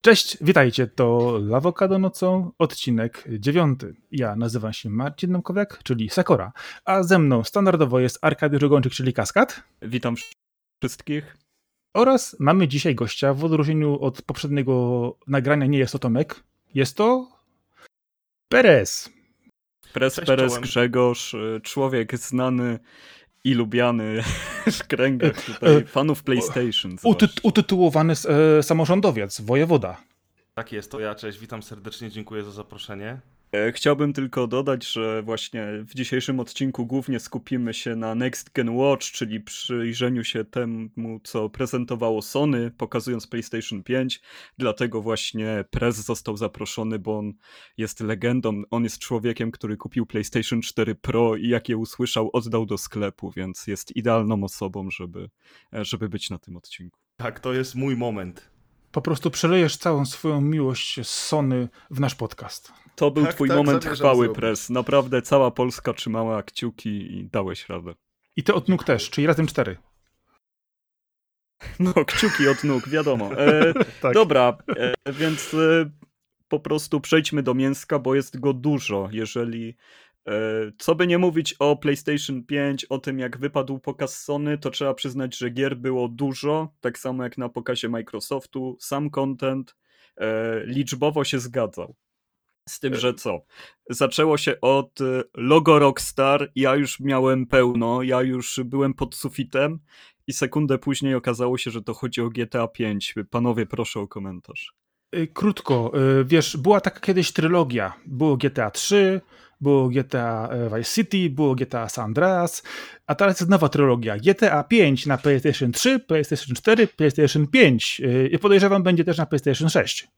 Cześć, witajcie, to Lawokado nocą, odcinek 9. Ja nazywam się Marcin Nomkowiak, czyli Sakora, a ze mną standardowo jest Arkadiusz Ogończyk, czyli Kaskad. Witam wszystkich. Oraz mamy dzisiaj gościa, w odróżnieniu od poprzedniego nagrania nie jest to Tomek, jest to Perez. Perez Grzegorz, człowiek znany i lubiany w kręgach tutaj fanów PlayStation. Utytułowany samorządowiec, wojewoda. Tak jest, to ja, cześć, witam serdecznie, dziękuję za zaproszenie. Chciałbym tylko dodać, że właśnie w dzisiejszym odcinku głównie skupimy się na Next Gen Watch, czyli przyjrzeniu się temu, co prezentowało Sony, pokazując PlayStation 5. Dlatego właśnie Prez został zaproszony, bo on jest legendą. On jest człowiekiem, który kupił PlayStation 4 Pro i jak je usłyszał, oddał do sklepu, więc jest idealną osobą, żeby być na tym odcinku. Tak, to jest mój moment. Po prostu przelejesz całą swoją miłość z Sony w nasz podcast. To był twój moment chwały, Prez. Naprawdę cała Polska trzymała kciuki i dałeś radę. I ty od nóg też, czyli razem 4. No, kciuki od nóg, wiadomo. Tak. Dobra, więc po prostu przejdźmy do mięska, bo jest go dużo. Jeżeli, co by nie mówić o PlayStation 5, o tym jak wypadł pokaz Sony, to trzeba przyznać, że gier było dużo, tak samo jak na pokazie Microsoftu. Sam content liczbowo się zgadzał. Z tym, że co? Zaczęło się od logo Rockstar, ja już miałem pełno, ja już byłem pod sufitem i sekundę później okazało się, że to chodzi o GTA 5. Panowie, proszę o komentarz. Krótko, wiesz, była taka kiedyś trylogia. Było GTA 3, było GTA Vice City, było GTA San Andreas, a teraz jest nowa trylogia. GTA 5 na PlayStation 3, PlayStation 4, PlayStation 5 i podejrzewam będzie też na PlayStation 6.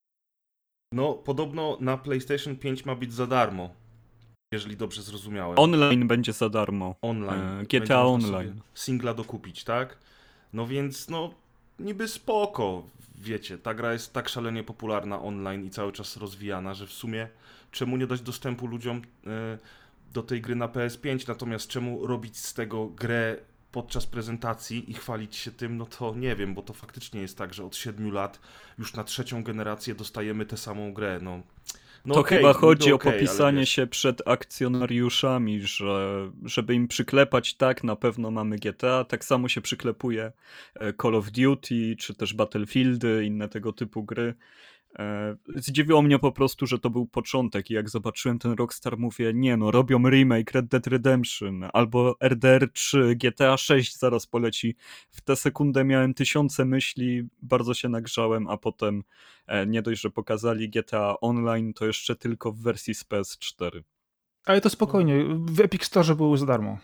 No, podobno na PlayStation 5 ma być za darmo, jeżeli dobrze zrozumiałem. Online będzie za darmo. Online. GTA Online. Singla dokupić, tak? No więc, no, niby spoko, wiecie, ta gra jest tak szalenie popularna online i cały czas rozwijana, że w sumie czemu nie dać dostępu ludziom do tej gry na PS5, natomiast czemu robić z tego grę podczas prezentacji i chwalić się tym, no to nie wiem, bo to faktycznie jest tak, że od 7 lat już na 3. generację dostajemy tę samą grę, no. To chyba chodzi o popisanie się przed akcjonariuszami, żeby im przyklepać, tak, na pewno mamy GTA, tak samo się przyklepuje Call of Duty, czy też Battlefieldy, inne tego typu gry. Zdziwiło mnie po prostu, że to był początek i jak zobaczyłem ten Rockstar, mówię, nie no, robią remake Red Dead Redemption albo RDR 3, GTA 6 zaraz poleci. W tę sekundę miałem tysiące myśli, bardzo się nagrzałem, a potem nie dość, że pokazali GTA Online, to jeszcze tylko w wersji z PS4. Ale to spokojnie, w Epic Store było za darmo.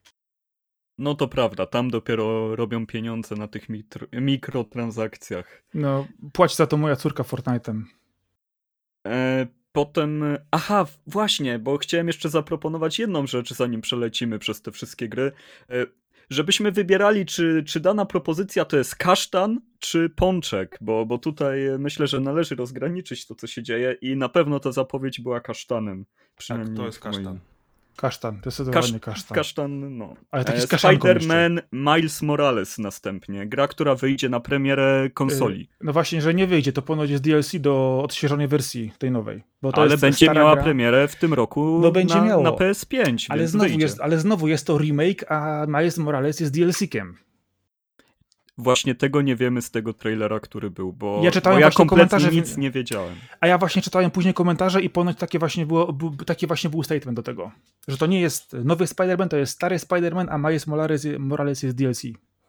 No to prawda, tam dopiero robią pieniądze na tych mikrotransakcjach. No, płaci za to moja córka Fortnite'em. Potem, aha, właśnie, bo chciałem jeszcze zaproponować jedną rzecz, zanim przelecimy przez te wszystkie gry. Żebyśmy wybierali, czy dana propozycja to jest kasztan, czy pączek, bo tutaj myślę, że należy rozgraniczyć to, co się dzieje i na pewno ta zapowiedź była kasztanem. Tak, to jest kasztan. Kasztan, zdecydowanie kasztan. Kasztan, no. Ale taki z Spider-Man Miles Morales następnie. Gra, która wyjdzie na premierę konsoli. No właśnie, że nie wyjdzie, to ponoć jest DLC do odświeżonej wersji tej nowej. Bo to ale jest będzie miała premierę w tym roku na PS5. Ale znowu jest to remake, a Miles Morales jest DLC-kiem. Właśnie tego nie wiemy z tego trailera, który był, bo ja kompletnie nic nie wiedziałem. A ja właśnie czytałem później komentarze i ponoć taki właśnie był statement do tego, że to nie jest nowy Spider-Man, to jest stary Spider-Man, a Miles Morales jest DLC.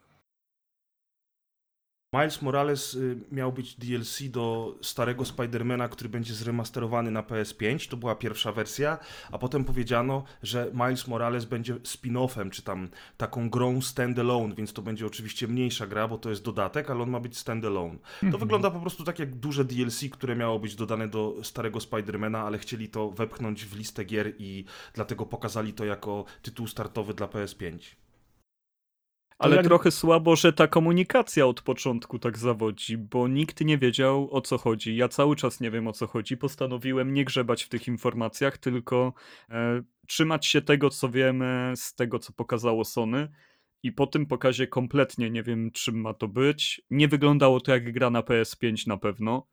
Miles Morales miał być DLC do starego Spidermana, który będzie zremasterowany na PS5, to była pierwsza wersja, a potem powiedziano, że Miles Morales będzie spin-offem, czy tam taką grą standalone, więc to będzie oczywiście mniejsza gra, bo to jest dodatek, ale on ma być standalone. To wygląda po prostu tak jak duże DLC, które miało być dodane do starego Spidermana, ale chcieli to wepchnąć w listę gier i dlatego pokazali to jako tytuł startowy dla PS5. Ale trochę słabo, że ta komunikacja od początku tak zawodzi, bo nikt nie wiedział, o co chodzi. Ja cały czas nie wiem, o co chodzi. Postanowiłem nie grzebać w tych informacjach, tylko trzymać się tego, co wiemy, z tego, co pokazało Sony. I po tym pokazie kompletnie nie wiem, czym ma to być. Nie wyglądało to jak gra na PS5 na pewno.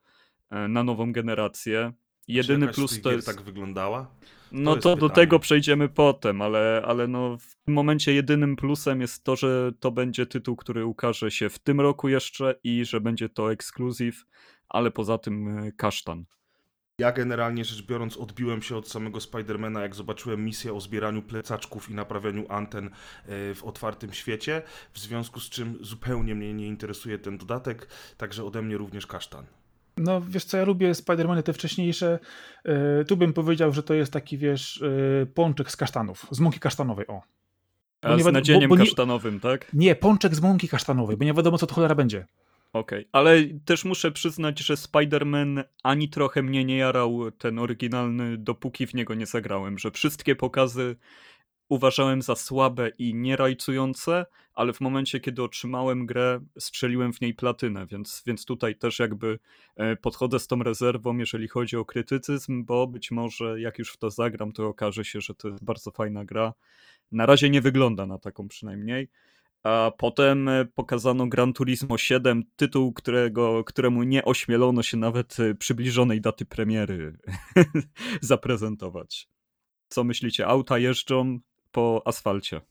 na nową generację. Jedyny plus to jest... tak wyglądała? No to do tego przejdziemy potem, ale no w tym momencie jedynym plusem jest to, że to będzie tytuł, który ukaże się w tym roku jeszcze i że będzie to ekskluzyw, ale poza tym kasztan. Ja generalnie rzecz biorąc odbiłem się od samego Spidermana, jak zobaczyłem misję o zbieraniu plecaczków i naprawianiu anten w otwartym świecie, w związku z czym zupełnie mnie nie interesuje ten dodatek, także ode mnie również kasztan. No wiesz co, ja lubię Spider-Many te wcześniejsze. Tu bym powiedział, że to jest taki, wiesz, pączek z kasztanów, z mąki kasztanowej, o. A z nadzieniem kasztanowym, tak? Nie, pączek z mąki kasztanowej, bo nie wiadomo, co to cholera będzie. Okej, ale też muszę przyznać, że Spider-Man ani trochę mnie nie jarał ten oryginalny, dopóki w niego nie zagrałem, że wszystkie pokazy uważałem za słabe i nierajcujące, ale w momencie, kiedy otrzymałem grę, strzeliłem w niej platynę, więc tutaj też jakby podchodzę z tą rezerwą, jeżeli chodzi o krytycyzm, bo być może jak już w to zagram, to okaże się, że to jest bardzo fajna gra. Na razie nie wygląda na taką przynajmniej. A potem pokazano Gran Turismo 7, tytuł, któremu nie ośmielono się nawet przybliżonej daty premiery zaprezentować. Co myślicie? Auta jeżdżą po asfalcie.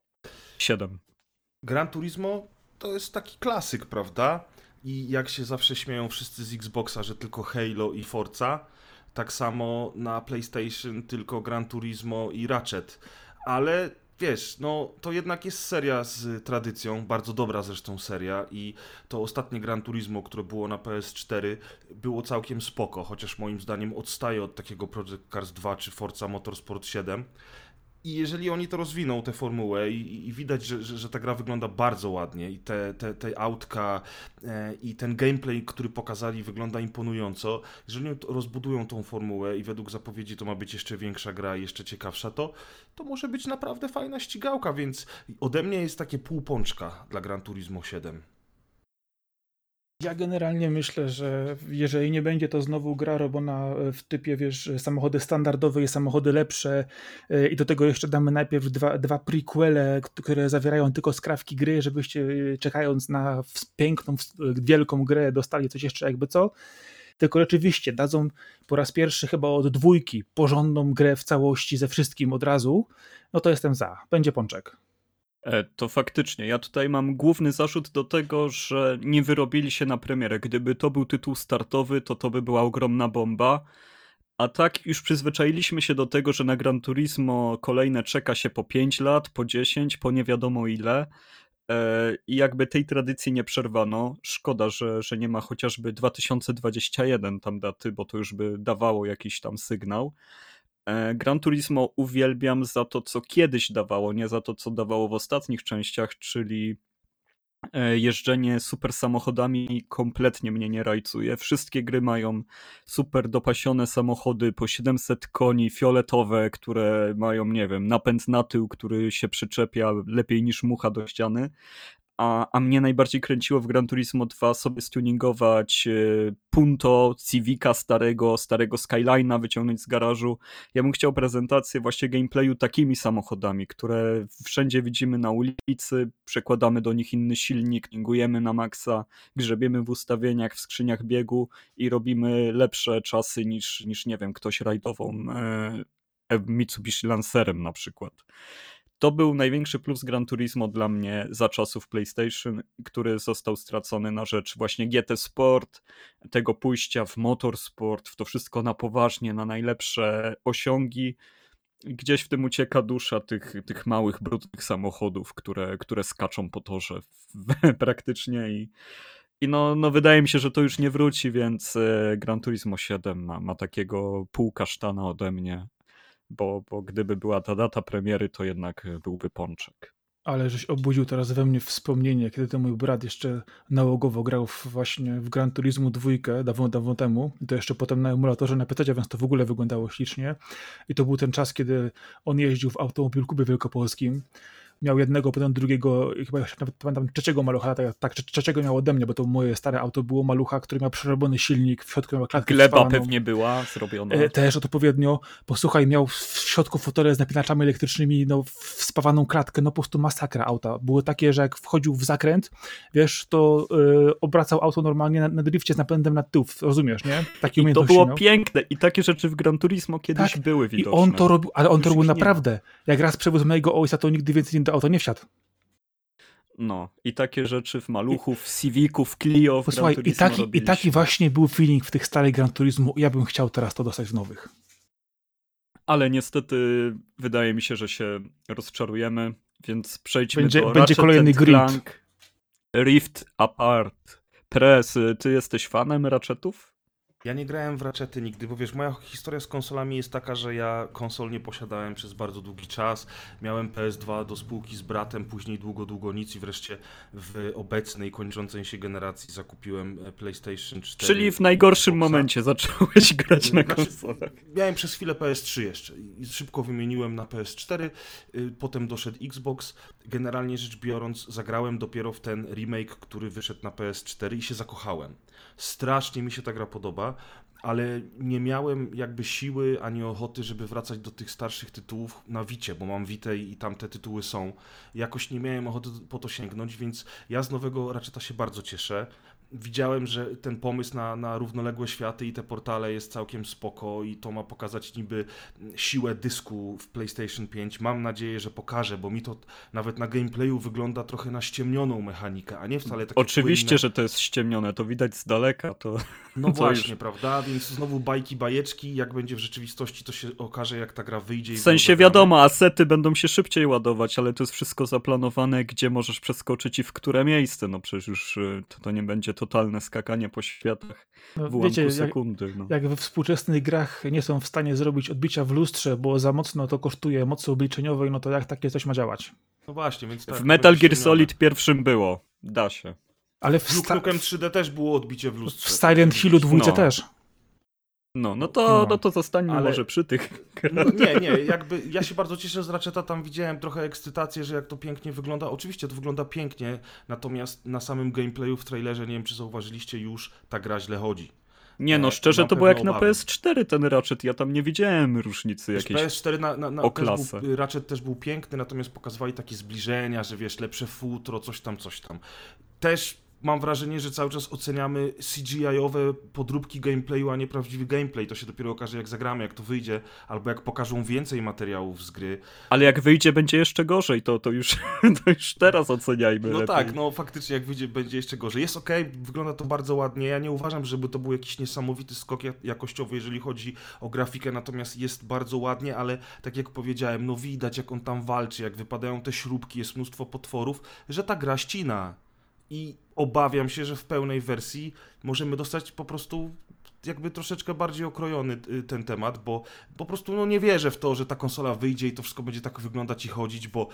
7. Gran Turismo to jest taki klasyk, prawda? I jak się zawsze śmieją wszyscy z Xboxa, że tylko Halo i Forza, tak samo na PlayStation tylko Gran Turismo i Ratchet. Ale wiesz, no to jednak jest seria z tradycją, bardzo dobra zresztą seria i to ostatnie Gran Turismo, które było na PS4 było całkiem spoko, chociaż moim zdaniem odstaje od takiego Project Cars 2 czy Forza Motorsport 7. I jeżeli oni to rozwiną, tę formułę i widać, że ta gra wygląda bardzo ładnie i te autka i ten gameplay, który pokazali, wygląda imponująco, jeżeli oni rozbudują tą formułę i według zapowiedzi to ma być jeszcze większa gra i jeszcze ciekawsza, to może być naprawdę fajna ścigałka, więc ode mnie jest takie półpączka dla Gran Turismo 7. Ja generalnie myślę, że jeżeli nie będzie to znowu gra robiona w typie, wiesz, samochody standardowe i samochody lepsze i do tego jeszcze damy najpierw dwa prequele, które zawierają tylko skrawki gry, żebyście czekając na piękną, wielką grę dostali coś jeszcze jakby co, tylko rzeczywiście dadzą po raz pierwszy chyba od 2 porządną grę w całości ze wszystkim od razu, no to jestem za. Będzie pączek. To faktycznie. Ja tutaj mam główny zarzut do tego, że nie wyrobili się na premierę. Gdyby to był tytuł startowy, to by była ogromna bomba. A tak już przyzwyczailiśmy się do tego, że na Gran Turismo kolejne czeka się po 5 lat, po 10, po nie wiadomo ile. I jakby tej tradycji nie przerwano. Szkoda, że nie ma chociażby 2021 tam daty, bo to już by dawało jakiś tam sygnał. Gran Turismo uwielbiam za to, co kiedyś dawało, nie za to, co dawało w ostatnich częściach, czyli jeżdżenie super samochodami kompletnie mnie nie rajcuje. Wszystkie gry mają super dopasione samochody po 700 koni, fioletowe, które mają, nie wiem, napęd na tył, który się przyczepia lepiej niż mucha do ściany. A mnie najbardziej kręciło w Gran Turismo 2 sobie stuningować Punto, Civica starego Skyline'a, wyciągnąć z garażu. Ja bym chciał prezentację właśnie gameplayu takimi samochodami, które wszędzie widzimy na ulicy, przekładamy do nich inny silnik, tuningujemy na maksa, grzebiemy w ustawieniach, w skrzyniach biegu i robimy lepsze czasy niż nie wiem, ktoś rajdową Mitsubishi Lancerem na przykład. To był największy plus Gran Turismo dla mnie za czasów PlayStation, który został stracony na rzecz właśnie GT Sport, tego pójścia w motorsport, w to wszystko na poważnie, na najlepsze osiągi. Gdzieś w tym ucieka dusza tych małych, brudnych samochodów, które skaczą po torze praktycznie i no wydaje mi się, że to już nie wróci, więc Gran Turismo 7 ma takiego pół kasztana ode mnie. Bo gdyby była ta data premiery, to jednak byłby pączek. Ale żeś obudził teraz we mnie wspomnienie, kiedy to mój brat jeszcze nałogowo grał właśnie w Gran Turismo 2 dawno temu. I to jeszcze potem na emulatorze na PC, więc to w ogóle wyglądało ślicznie. I to był ten czas, kiedy on jeździł w Automobil Klubie Wielkopolskim. miał jednego, potem drugiego, chyba jeszcze nawet pamiętam trzeciego malucha, tak, trzeciego miał ode mnie, bo to moje stare auto było malucha, który miał przerobiony silnik, w środku miał klatkę Gleba wspalaną. pewnie była zrobiona. Też odpowiednio. Posłuchaj, miał w środku fotele z napinaczami elektrycznymi, no wspawaną klatkę, no po prostu masakra auta. Były takie, że jak wchodził w zakręt, wiesz, to obracał auto normalnie na drifcie z napędem na tył, rozumiesz, nie? Takie I to umiejętności było miał. piękne i takie rzeczy w Gran Turismo kiedyś Tak, były I widoczne. on to robił, ale on Już to robił ich nie ma. naprawdę. Jak raz przewiózł mojego ojca, to nigdy więcej do auta nie wsiadł. No, i takie rzeczy w Maluchu, w Civicu, w Clio, w Posłuchaj, Gran Turismo i taki właśnie był feeling w tych starych Gran Turismo. Ja bym chciał teraz to dostać w nowych. Ale niestety wydaje mi się, że się rozczarujemy, więc przejdźmy do Będzie Ratchet kolejny & grid. Clank Rift Apart. Press, ty jesteś fanem Ratchetów? Ja nie grałem w Ratchety nigdy, bo wiesz, moja historia z konsolami jest taka, że ja konsol nie posiadałem przez bardzo długi czas. Miałem PS2 do spółki z bratem, później długo nic i wreszcie w obecnej, kończącej się generacji zakupiłem PlayStation 4. Czyli w najgorszym Xboxa. momencie zacząłeś grać na Znaczy, konsolach. Miałem przez chwilę PS3 jeszcze i szybko wymieniłem na PS4, potem doszedł Xbox. Generalnie rzecz biorąc, zagrałem dopiero w ten remake, który wyszedł na PS4 i się zakochałem. Strasznie mi się ta gra podoba, ale nie miałem jakby siły ani ochoty, żeby wracać do tych starszych tytułów na Vicie, bo mam Vitę i tam te tytuły są. Jakoś nie miałem ochoty po to sięgnąć, więc ja z nowego Ratcheta się bardzo cieszę. Widziałem, że ten pomysł na równoległe światy i te portale jest całkiem spoko i to ma pokazać niby siłę dysku w PlayStation 5. Mam nadzieję, że pokaże, bo mi to nawet na gameplayu wygląda trochę na ściemnioną mechanikę, a nie wcale takie Oczywiście, płynne. że to jest ściemnione, to widać z daleka. To No co właśnie, już. prawda? Więc znowu bajeczki, jak będzie w rzeczywistości, to się okaże, jak ta gra wyjdzie. W sensie wiadomo, asety będą się szybciej ładować, ale to jest wszystko zaplanowane, gdzie możesz przeskoczyć i w które miejsce. No przecież już to nie będzie totalne skakanie po światach No, w ułamku wiecie, sekundy. No. jak we współczesnych grach nie są w stanie zrobić odbicia w lustrze, bo za mocno to kosztuje mocy obliczeniowej, no to jak takie coś ma działać? No właśnie, więc tak. W Metal Gear ściemnione. Solid pierwszym było. Da się. Ale w, Duke Nukem 3D też było odbicie w w lustrze. Silent Hillu 2 No. też. No No. to zostańmy Ale- może przy tych No, nie, jakby ja się bardzo cieszę z Ratcheta, tam widziałem trochę ekscytację, że jak to pięknie wygląda. Oczywiście to wygląda pięknie, natomiast na samym gameplayu w trailerze, nie wiem czy zauważyliście już, ta gra źle chodzi. Nie no, szczerze Mam to było jak pewne na obawy. PS4 ten Ratchet, ja tam nie widziałem różnicy Wiesz, jakiejś. PS4 o też klasę. Ratchet też był piękny, natomiast pokazywali takie zbliżenia, że wiesz, lepsze futro, coś tam. Też mam wrażenie, że cały czas oceniamy CGI-owe podróbki gameplayu, a nie prawdziwy gameplay. To się dopiero okaże, jak zagramy, jak to wyjdzie, albo jak pokażą więcej materiałów z gry. Ale jak wyjdzie będzie jeszcze gorzej, to już, to już teraz oceniajmy No lepiej. tak, no faktycznie jak wyjdzie, będzie jeszcze gorzej. Jest okej, wygląda to bardzo ładnie. Ja nie uważam, żeby to był jakiś niesamowity skok jakościowy, jeżeli chodzi o grafikę, natomiast jest bardzo ładnie, ale tak jak powiedziałem, no widać jak on tam walczy, jak wypadają te śrubki, jest mnóstwo potworów, że ta gra ścina. I obawiam się, że w pełnej wersji możemy dostać po prostu jakby troszeczkę bardziej okrojony ten temat, bo po prostu no nie wierzę w to, że ta konsola wyjdzie i to wszystko będzie tak wyglądać i chodzić, bo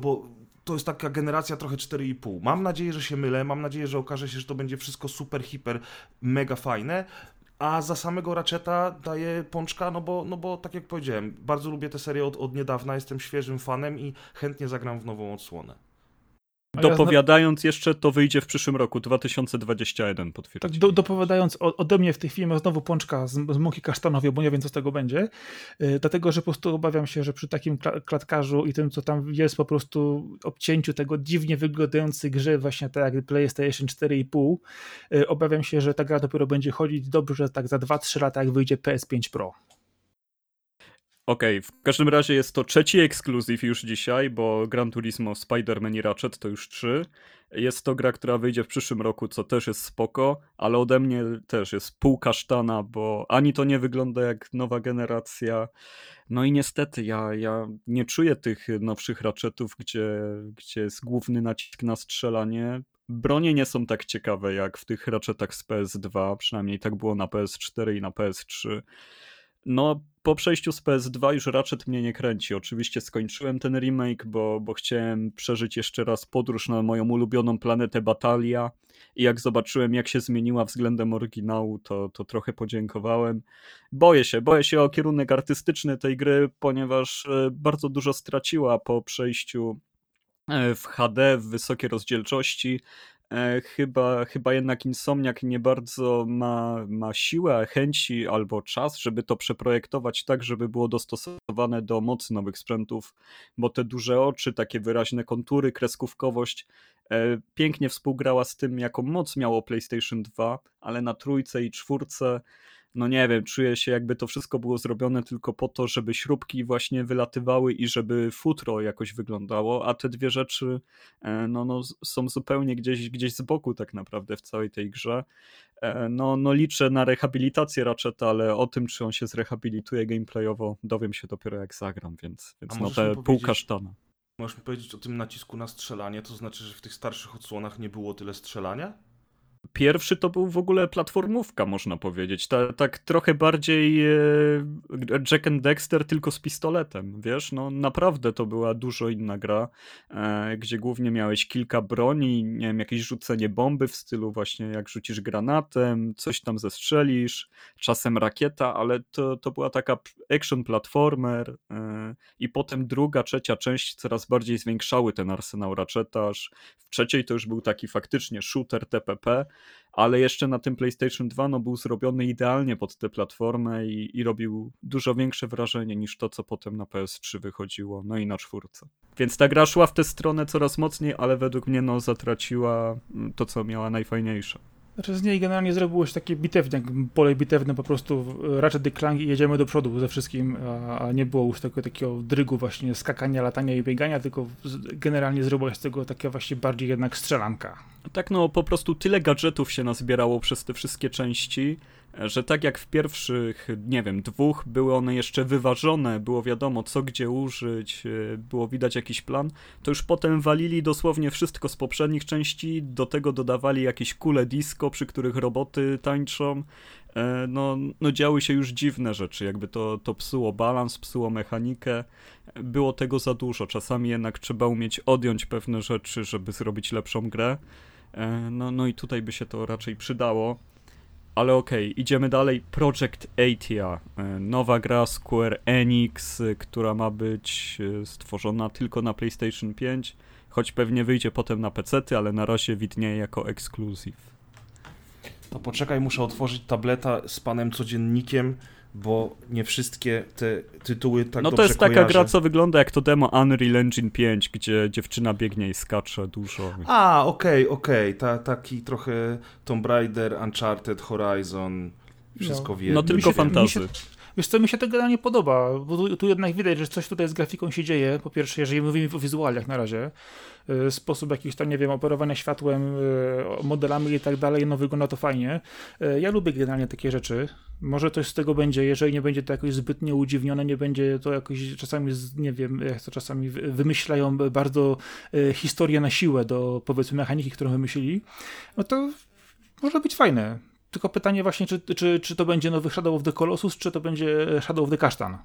to jest taka generacja trochę 4,5. Mam nadzieję, że się mylę, mam nadzieję, że okaże się, że to będzie wszystko super, hiper, mega fajne, a za samego Ratcheta daję pączka, no bo tak jak powiedziałem, bardzo lubię tę serię od niedawna, jestem świeżym fanem i chętnie zagram w nową odsłonę. Dopowiadając jeszcze, to wyjdzie w przyszłym roku, 2021 Tak, potwierdzili. dopowiadając ode mnie w tej chwili, znowu pączka z mąki kasztanowej, bo nie wiem, co z tego będzie. Dlatego, że po prostu obawiam się, że przy takim klatkarzu i tym, co tam jest, po prostu obcięciu tego dziwnie wyglądającej gry, właśnie tak jak PlayStation 4,5, obawiam się, że ta gra dopiero będzie chodzić dobrze tak za 2-3 lata, jak wyjdzie PS5 Pro. Okej, w każdym razie jest to trzeci ekskluzyw już dzisiaj, bo Gran Turismo, Spider-Man i Ratchet to już 3. Jest to gra, która wyjdzie w przyszłym roku, co też jest spoko, ale ode mnie też jest pół kasztana, bo ani to nie wygląda jak nowa generacja. No i niestety ja nie czuję tych nowszych Ratchetów, gdzie jest główny nacisk na strzelanie. Bronie nie są tak ciekawe jak w tych Ratchetach z PS2, przynajmniej tak było na PS4 i na PS3. No, po przejściu z PS2 już Ratchet mnie nie kręci. Oczywiście skończyłem ten remake, bo chciałem przeżyć jeszcze raz podróż na moją ulubioną planetę Batalia i jak zobaczyłem, jak się zmieniła względem oryginału, to trochę podziękowałem. Boję się o kierunek artystyczny tej gry, ponieważ bardzo dużo straciła po przejściu w HD, w wysokiej rozdzielczości. Chyba jednak Insomniac nie bardzo ma siłę, chęci albo czas, żeby to przeprojektować tak, żeby było dostosowane do mocy nowych sprzętów, bo te duże oczy, takie wyraźne kontury, kreskówkowość pięknie współgrała z tym, jaką moc miało PlayStation 2, ale na 3 i 4 no nie wiem, czuję się jakby to wszystko było zrobione tylko po to, żeby śrubki właśnie wylatywały i żeby futro jakoś wyglądało, a te dwie rzeczy no są zupełnie gdzieś z boku tak naprawdę w całej tej grze. No liczę na rehabilitację Ratcheta, ale o tym, czy on się zrehabilituje gameplayowo, dowiem się dopiero jak zagram, więc no te pół kasztana. Możesz mi powiedzieć o tym nacisku na strzelanie, to znaczy, że w tych starszych odsłonach nie było tyle strzelania? Pierwszy to był w ogóle platformówka, można powiedzieć. Tak trochę bardziej Jack and Dexter, tylko z pistoletem, wiesz? No naprawdę to była dużo inna gra, gdzie głównie miałeś kilka broni, nie wiem, jakieś rzucenie bomby w stylu właśnie jak rzucisz granatem, coś tam zestrzelisz, czasem rakieta, ale to była taka action platformer i potem druga, trzecia część coraz bardziej zwiększały ten arsenał Ratcheta, aż w trzeciej to już był taki faktycznie shooter TPP, ale jeszcze na tym PlayStation 2 no, był zrobiony idealnie pod tę platformę i robił dużo większe wrażenie niż to, co potem na PS3 wychodziło, no i na 4. Więc ta gra szła w tę stronę coraz mocniej, ale według mnie no, zatraciła to, co miała najfajniejsze. Znaczy z niej generalnie zrobiło się takie bitewne, pole bitewne, po prostu Ratchet & Clank i jedziemy do przodu ze wszystkim, a nie było już takiego drygu właśnie skakania, latania i biegania, tylko generalnie zrobiło się z tego takie właśnie bardziej jednak strzelanka. Tak, no po prostu tyle gadżetów się nazbierało przez te wszystkie części, że tak jak w pierwszych, nie wiem, 2 były one jeszcze wyważone, było wiadomo co gdzie użyć, było widać jakiś plan, to już potem walili dosłownie wszystko z poprzednich części, do tego dodawali jakieś kule disco, przy których roboty tańczą, no działy się już dziwne rzeczy, jakby to psuło balans, psuło mechanikę, było tego za dużo, czasami jednak trzeba umieć odjąć pewne rzeczy, żeby zrobić lepszą grę, no i tutaj by się to raczej przydało. Ale okej, idziemy dalej. Project Athia, nowa gra Square Enix, która ma być stworzona tylko na PlayStation 5, choć pewnie wyjdzie potem na PC-ty, ale na razie widnieje jako ekskluzyw. To poczekaj, muszę otworzyć tableta z panem codziennikiem, bo nie wszystkie te tytuły tak dobrze No to jest taka kojarzę. gra, co wygląda jak to demo Unreal Engine 5, gdzie dziewczyna biegnie i skacze dużo. Okej. Taki trochę Tomb Raider, Uncharted, Horizon, wszystko w jednym. No tylko fantasy. Wiesz co, mi się to generalnie podoba, bo tu jednak widać, że coś tutaj z grafiką się dzieje. Po pierwsze, jeżeli mówimy o wizualiach na razie, sposób jakiś tam, nie wiem, operowania światłem, modelami i tak dalej, no wygląda to fajnie. Ja lubię generalnie takie rzeczy. Może coś z tego będzie, jeżeli nie będzie to jakoś zbytnio udziwnione, nie będzie to jakoś czasami, nie wiem, jak to czasami wymyślają bardzo historię na siłę do, powiedzmy, mechaniki, którą wymyślili, no to może być fajne. Tylko pytanie właśnie, czy to będzie nowy Shadow of the Colossus, czy to będzie Shadow of the Kasztan?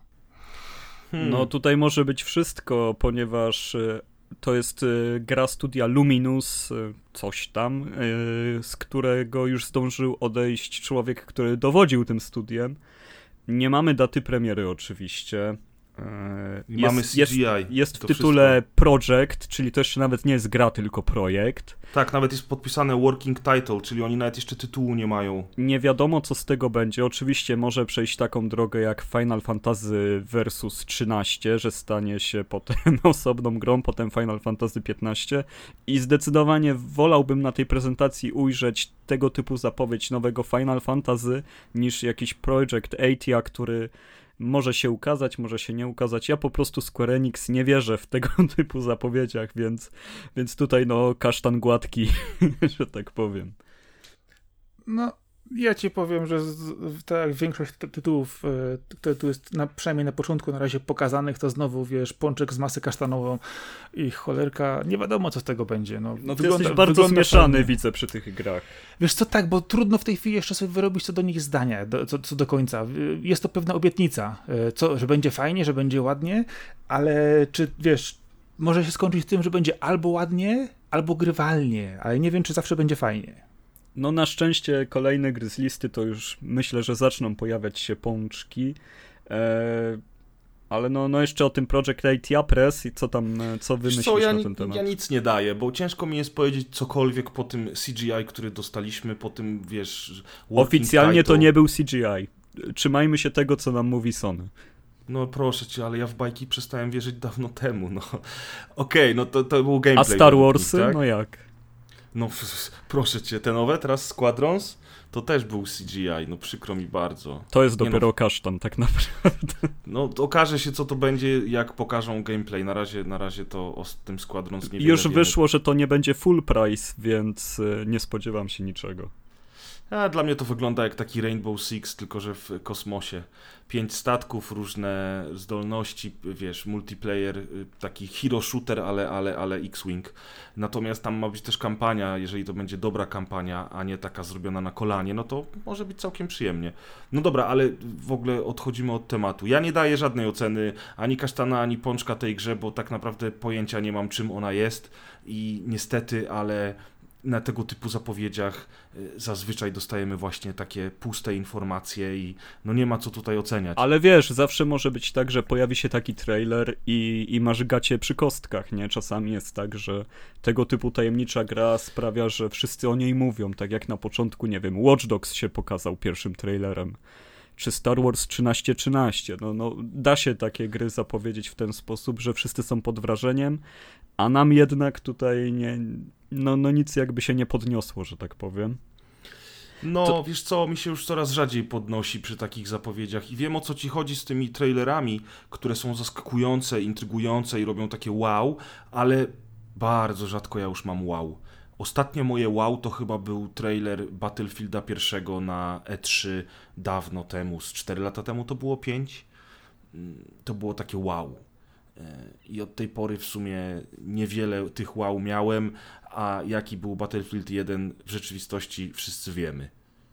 No tutaj może być wszystko, ponieważ to jest gra studia Luminous, coś tam, z którego już zdążył odejść człowiek, który dowodził tym studiem. Nie mamy daty premiery oczywiście. Mamy CGI. Jest w tytule wszystko. Project, czyli to jeszcze nawet nie jest gra, tylko projekt. Tak, nawet jest podpisane working title, czyli oni nawet jeszcze tytułu nie mają. Nie wiadomo, co z tego będzie. Oczywiście może przejść taką drogę jak Final Fantasy Versus 13, że stanie się potem osobną grą, potem Final Fantasy 15 i zdecydowanie wolałbym na tej prezentacji ujrzeć tego typu zapowiedź nowego Final Fantasy niż jakiś Project Athia, który może się ukazać, może się nie ukazać. Ja po prostu Square Enix nie wierzę w tego typu zapowiedziach, więc tutaj no kasztan gładki, że tak powiem. No, ja ci powiem, że tak jak większość tytułów, które tu jest przynajmniej na początku na razie pokazanych, to znowu, wiesz, pączek z masy kasztanową i cholerka, nie wiadomo co z tego będzie. No ty jesteś bardzo zmieszany, widzę, przy tych grach. Wiesz co, tak, bo trudno w tej chwili jeszcze sobie wyrobić co do nich zdania, co do końca. Jest to pewna obietnica, że będzie fajnie, że będzie ładnie, ale czy, wiesz, może się skończyć tym, że będzie albo ładnie, albo grywalnie, ale nie wiem, czy zawsze będzie fajnie. No na szczęście kolejne gry z listy to już myślę, że zaczną pojawiać się pączki, Ale no jeszcze o tym Project 8 Press i co wymyślisz na ten temat? Ja nic nie daję, bo ciężko mi jest powiedzieć cokolwiek po tym CGI, który dostaliśmy, po tym, wiesz... Oficjalnie title. to nie był CGI. Trzymajmy się tego, co nam mówi Sony. No proszę cię, ale ja w bajki przestałem wierzyć dawno temu, no. Okej, no to był gameplay. A Star Warsy? Tak? No jak? No proszę cię, te nowe, teraz Squadrons, to też był CGI, no przykro mi bardzo. To jest dopiero kasztan, tak naprawdę. No okaże się, co to będzie, jak pokażą gameplay. Na razie to o tym Squadrons nie wiem. Już wyszło, że to nie będzie full price, więc nie spodziewam się niczego. A dla mnie to wygląda jak taki Rainbow Six, tylko że w kosmosie. 5 statków, różne zdolności, wiesz, multiplayer, taki hero shooter, ale X-Wing. Natomiast tam ma być też kampania, jeżeli to będzie dobra kampania, a nie taka zrobiona na kolanie, no to może być całkiem przyjemnie. No dobra, ale w ogóle odchodzimy od tematu. Ja nie daję żadnej oceny, ani kasztana, ani pączka tej grze, bo tak naprawdę pojęcia nie mam, czym ona jest i niestety, ale... Na tego typu zapowiedziach zazwyczaj dostajemy właśnie takie puste informacje i no nie ma co tutaj oceniać. Ale wiesz, zawsze może być tak, że pojawi się taki trailer i masz gacie przy kostkach, nie? Czasami jest tak, że tego typu tajemnicza gra sprawia, że wszyscy o niej mówią, tak jak na początku, nie wiem, Watch Dogs się pokazał pierwszym trailerem, czy Star Wars 1313. No da się takie gry zapowiedzieć w ten sposób, że wszyscy są pod wrażeniem, a nam jednak tutaj nic jakby się nie podniosło, że tak powiem. No, wiesz co, mi się już coraz rzadziej podnosi przy takich zapowiedziach i wiem, o co ci chodzi z tymi trailerami, które są zaskakujące, intrygujące i robią takie wow, ale bardzo rzadko ja już mam wow. Ostatnie moje wow to chyba był trailer Battlefielda pierwszego na E3 dawno temu, z 4 lata temu to było 5. To było takie wow. I od tej pory w sumie niewiele tych wow miałem, a jaki był Battlefield 1 w rzeczywistości wszyscy wiemy.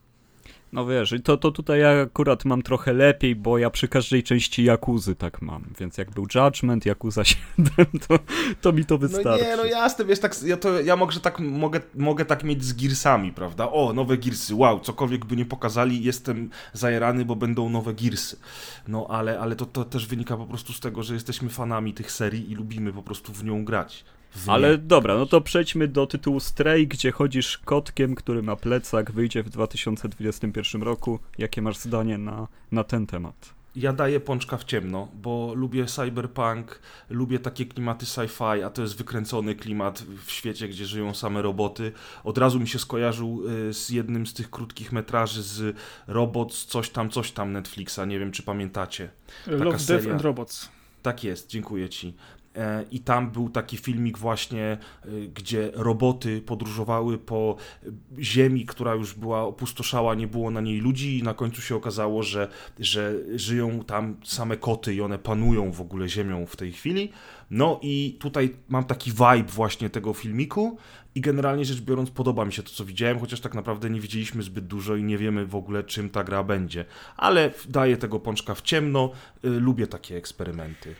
No wiesz, to tutaj ja akurat mam trochę lepiej, bo ja przy każdej części Yakuzy tak mam, więc jak był Judgment, Yakuza 7, to mi to wystarczy. No nie, jasne, wiesz, tak, ja mogę tak mieć z Gearsami, prawda? O, nowe Gearsy, wow, cokolwiek by nie pokazali, jestem zajarany, bo będą nowe Gearsy. No ale to też wynika po prostu z tego, że jesteśmy fanami tych serii i lubimy po prostu w nią grać. Ale dobra, no to przejdźmy do tytułu Stray, gdzie chodzisz kotkiem, który ma plecak, wyjdzie w 2021 roku. Jakie masz zdanie na ten temat? Ja daję pączka w ciemno, bo lubię cyberpunk, lubię takie klimaty sci-fi, a to jest wykręcony klimat w świecie, gdzie żyją same roboty. Od razu mi się skojarzył z jednym z tych krótkich metraży z Robots, coś tam Netflixa, nie wiem czy pamiętacie. Love, Death and Robots. Tak jest, dziękuję ci. I tam był taki filmik właśnie, gdzie roboty podróżowały po ziemi, która już była opustoszała, nie było na niej ludzi i na końcu się okazało, że żyją tam same koty i one panują w ogóle ziemią w tej chwili. No i tutaj mam taki vibe właśnie tego filmiku i generalnie rzecz biorąc podoba mi się to, co widziałem, chociaż tak naprawdę nie widzieliśmy zbyt dużo i nie wiemy w ogóle, czym ta gra będzie. Ale daję tego pączka w ciemno, lubię takie eksperymenty.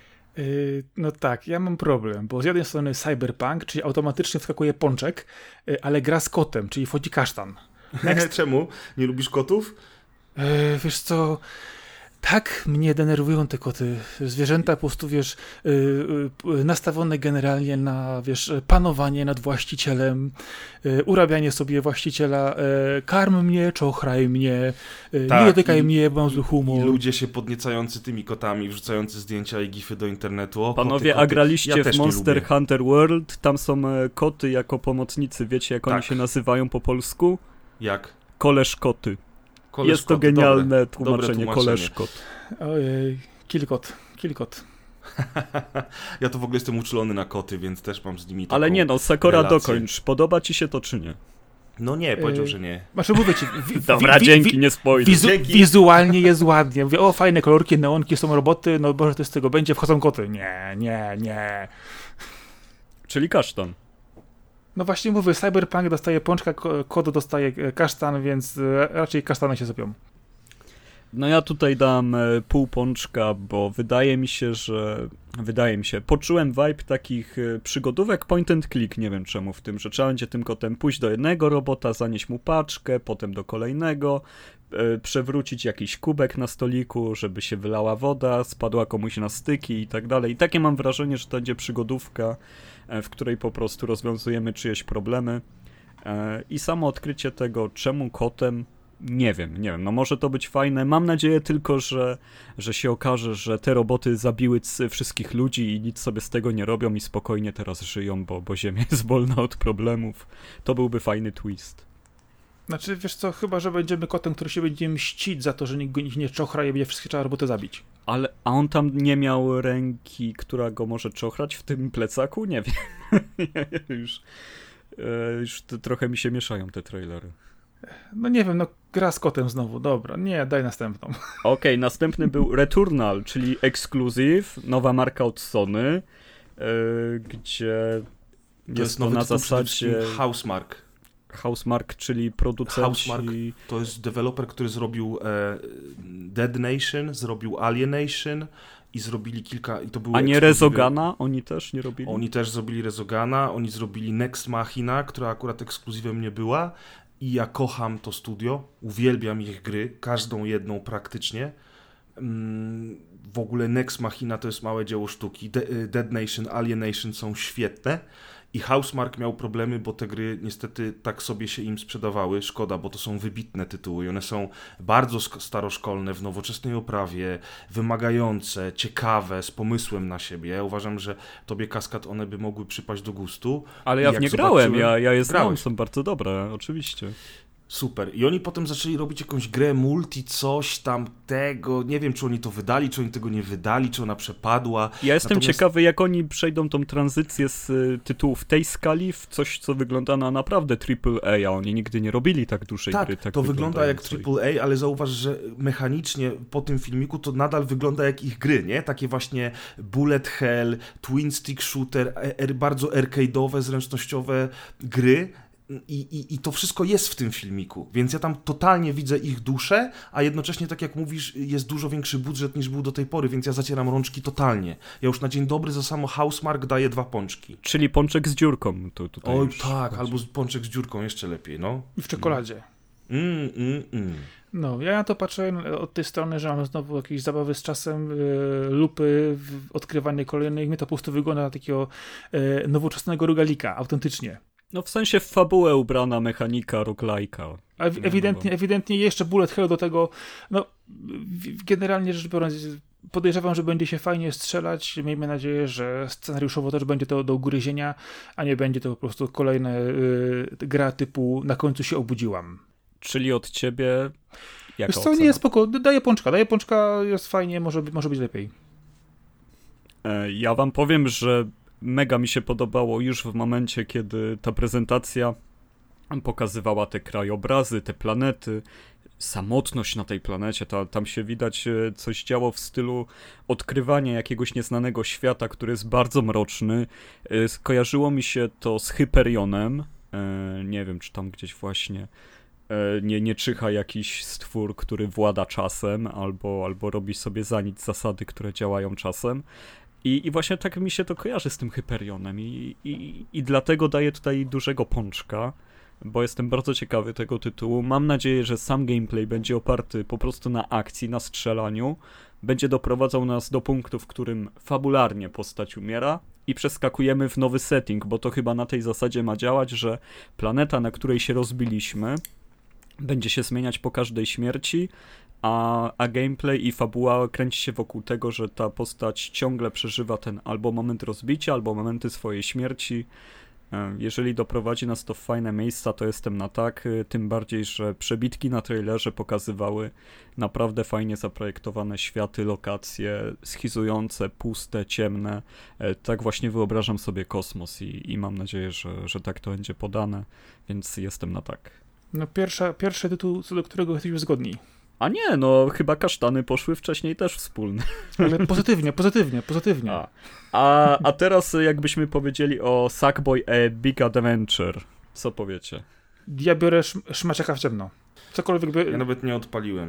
No tak, ja mam problem, bo z jednej strony cyberpunk, czyli automatycznie wskakuje pączek, ale gra z kotem, czyli wchodzi kasztan. Czemu? Nie lubisz kotów? Wiesz co, tak mnie denerwują te koty. Zwierzęta po prostu, wiesz, nastawione generalnie na, wiesz, panowanie nad właścicielem, urabianie sobie właściciela, karm mnie, czochraj mnie, tak, nie dotykaj mnie, bo mam zły humor. I ludzie się podniecający tymi kotami, wrzucający zdjęcia i gify do internetu. O, panowie, koty. A graliście ja w Monster Hunter World? Tam są koty jako pomocnicy. Wiecie, jak oni się nazywają po polsku? Jak? Koleż-koty. Jest to genialne dobre tłumaczenie, koleż-kot. Ojej, kilkot. Ja to w ogóle jestem uczulony na koty, więc też mam z nimi taką Ale nie no, Sakura, relację. dokończ. Podoba ci się to, czy nie? No nie, powiedział, że nie. Znaczy mówię ci... Dobra, dzięki, nie spoiluj. Wizualnie jest ładnie. Mówię, o fajne kolorki, neonki, są roboty, no może to z tego będzie, wchodzą koty. Nie. Czyli kasztan. No właśnie mówię, cyberpunk dostaje pączka, kod dostaje kasztan, więc raczej kasztany się sypią. No ja tutaj dam pół pączka, bo poczułem vibe takich przygodówek point and click, nie wiem czemu, w tym, że trzeba będzie tym kotem pójść do jednego robota, zanieść mu paczkę, potem do kolejnego, przewrócić jakiś kubek na stoliku, żeby się wylała woda, spadła komuś na styki i tak dalej. I takie mam wrażenie, że to będzie przygodówka, w której po prostu rozwiązujemy czyjeś problemy. I samo odkrycie tego, czemu kotem, nie wiem, no może to być fajne. Mam nadzieję tylko, że się okaże, że te roboty zabiły wszystkich ludzi i nic sobie z tego nie robią i spokojnie teraz żyją, bo Ziemia jest wolna od problemów. To byłby fajny twist. Znaczy, wiesz co, chyba, że będziemy kotem, który się będzie mścić za to, że nikt go nie czochra i będzie wszystkie trzeba roboty zabić. A on tam nie miał ręki, która go może czochrać w tym plecaku? Nie wiem. Już trochę mi się mieszają te trailery. No nie wiem, no gra z kotem znowu, dobra, nie, daj następną. Okej, następny był Returnal, czyli Exclusive, nowa marka od Sony, gdzie to jest nowy na zasadzie Housemarque, czyli producenci... Housemarque to jest deweloper, który zrobił Dead Nation, zrobił Alienation i zrobili kilka... I to były a nie Rezogana? Oni też nie robili? Oni też zrobili Rezogana, oni zrobili Next Machina, która akurat ekskluzywem nie była. I ja kocham to studio, uwielbiam ich gry, każdą jedną praktycznie. W ogóle Next Machina to jest małe dzieło sztuki. Dead Nation, Alienation są świetne. I Housemarque miał problemy, bo te gry niestety tak sobie się im sprzedawały. Szkoda, bo to są wybitne tytuły i one są bardzo staroszkolne, w nowoczesnej oprawie, wymagające, ciekawe, z pomysłem na siebie. Ja uważam, że tobie, Kaskad, one by mogły przypaść do gustu. Ale ja w nie grałem, ja je znam, są bardzo dobre, oczywiście. Super. I oni potem zaczęli robić jakąś grę multi, coś tam tego. Nie wiem, czy oni to wydali, czy oni tego nie wydali, czy ona przepadła. Ja jestem ciekawy, jak oni przejdą tą tranzycję z tytułów tej skali w coś, co wygląda na naprawdę AAA, a oni nigdy nie robili tak dużej gry. Tak, to wygląda jak AAA, ale zauważ, że mechanicznie po tym filmiku to nadal wygląda jak ich gry, nie? Takie właśnie bullet hell, twin stick shooter, bardzo arcade'owe, zręcznościowe gry. I to wszystko jest w tym filmiku, więc ja tam totalnie widzę ich duszę, a jednocześnie, tak jak mówisz, jest dużo większy budżet niż był do tej pory, więc ja zacieram rączki totalnie. Ja już na dzień dobry za samo Housemarque daję 2 pączki. Czyli pączek z dziurką. Oj tak, albo pączek z dziurką jeszcze lepiej, no. I w czekoladzie. No, ja na to patrzę od tej strony, że mam znowu jakieś zabawy z czasem, lupy, odkrywanie kolejnych, mnie to po prostu wygląda na takiego nowoczesnego rogalika, autentycznie. No w sensie w fabułę ubrana mechanika roguelike'a. Ewidentnie jeszcze bullet hell do tego, no generalnie rzecz biorąc, podejrzewam, że będzie się fajnie strzelać, miejmy nadzieję, że scenariuszowo też będzie to do ugryzienia, a nie będzie to po prostu kolejna gra typu na końcu się obudziłam. Czyli od ciebie jaka ocena? Nie, spoko, daję pączka, jest fajnie, może być lepiej. Ja wam powiem, że mega mi się podobało już w momencie, kiedy ta prezentacja pokazywała te krajobrazy, te planety, samotność na tej planecie, tam się widać coś działo w stylu odkrywania jakiegoś nieznanego świata, który jest bardzo mroczny. Skojarzyło mi się to z Hyperionem, nie wiem, czy tam gdzieś właśnie nie czyha jakiś stwór, który włada czasem, albo robi sobie za nic zasady, które działają czasem. I właśnie tak mi się to kojarzy z tym Hyperionem i dlatego daję tutaj dużego pączka, bo jestem bardzo ciekawy tego tytułu. Mam nadzieję, że sam gameplay będzie oparty po prostu na akcji, na strzelaniu, będzie doprowadzał nas do punktu, w którym fabularnie postać umiera i przeskakujemy w nowy setting, bo to chyba na tej zasadzie ma działać, że planeta, na której się rozbiliśmy, będzie się zmieniać po każdej śmierci, a gameplay i fabuła kręci się wokół tego, że ta postać ciągle przeżywa ten albo moment rozbicia, albo momenty swojej śmierci. Jeżeli doprowadzi nas to w fajne miejsca, to jestem na tak, tym bardziej, że przebitki na trailerze pokazywały naprawdę fajnie zaprojektowane światy, lokacje, schizujące, puste, ciemne. Tak właśnie wyobrażam sobie kosmos i mam nadzieję, że tak to będzie podane, więc jestem na tak. No pierwszy tytuł, co do którego jesteśmy zgodni. A nie, no chyba kasztany poszły wcześniej też wspólne. Ale pozytywnie. A teraz jakbyśmy powiedzieli o Sackboy A Big Adventure. Co powiecie? Ja biorę szmaciaka w ciemno. Cokolwiek by... Ja nawet nie odpaliłem.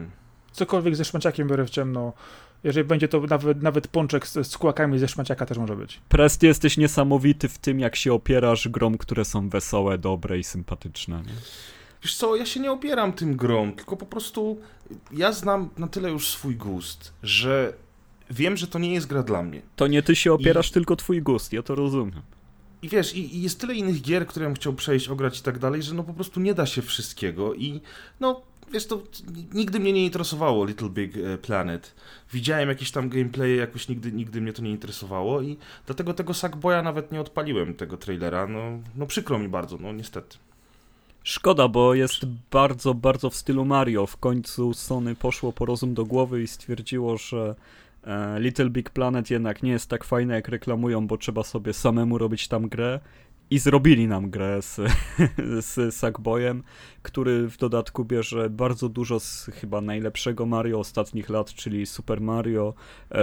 Cokolwiek ze szmaciakiem biorę w ciemno. Jeżeli będzie to nawet pączek z kłakami ze szmaciaka też może być. Prest, jesteś niesamowity w tym, jak się opierasz grom, które są wesołe, dobre i sympatyczne. Nie? Wiesz co, ja się nie opieram tym grom, tylko po prostu ja znam na tyle już swój gust, że wiem, że to nie jest gra dla mnie. To nie ty się opierasz, tylko twój gust, ja to rozumiem. I wiesz, i jest tyle innych gier, które bym chciał przejść, ograć i tak dalej, że no po prostu nie da się wszystkiego i no, wiesz, to nigdy mnie nie interesowało Little Big Planet. Widziałem jakieś tam gameplaye, jakoś nigdy mnie to nie interesowało i dlatego tego Sackboya nawet nie odpaliłem, tego trailera, no przykro mi bardzo, no niestety. Szkoda, bo jest bardzo, bardzo w stylu Mario. W końcu Sony poszło po rozum do głowy i stwierdziło, że Little Big Planet jednak nie jest tak fajne, jak reklamują, bo trzeba sobie samemu robić tam grę. I zrobili nam grę z Sackboyem, który w dodatku bierze bardzo dużo z chyba najlepszego Mario ostatnich lat, czyli Super Mario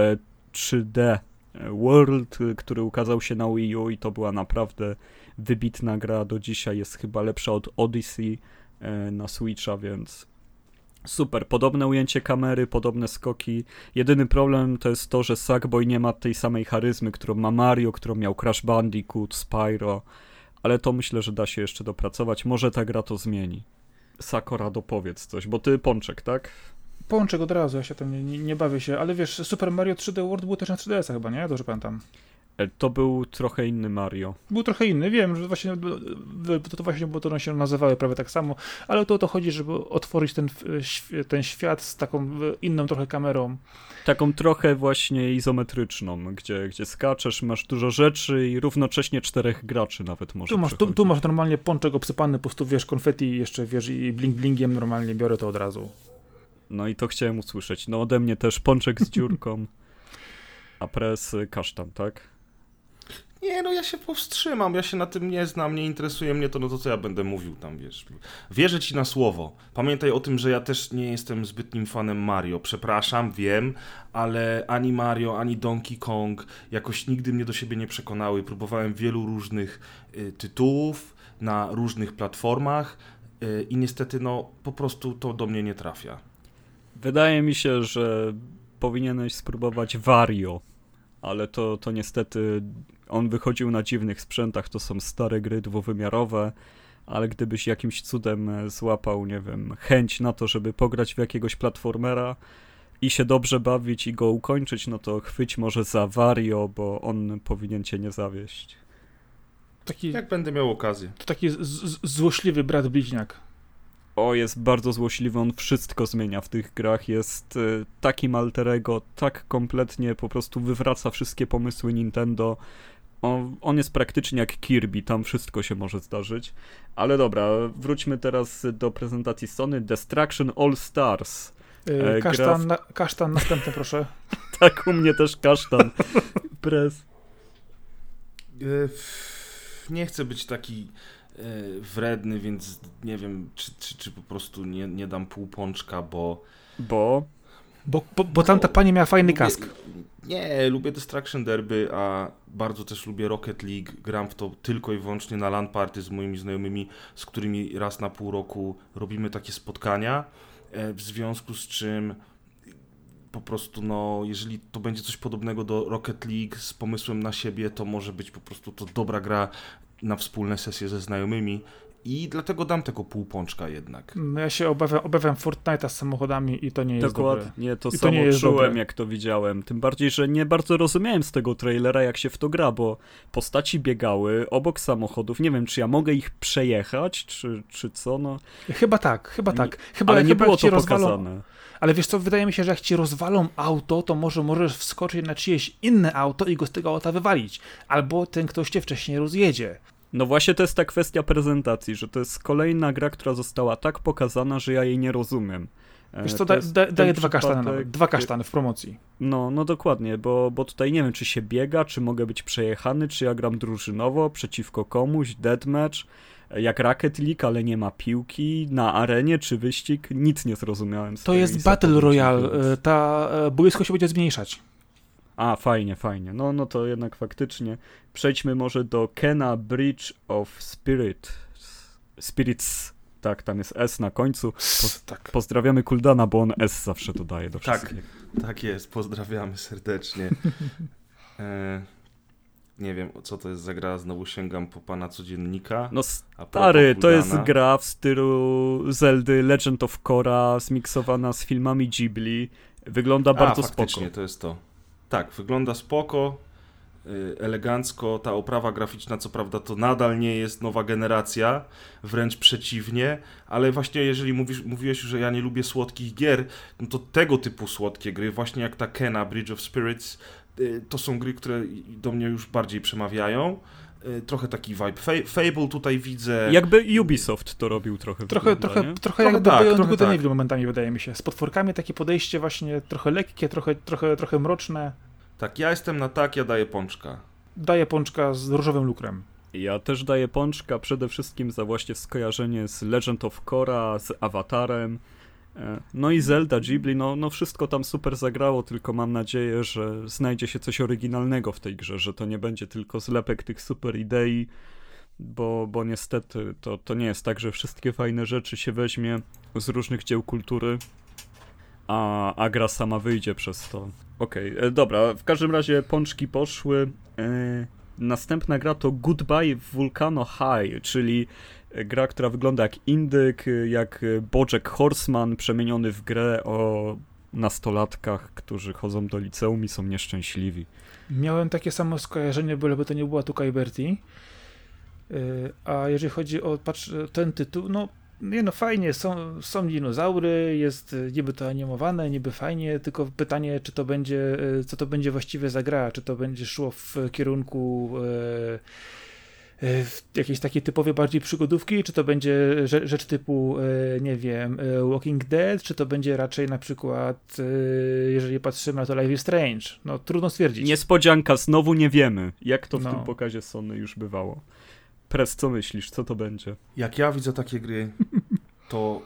3D World, który ukazał się na Wii U i to była naprawdę wybitna gra. Do dzisiaj jest chyba lepsza od Odyssey na Switcha, więc super. Podobne ujęcie kamery, podobne skoki. Jedyny problem to jest to, że Sackboy nie ma tej samej charyzmy, którą ma Mario, którą miał Crash Bandicoot, Spyro, ale to myślę, że da się jeszcze dopracować. Może ta gra to zmieni. Sakura, dopowiedz coś, bo ty Pączek, tak? Pączek od razu, ja się tam nie bawię się, ale wiesz, Super Mario 3D World był też na 3DS-a chyba, nie? Dobrze pamiętam. To był trochę inny Mario. Był trochę inny, wiem, że właśnie to właśnie, bo to one się nazywały prawie tak samo, ale to o to chodzi, żeby otworzyć ten świat z taką inną trochę kamerą. Taką trochę właśnie izometryczną, gdzie skaczesz, masz dużo rzeczy i równocześnie 4 graczy nawet może Tu masz normalnie pączek obsypany, po prostu wiesz, konfetti jeszcze, wiesz, i blingiem normalnie biorę to od razu. No i to chciałem usłyszeć. No ode mnie też pączek z dziurką, a pres kasztan, tak? Nie, no ja się powstrzymam, ja się na tym nie znam, nie interesuje mnie to, no to co ja będę mówił tam, wiesz. Wierzę ci na słowo. Pamiętaj o tym, że ja też nie jestem zbytnim fanem Mario. Przepraszam, wiem, ale ani Mario, ani Donkey Kong jakoś nigdy mnie do siebie nie przekonały. Próbowałem wielu różnych tytułów na różnych platformach i niestety, no po prostu to do mnie nie trafia. Wydaje mi się, że powinieneś spróbować Wario, ale to niestety on wychodził na dziwnych sprzętach, to są stare gry dwuwymiarowe, ale gdybyś jakimś cudem złapał, nie wiem, chęć na to, żeby pograć w jakiegoś platformera i się dobrze bawić i go ukończyć, no to chwyć może za Wario, bo on powinien cię nie zawieść. Jak będę miał okazję. To taki złośliwy brat bliźniak. O, jest bardzo złośliwy, on wszystko zmienia w tych grach, jest takim alter ego, tak kompletnie po prostu wywraca wszystkie pomysły Nintendo. On jest praktycznie jak Kirby, tam wszystko się może zdarzyć. Ale dobra, wróćmy teraz do prezentacji Sony. Destruction All Stars. Kasztan, następny proszę. Tak, u mnie też kasztan. Prez. Nie chcę być taki wredny, więc nie wiem, czy po prostu nie dam pół pączka, Bo tamta pani miała fajny kask. Nie, lubię Destruction Derby, a bardzo też lubię Rocket League. Gram w to tylko i wyłącznie na LAN party z moimi znajomymi, z którymi raz na pół roku robimy takie spotkania, w związku z czym po prostu, no, jeżeli to będzie coś podobnego do Rocket League z pomysłem na siebie, to może być po prostu to dobra gra na wspólne sesje ze znajomymi i dlatego dam tego pół pączka jednak. No ja się obawiam Fortnite'a z samochodami i to nie jest dobre. Dokładnie, to samo czułem, jak to widziałem. Tym bardziej, że nie bardzo rozumiałem z tego trailera, jak się w to gra, bo postaci biegały obok samochodów. Nie wiem, czy ja mogę ich przejechać, czy co, no. Chyba tak. Ale nie było to pokazane. Ale wiesz co, wydaje mi się, że jak ci rozwalą auto, to możesz wskoczyć na czyjeś inne auto i go z tego auta wywalić. Albo ten ktoś cię wcześniej rozjedzie. No właśnie to jest ta kwestia prezentacji, że to jest kolejna gra, która została tak pokazana, że ja jej nie rozumiem. Wiesz co, daję dwa kasztany nawet. 2 kasztany w promocji. No dokładnie, bo tutaj nie wiem, czy się biega, czy mogę być przejechany, czy ja gram drużynowo, przeciwko komuś, deathmatch, jak Rocket League, ale nie ma piłki, na arenie, czy wyścig, nic nie zrozumiałem. To jest Battle Royale, ta boisko się będzie zmniejszać. A, fajnie. No to jednak faktycznie. Przejdźmy może do Kena Bridge of Spirits. Tak, tam jest S na końcu. Tak. Pozdrawiamy Kuldana, bo on S zawsze dodaje do wszystkich. Tak jest, pozdrawiamy serdecznie. Nie wiem, co to jest za gra, znowu sięgam po pana codziennika. No stary, to jest gra w stylu Zeldy Legend of Korra, zmiksowana z filmami Ghibli. Wygląda bardzo faktycznie, spoko. To jest to. Tak, wygląda spoko, elegancko, ta oprawa graficzna, co prawda to nadal nie jest nowa generacja, wręcz przeciwnie, ale właśnie jeżeli mówiłeś, że ja nie lubię słodkich gier, no to tego typu słodkie gry, właśnie jak ta Kena, Bridge of Spirits, to są gry, które do mnie już bardziej przemawiają. Trochę taki vibe. Fable tutaj widzę. Jakby Ubisoft to robił trochę. Trochę jakby Beyond Good and Evil momentami, wydaje mi się. Z potworkami takie podejście właśnie trochę lekkie, trochę mroczne. Tak, ja jestem na tak, ja daję pączka. Daję pączka z różowym lukrem. Ja też daję pączka przede wszystkim za właśnie skojarzenie z Legend of Korra, z Avatarem. No i Zelda, Ghibli, no wszystko tam super zagrało, tylko mam nadzieję, że znajdzie się coś oryginalnego w tej grze, że to nie będzie tylko zlepek tych super idei, bo niestety to nie jest tak, że wszystkie fajne rzeczy się weźmie z różnych dzieł kultury, a gra sama wyjdzie przez to. Okej, dobra, w każdym razie pączki poszły. Następna gra to Goodbye Volcano High, czyli gra, która wygląda jak indyk, jak BoJack Horseman przemieniony w grę o nastolatkach, którzy chodzą do liceum i są nieszczęśliwi. Miałem takie samo skojarzenie, byleby to nie była Tuka Berti. A jeżeli chodzi o ten tytuł, fajnie, są dinozaury, jest niby to animowane, niby fajnie, tylko pytanie, czy to będzie, co to będzie właściwie za gra, czy to będzie szło w kierunku jakiejś takiej typowej bardziej przygodówki, czy to będzie rzecz typu, nie wiem, Walking Dead, czy to będzie raczej na przykład, jeżeli patrzymy na to Life is Strange. No trudno stwierdzić. Niespodzianka, znowu nie wiemy, jak to w tym pokazie Sony już bywało. Press, co myślisz? Co to będzie? Jak ja widzę takie gry, to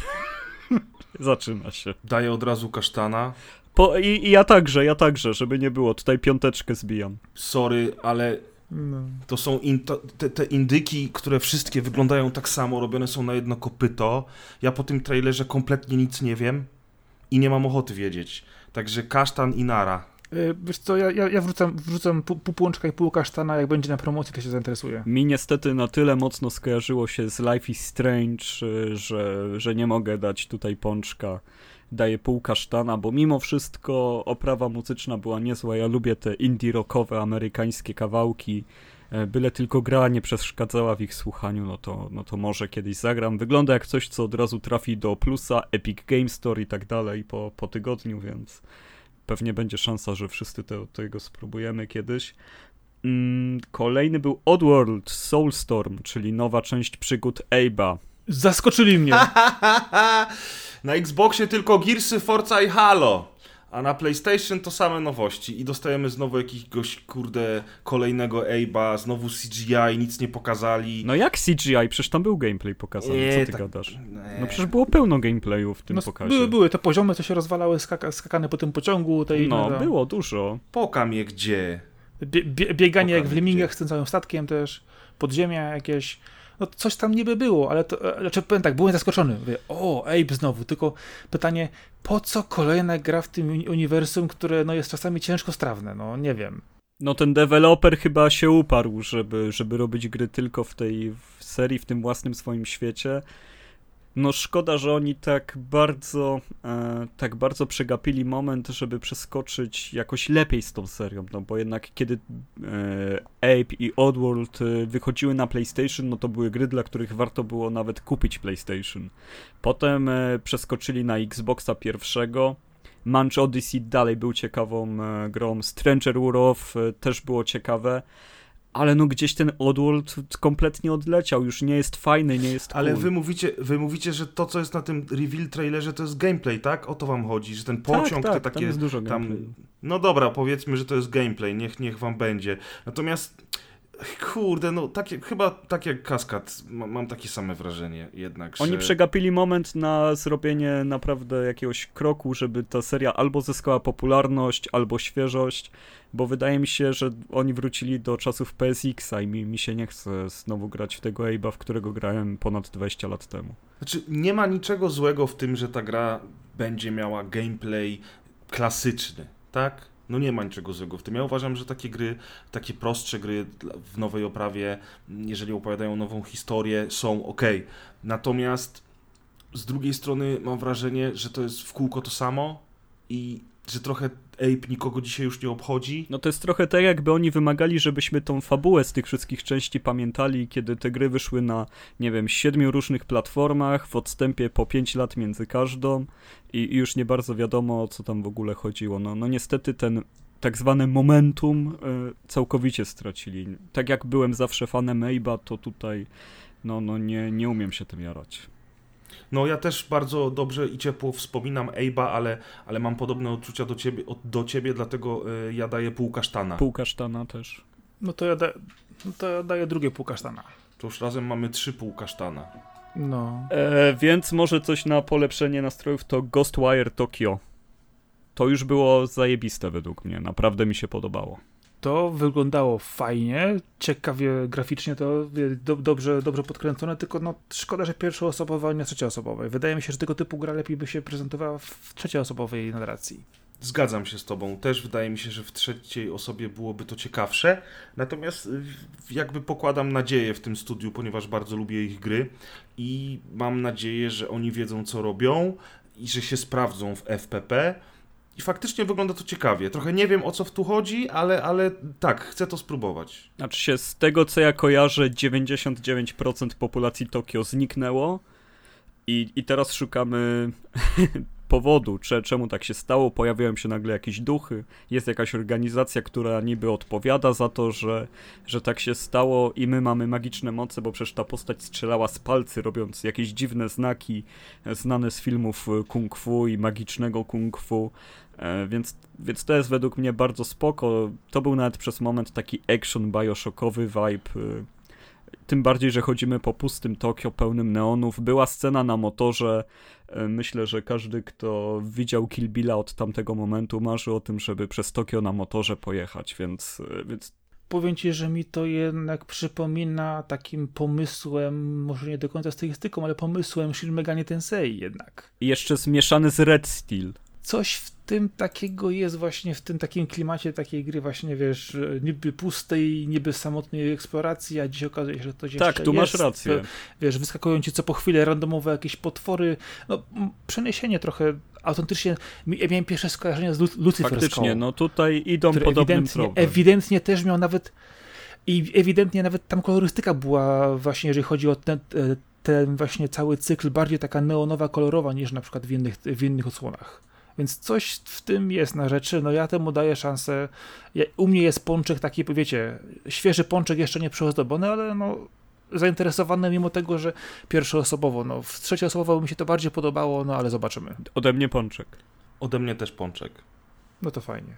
zaczyna się. Daję od razu kasztana. I ja także, żeby nie było. Tutaj piąteczkę zbijam. Sorry, ale to są te indyki, które wszystkie wyglądają tak samo, robione są na jedno kopyto. Ja po tym trailerze kompletnie nic nie wiem i nie mam ochoty wiedzieć. Także kasztan i nara. Wiesz co, ja wrzucam pół płączka i pół kasztana, jak będzie na promocji, to się zainteresuje. Mi niestety na tyle mocno skojarzyło się z Life is Strange, że nie mogę dać tutaj pączka. Daję pół kasztana, bo mimo wszystko oprawa muzyczna była niezła. Ja lubię te indie rockowe, amerykańskie kawałki. Byle tylko gra nie przeszkadzała w ich słuchaniu, no to może kiedyś zagram. Wygląda jak coś, co od razu trafi do plusa, Epic Game Store i tak dalej po tygodniu, więc pewnie będzie szansa, że wszyscy tego spróbujemy kiedyś. Kolejny był Oddworld Soulstorm, czyli nowa część przygód Abe'a. Zaskoczyli mnie. Na Xboxie tylko Gearsy, Forza i Halo, a na PlayStation to same nowości i dostajemy znowu jakiegoś kolejnego Abe'a, znowu CGI, nic nie pokazali. No jak CGI? Przecież tam był gameplay pokazany, co ty gadasz? No przecież było pełno gameplayu w tym pokazie. Były te poziomy, co się rozwalały, skakane po tym pociągu. Było dużo. Pokam je gdzie? Bieganie jak w Lemmingach z tym całym statkiem też, podziemia jakieś. No coś tam niby było, ale to, powiem tak, byłem zaskoczony. Mówię, Abe znowu, tylko pytanie, po co kolejna gra w tym uniwersum, które jest czasami ciężko strawne, nie wiem. No ten deweloper chyba się uparł, żeby robić gry tylko w tej serii, w tym własnym swoim świecie. No szkoda, że oni tak bardzo przegapili moment, żeby przeskoczyć jakoś lepiej z tą serią, bo jednak kiedy Abe i Oddworld wychodziły na PlayStation, no to były gry, dla których warto było nawet kupić PlayStation. Potem przeskoczyli na Xboxa pierwszego, Munch Odyssey dalej był ciekawą grą, Stranger World też było ciekawe, ale gdzieś ten Oddworld kompletnie odleciał, już nie jest fajny, nie jest cool. Ale wy mówicie, że to, co jest na tym reveal trailerze, to jest gameplay, tak? O to wam chodzi, że ten pociąg, tak, te takie... tam jest dużo gameplay. No dobra, powiedzmy, że to jest gameplay, niech wam będzie. Natomiast, chyba tak jak Kaskad, mam takie same wrażenie jednak, Oni przegapili moment na zrobienie naprawdę jakiegoś kroku, żeby ta seria albo zyskała popularność, albo świeżość, bo wydaje mi się, że oni wrócili do czasów PSX-a i mi się nie chce znowu grać w tego Abe'a, w którego grałem ponad 20 lat temu. Znaczy, nie ma niczego złego w tym, że ta gra będzie miała gameplay klasyczny, tak? No nie ma niczego złego w tym. Ja uważam, że takie gry, takie prostsze gry w nowej oprawie, jeżeli opowiadają nową historię, są ok. Natomiast z drugiej strony mam wrażenie, że to jest w kółko to samo i że trochę Ape nikogo dzisiaj już nie obchodzi. No to jest trochę tak, jakby oni wymagali, żebyśmy tą fabułę z tych wszystkich części pamiętali, kiedy te gry wyszły na, nie wiem, 7 różnych platformach, w odstępie po 5 lat między każdą i już nie bardzo wiadomo, o co tam w ogóle chodziło. No niestety ten tak zwany momentum całkowicie stracili. Tak jak byłem zawsze fanem Abe'a, to tutaj nie umiem się tym jarać. No ja też bardzo dobrze i ciepło wspominam Abe'a, ale mam podobne odczucia do ciebie, dlatego ja daję pół kasztana. Pół kasztana też. No to ja daję drugie pół kasztana. To już razem mamy 3 pół kasztana. No. Więc może coś na polepszenie nastrojów to Ghostwire Tokyo. To już było zajebiste według mnie, naprawdę mi się podobało. To wyglądało fajnie, ciekawie graficznie to dobrze podkręcone, tylko no szkoda, że pierwszoosobowa, a nie trzecioosobowej. Wydaje mi się, że tego typu gra lepiej by się prezentowała w trzecioosobowej narracji. Zgadzam się z tobą. Też wydaje mi się, że w trzeciej osobie byłoby to ciekawsze. Natomiast jakby pokładam nadzieję w tym studiu, ponieważ bardzo lubię ich gry i mam nadzieję, że oni wiedzą, co robią i że się sprawdzą w FPP. I faktycznie wygląda to ciekawie. Trochę nie wiem, o co w tu chodzi, ale tak, chcę to spróbować. Znaczy się, z tego co ja kojarzę, 99% populacji Tokio zniknęło i teraz szukamy powodu, czemu tak się stało. Pojawiają się nagle jakieś duchy, jest jakaś organizacja, która niby odpowiada za to, że tak się stało i my mamy magiczne moce, bo przecież ta postać strzelała z palcy, robiąc jakieś dziwne znaki znane z filmów kung fu i magicznego kung fu. Więc to jest według mnie bardzo spoko. To był nawet przez moment taki action bioshockowy vibe. Tym bardziej, że chodzimy po pustym Tokio pełnym neonów. Była scena na motorze. Myślę, że każdy, kto widział Kill Billa od tamtego momentu, marzy o tym, żeby przez Tokio na motorze pojechać, więc... Powiem ci, że mi to jednak przypomina takim pomysłem, może nie do końca stylistyką, ale pomysłem Shin Megami Tensei jednak. I jeszcze zmieszany z Red Steel. Coś w tym takiego jest właśnie w tym takim klimacie takiej gry właśnie, wiesz, niby pustej, niby samotnej eksploracji, a dziś okazuje się, że to jeszcze tak, tu masz rację. Wiesz, wyskakują ci co po chwilę randomowe jakieś potwory, no przeniesienie trochę autentycznie, ja miałem pierwsze skojarzenia z Luciferską. Faktycznie, no tutaj idą podobnym tropem. Ewidentnie też miał nawet i ewidentnie nawet tam kolorystyka była właśnie, jeżeli chodzi o ten właśnie cały cykl, bardziej taka neonowa, kolorowa niż na przykład w innych odsłonach. Więc coś w tym jest na rzeczy, no ja temu daję szansę. U mnie jest pączek taki, wiecie, świeży pączek, jeszcze nie przeozdobiony, ale no zainteresowany mimo tego, że pierwszoosobowo, no w trzecioosobowo mi się to bardziej podobało, no ale zobaczymy. Ode mnie pączek. Ode mnie też pączek. No to fajnie.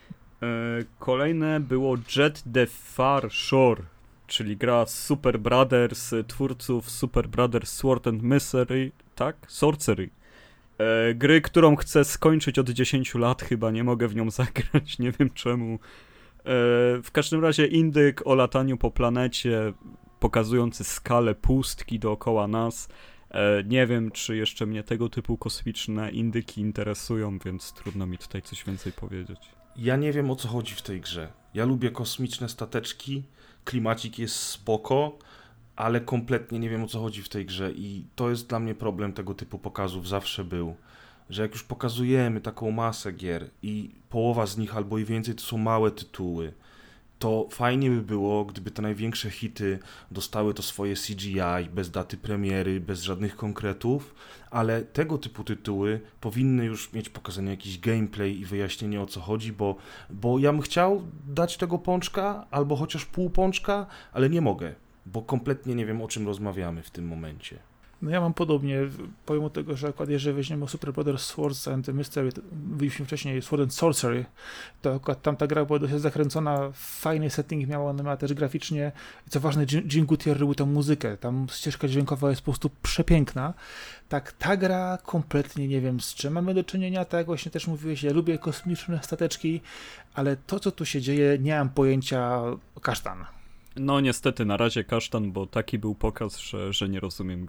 Kolejne było Jet the Far Shore, czyli gra Super Brothers, twórców Super Brothers Sword and Misery, tak? Sorcery. Gry, którą chcę skończyć od 10 lat, chyba nie mogę w nią zagrać, nie wiem czemu. W każdym razie indyk o lataniu po planecie, pokazujący skalę pustki dookoła nas. Nie wiem, czy jeszcze mnie tego typu kosmiczne indyki interesują, więc trudno mi tutaj coś więcej powiedzieć. Ja nie wiem, o co chodzi w tej grze. Ja lubię kosmiczne stateczki, klimacik jest spoko, ale kompletnie nie wiem, o co chodzi w tej grze i to jest dla mnie problem tego typu pokazów, zawsze był, że jak już pokazujemy taką masę gier i połowa z nich albo i więcej to są małe tytuły, to fajnie by było, gdyby te największe hity dostały to swoje CGI, bez daty premiery, bez żadnych konkretów, ale tego typu tytuły powinny już mieć pokazany jakiś gameplay i wyjaśnienie, o co chodzi, bo ja bym chciał dać tego pączka, albo chociaż pół pączka, ale nie mogę, bo kompletnie nie wiem, o czym rozmawiamy w tym momencie. No ja mam podobnie, pomimo tego, że akurat jeżeli weźmiemy Super Brothers Swords and Mystery, mówiliśmy wcześniej Sword and Sorcery, to akurat tamta gra była dość zakręcona, fajny setting miała, ona miała też graficznie, co ważne, Jim Gutierrez robił tam muzykę, tam ścieżka dźwiękowa jest po prostu przepiękna. Tak, ta gra kompletnie nie wiem, z czym mamy do czynienia, tak jak właśnie też mówiłeś, ja lubię kosmiczne stateczki, ale to, co tu się dzieje, nie mam pojęcia, kasztan. No niestety na razie kasztan, bo taki był pokaz, że nie rozumiem gry.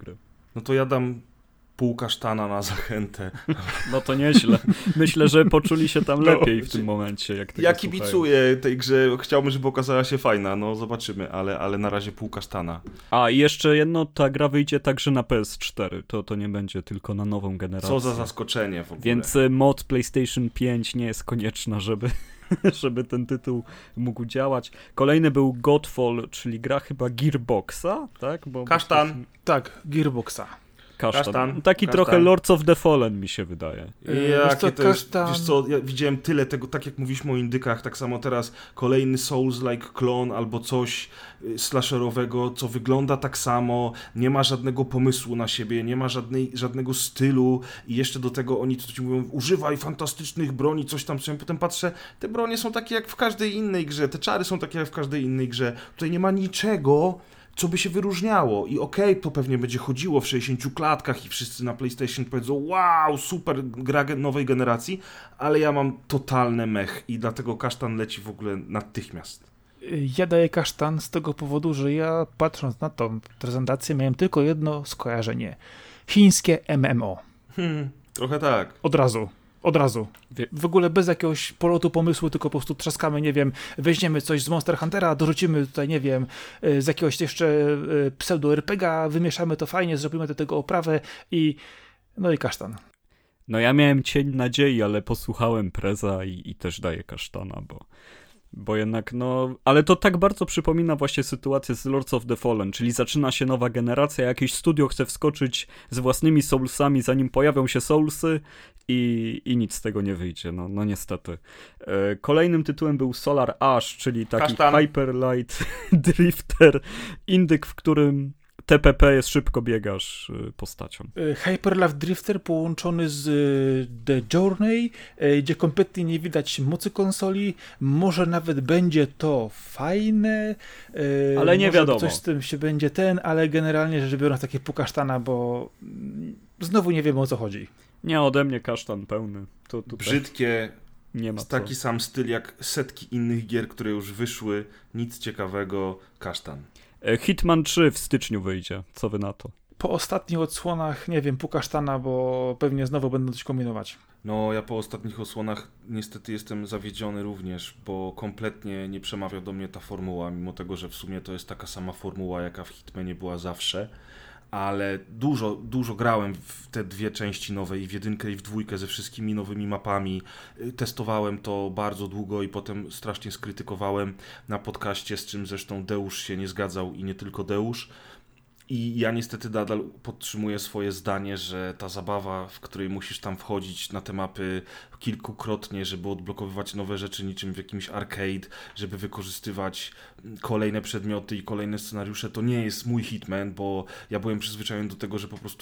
No to ja dam pół kasztana na zachętę. No to nieźle. Myślę, że poczuli się tam lepiej w tym momencie. Ja kibicuję tej grze, chciałbym, żeby okazała się fajna, no zobaczymy, ale na razie pół kasztana. A i jeszcze jedno, ta gra wyjdzie także na PS4, to nie będzie tylko na nową generację. Co za zaskoczenie w ogóle. Więc mod PlayStation 5 nie jest konieczna, żeby ten tytuł mógł działać. Kolejny był Godfall, czyli gra chyba Gearboxa, tak? Kasztan. Tak, Gearboxa. Kasztan. Taki trochę Lords of the Fallen mi się wydaje. Jakie to jest, wiesz co, ja widziałem tyle tego, tak jak mówiliśmy o indykach, tak samo teraz kolejny Souls-like klon albo coś slasherowego, co wygląda tak samo, nie ma żadnego pomysłu na siebie, nie ma żadnego stylu i jeszcze do tego oni ci mówią, używaj fantastycznych broni, coś tam, potem patrzę, te bronie są takie jak w każdej innej grze, te czary są takie jak w każdej innej grze, tutaj nie ma niczego, co by się wyróżniało. I okej, to pewnie będzie chodziło w 60 klatkach i wszyscy na PlayStation powiedzą, wow, super gra nowej generacji, ale ja mam totalne mech i dlatego kasztan leci w ogóle natychmiast. Ja daję kasztan z tego powodu, że ja patrząc na tą prezentację miałem tylko jedno skojarzenie. Chińskie MMO. Trochę tak. Od razu. W ogóle bez jakiegoś polotu pomysłu, tylko po prostu trzaskamy, nie wiem, weźmiemy coś z Monster Huntera, dorzucimy tutaj, nie wiem, z jakiegoś jeszcze pseudo-RPGa, wymieszamy to fajnie, zrobimy do tego oprawę i kasztan. No ja miałem cień nadziei, ale posłuchałem Preza i też daję kasztana, bo jednak, ale to tak bardzo przypomina właśnie sytuację z Lords of the Fallen, czyli zaczyna się nowa generacja, jakieś studio chce wskoczyć z własnymi Soulsami, zanim pojawią się Soulsy i nic z tego nie wyjdzie, no niestety. Kolejnym tytułem był Solar Ash, czyli taki Hyper Light Drifter, indyk, w którym TPP jest szybko biegasz postacią. Hyper Light Drifter połączony z The Journey, gdzie kompletnie nie widać mocy konsoli. Może nawet będzie to fajne. Ale nie wiadomo. Coś z tym się będzie ale generalnie rzecz biorąc takie pół kasztana, bo znowu nie wiemy o co chodzi. Nie, ode mnie kasztan pełny. Brzydkie, nie ma taki sam styl jak setki innych gier, które już wyszły. Nic ciekawego, kasztan. Hitman 3 w styczniu wyjdzie. Co wy na to? Po ostatnich odsłonach, nie wiem, pół kasztana, bo pewnie znowu będą coś kombinować. No, ja po ostatnich odsłonach niestety jestem zawiedziony również, bo kompletnie nie przemawia do mnie ta formuła, mimo tego, że w sumie to jest taka sama formuła, jaka w Hitmanie była zawsze. Ale dużo grałem w te dwie części nowe, i w jedynkę, i w dwójkę, ze wszystkimi nowymi mapami. Testowałem to bardzo długo i potem strasznie skrytykowałem na podcaście, z czym zresztą Deusz się nie zgadzał i nie tylko Deusz. I ja niestety nadal podtrzymuję swoje zdanie, że ta zabawa, w której musisz tam wchodzić na te mapy kilkukrotnie, żeby odblokowywać nowe rzeczy niczym w jakimś arcade, żeby wykorzystywać kolejne przedmioty i kolejne scenariusze, to nie jest mój Hitman, bo ja byłem przyzwyczajony do tego, że po prostu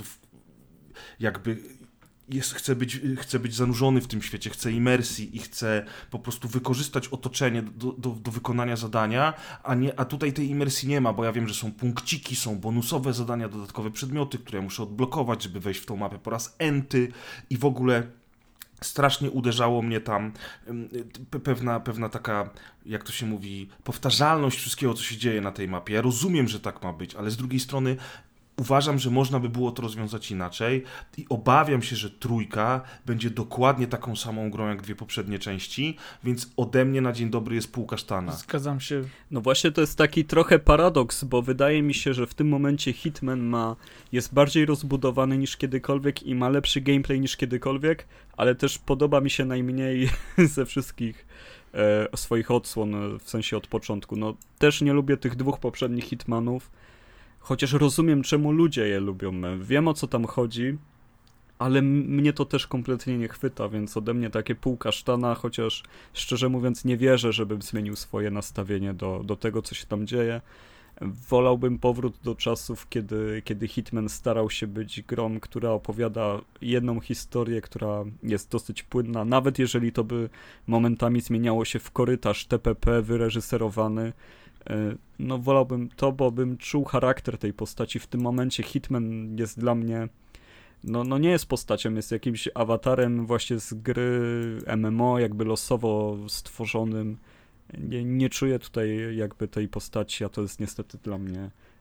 chcę być zanurzony w tym świecie, chcę imersji i chcę po prostu wykorzystać otoczenie do wykonania zadania, a tutaj tej imersji nie ma, bo ja wiem, że są punkciki, są bonusowe zadania, dodatkowe przedmioty, które ja muszę odblokować, żeby wejść w tą mapę po raz enty i w ogóle strasznie uderzało mnie tam pewna taka, jak to się mówi, powtarzalność wszystkiego, co się dzieje na tej mapie. Ja rozumiem, że tak ma być, ale z drugiej strony uważam, że można by było to rozwiązać inaczej i obawiam się, że trójka będzie dokładnie taką samą grą jak dwie poprzednie części, więc ode mnie na dzień dobry jest pół kasztana. Zgadzam się. No właśnie to jest taki trochę paradoks, bo wydaje mi się, że w tym momencie Hitman jest bardziej rozbudowany niż kiedykolwiek i ma lepszy gameplay niż kiedykolwiek, ale też podoba mi się najmniej ze wszystkich swoich odsłon, w sensie od początku. No też nie lubię tych dwóch poprzednich Hitmanów, chociaż rozumiem, czemu ludzie je lubią. Wiem, o co tam chodzi, ale mnie to też kompletnie nie chwyta, więc ode mnie takie pół kasztana, chociaż szczerze mówiąc nie wierzę, żebym zmienił swoje nastawienie do tego, co się tam dzieje. Wolałbym powrót do czasów, kiedy Hitman starał się być grą, która opowiada jedną historię, która jest dosyć płynna, nawet jeżeli to by momentami zmieniało się w korytarz TPP wyreżyserowany. No wolałbym to, bo bym czuł charakter tej postaci. W tym momencie Hitman jest dla mnie, no nie jest postacią, jest jakimś awatarem właśnie z gry MMO, jakby losowo stworzonym. Nie czuję tutaj jakby tej postaci, a to jest niestety dla mnie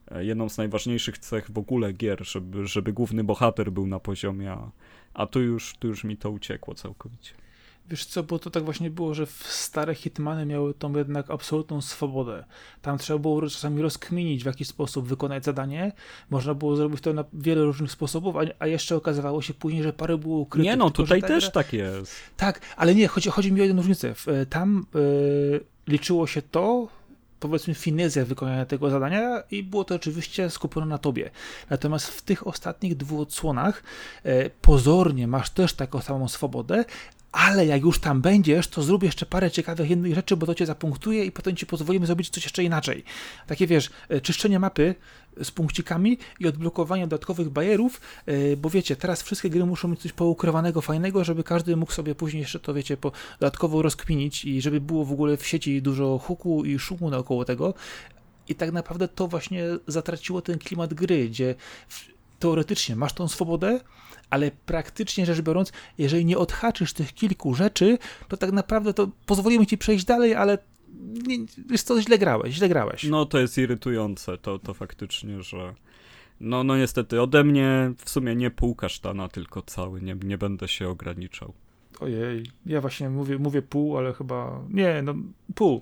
jedną z najważniejszych cech w ogóle gier, żeby główny bohater był na poziomie, a tu już mi to uciekło całkowicie. Wiesz co, bo to tak właśnie było, że stare Hitmany miały tą jednak absolutną swobodę. Tam trzeba było czasami rozkminić, w jaki sposób wykonać zadanie. Można było zrobić to na wiele różnych sposobów, a jeszcze okazywało się później, że parę było ukrytych. Nie no, tylko, tutaj też tak jest. Tak, ale nie, chodzi mi o jedną różnicę. Tam liczyło się to, powiedzmy, finezja wykonania tego zadania i było to oczywiście skupione na tobie. Natomiast w tych ostatnich 2 odsłonach pozornie masz też taką samą swobodę, ale jak już tam będziesz, to zrób jeszcze parę ciekawych innych rzeczy, bo to cię zapunktuje i potem ci pozwolimy zrobić coś jeszcze inaczej. Takie wiesz, czyszczenie mapy z punkcikami i odblokowanie dodatkowych bajerów, bo wiecie, teraz wszystkie gry muszą mieć coś poukrywanego, fajnego, żeby każdy mógł sobie później jeszcze to, wiecie, dodatkowo rozkminić i żeby było w ogóle w sieci dużo huku i szumu naokoło tego. I tak naprawdę to właśnie zatraciło ten klimat gry, gdzie teoretycznie masz tą swobodę, ale praktycznie rzecz biorąc, jeżeli nie odhaczysz tych kilku rzeczy, to tak naprawdę to pozwolimy ci przejść dalej, ale wiesz co, źle grałeś. No to jest irytujące, to faktycznie, że no niestety ode mnie w sumie nie pół kasztana, tylko cały, nie będę się ograniczał. Ojej, ja właśnie mówię pół, ale chyba, nie, no pół.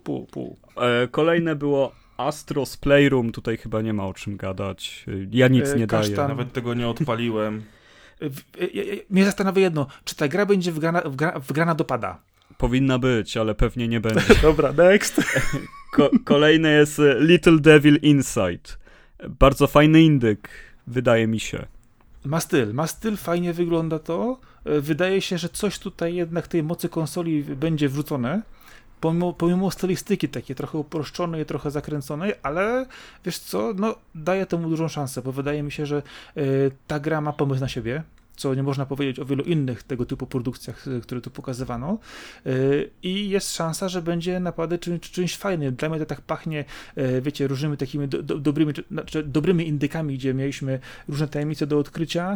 Kolejne było Astro's Playroom, tutaj chyba nie ma o czym gadać, ja nic nie daję. Nawet tego nie odpaliłem. Mnie zastanawia jedno, czy ta gra będzie wgrana do pada? Powinna być, ale pewnie nie będzie. Dobra, next. Kolejny jest Little Devil Inside. Bardzo fajny indyk, wydaje mi się. Ma styl, fajnie wygląda to. Wydaje się, że coś tutaj jednak tej mocy konsoli będzie wrzucone. Pomimo stylistyki takiej trochę uproszczonej, trochę zakręconej, ale wiesz co, no daje temu dużą szansę, bo wydaje mi się, że ta gra ma pomysł na siebie, co nie można powiedzieć o wielu innych tego typu produkcjach, które tu pokazywano, i jest szansa, że będzie naprawdę czymś fajnym. Dla mnie to tak pachnie, wiecie, różnymi takimi dobrymi indykami, gdzie mieliśmy różne tajemnice do odkrycia.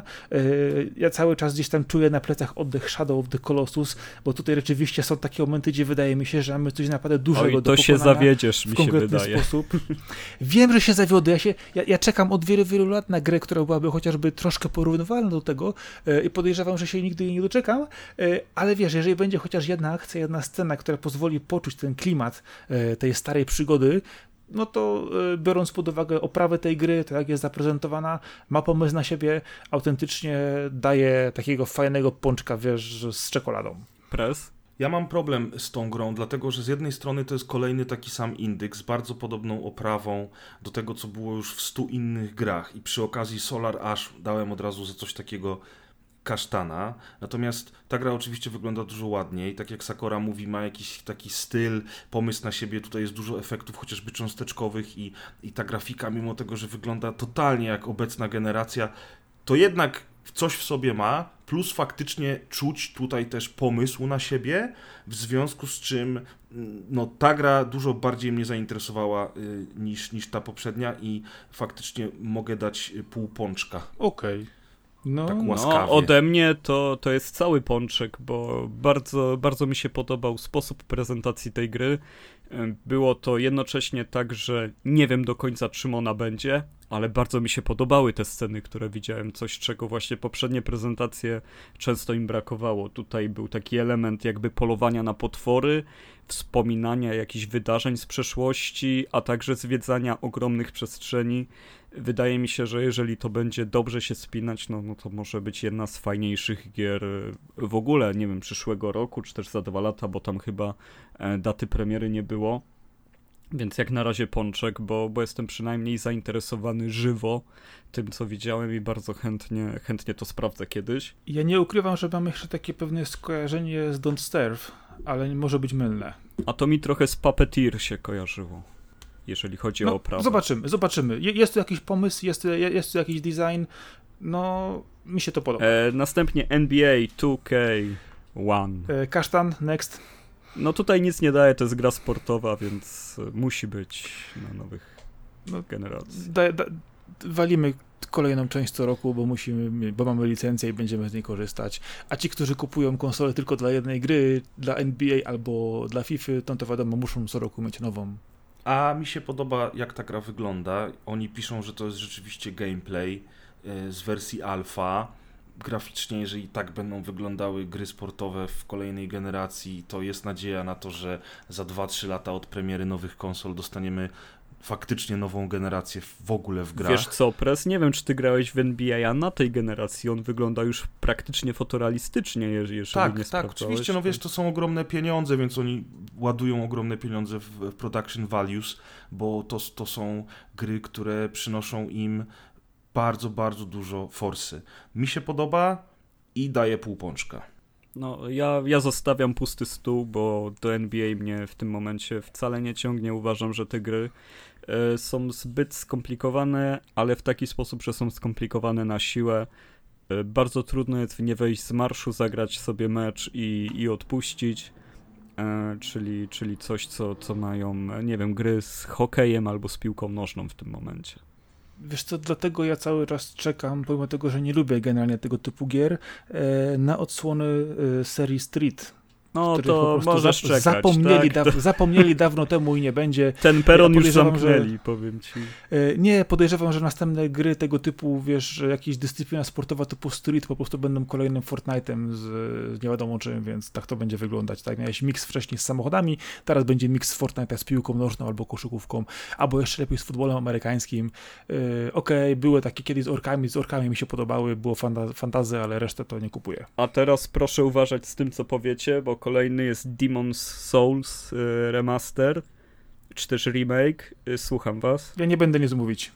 Ja cały czas gdzieś tam czuję na plecach oddech Shadow of the Colossus, bo tutaj rzeczywiście są takie momenty, gdzie wydaje mi się, że mamy coś naprawdę dużego do pokonania. To się zawiedziesz, mi się wydaje. Sposób. Wiem, że się zawiodę. Ja czekam od wielu, wielu lat na grę, która byłaby chociażby troszkę porównywalna do tego, i podejrzewam, że się nigdy jej nie doczekam, ale wiesz, jeżeli będzie chociaż jedna akcja, jedna scena, która pozwoli poczuć ten klimat tej starej przygody, no to biorąc pod uwagę oprawę tej gry, to jak jest zaprezentowana, ma pomysł na siebie, autentycznie daje takiego fajnego pączka, wiesz, z czekoladą. Press? Ja mam problem z tą grą, dlatego że z jednej strony to jest kolejny taki sam indyk z bardzo podobną oprawą do tego, co było już w 100 innych grach i przy okazji Solar Ash dałem od razu za coś takiego kasztana, natomiast ta gra oczywiście wygląda dużo ładniej, tak jak Sakura mówi, ma jakiś taki styl, pomysł na siebie, tutaj jest dużo efektów chociażby cząsteczkowych i ta grafika, mimo tego, że wygląda totalnie jak obecna generacja, to jednak coś w sobie ma, plus faktycznie czuć tutaj też pomysł na siebie, w związku z czym no, ta gra dużo bardziej mnie zainteresowała niż ta poprzednia i faktycznie mogę dać pół pączka. Okej. Tak łaskawie. No, ode mnie to jest cały pączek, bo bardzo, bardzo mi się podobał sposób prezentacji tej gry. Było to jednocześnie tak, że nie wiem do końca, czym ona będzie, ale bardzo mi się podobały te sceny, które widziałem, coś czego właśnie poprzednie prezentacje często im brakowało. Tutaj był taki element jakby polowania na potwory, wspominania jakichś wydarzeń z przeszłości, a także zwiedzania ogromnych przestrzeni. Wydaje mi się, że jeżeli to będzie dobrze się spinać, no to może być jedna z fajniejszych gier w ogóle, nie wiem, przyszłego roku, czy też za 2 lata, bo tam chyba daty premiery nie było. Więc jak na razie pączek, bo jestem przynajmniej zainteresowany żywo tym, co widziałem i bardzo chętnie to sprawdzę kiedyś. Ja nie ukrywam, że mam jeszcze takie pewne skojarzenie z Don't Starve, ale może być mylne. A to mi trochę z Puppeteer się kojarzyło, jeżeli chodzi o oprawę. Zobaczymy. Jest tu jakiś pomysł, jest tu jakiś design, no mi się to podoba. Następnie NBA 2K1. Kasztan, next. No tutaj nic nie daje, to jest gra sportowa, więc musi być na nowych generacji. Walimy kolejną część co roku, bo mamy licencję i będziemy z niej korzystać. A ci, którzy kupują konsolę tylko dla jednej gry, dla NBA albo dla FIFA, to wiadomo, muszą co roku mieć nową. A mi się podoba, jak ta gra wygląda. Oni piszą, że to jest rzeczywiście gameplay z wersji alfa. Graficznie, jeżeli tak będą wyglądały gry sportowe w kolejnej generacji, to jest nadzieja na to, że za 2-3 lata od premiery nowych konsol dostaniemy faktycznie nową generację w ogóle w grach. Wiesz co, Press, nie wiem, czy ty grałeś w NBA, a na tej generacji on wygląda już praktycznie fotorealistycznie, jeżeli nie Tak, oczywiście, no wiesz, to są ogromne pieniądze, więc oni ładują ogromne pieniądze w production values, bo to są gry, które przynoszą im bardzo, bardzo dużo forsy. Mi się podoba i daję pół pączka. No, ja zostawiam pusty stół, bo do NBA mnie w tym momencie wcale nie ciągnie. Uważam, że te gry są zbyt skomplikowane, ale w taki sposób, że są skomplikowane na siłę. Bardzo trudno jest nie wejść z marszu, zagrać sobie mecz i odpuścić. Czyli coś, co mają, nie wiem, gry z hokejem albo z piłką nożną w tym momencie. Wiesz co, dlatego ja cały czas czekam, pomimo tego, że nie lubię generalnie tego typu gier, na odsłony serii Street. No to możesz czekać, zapomnieli dawno temu i nie będzie. Ten peron już zamknęli, powiem ci. Nie, podejrzewam, że następne gry tego typu, wiesz, jakaś dyscyplina sportowa typu Street po prostu będą kolejnym Fortnite'em z nie wiadomo czym, więc tak to będzie wyglądać. Tak, miałeś mix wcześniej z samochodami, teraz będzie mix Fortnite'a z piłką nożną albo koszykówką, albo jeszcze lepiej z futbolem amerykańskim. Okej, były takie kiedyś z orkami mi się podobały, było fantazy, ale resztę to nie kupuję. A teraz proszę uważać z tym, co powiecie, bo kolejny jest Demon's Souls remaster, czy też remake. Słucham was. Ja nie będę nic mówić.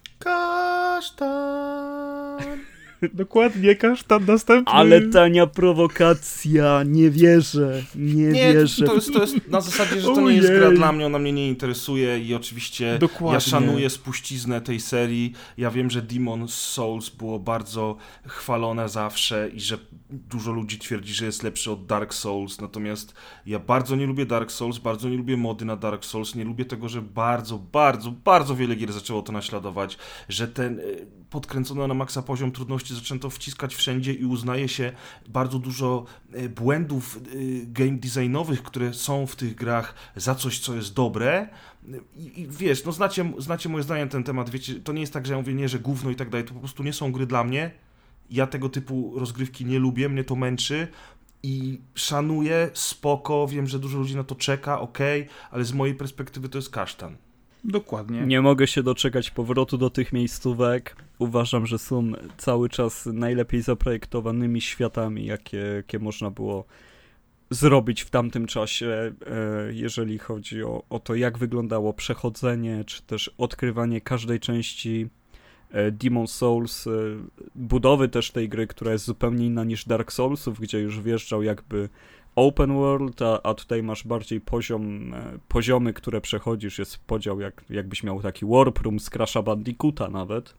Kasztan! Dokładnie, kasztan następny. Ale tania prowokacja, nie wierzę. To jest na zasadzie, że to nie jest gra dla mnie, ona mnie nie interesuje i oczywiście ja szanuję spuściznę tej serii. Ja wiem, że Demon's Souls było bardzo chwalone zawsze i że dużo ludzi twierdzi, że jest lepszy od Dark Souls, natomiast ja bardzo nie lubię Dark Souls, bardzo nie lubię mody na Dark Souls, nie lubię tego, że bardzo, bardzo, bardzo wiele gier zaczęło to naśladować, że ten podkręcony na maksa poziom trudności zaczęto wciskać wszędzie i uznaje się bardzo dużo błędów game designowych, które są w tych grach za coś, co jest dobre. I wiesz, no znacie moje zdanie na ten temat, wiecie, to nie jest tak, że ja mówię nie, że gówno i tak dalej, to po prostu nie są gry dla mnie. Ja tego typu rozgrywki nie lubię, mnie to męczy i szanuję, spoko, wiem, że dużo ludzi na to czeka, okej, ale z mojej perspektywy to jest kasztan. Dokładnie. Nie mogę się doczekać powrotu do tych miejscówek. Uważam, że są cały czas najlepiej zaprojektowanymi światami, jakie można było zrobić w tamtym czasie, jeżeli chodzi o to, jak wyglądało przechodzenie, czy też odkrywanie każdej części Demon's Souls, budowy też tej gry, która jest zupełnie inna niż Dark Soulsów, gdzie już wjeżdżał jakby open world, a tutaj masz bardziej poziomy, które przechodzisz, jest podział jakbyś miał taki warp room z Crash'a Bandicoota nawet.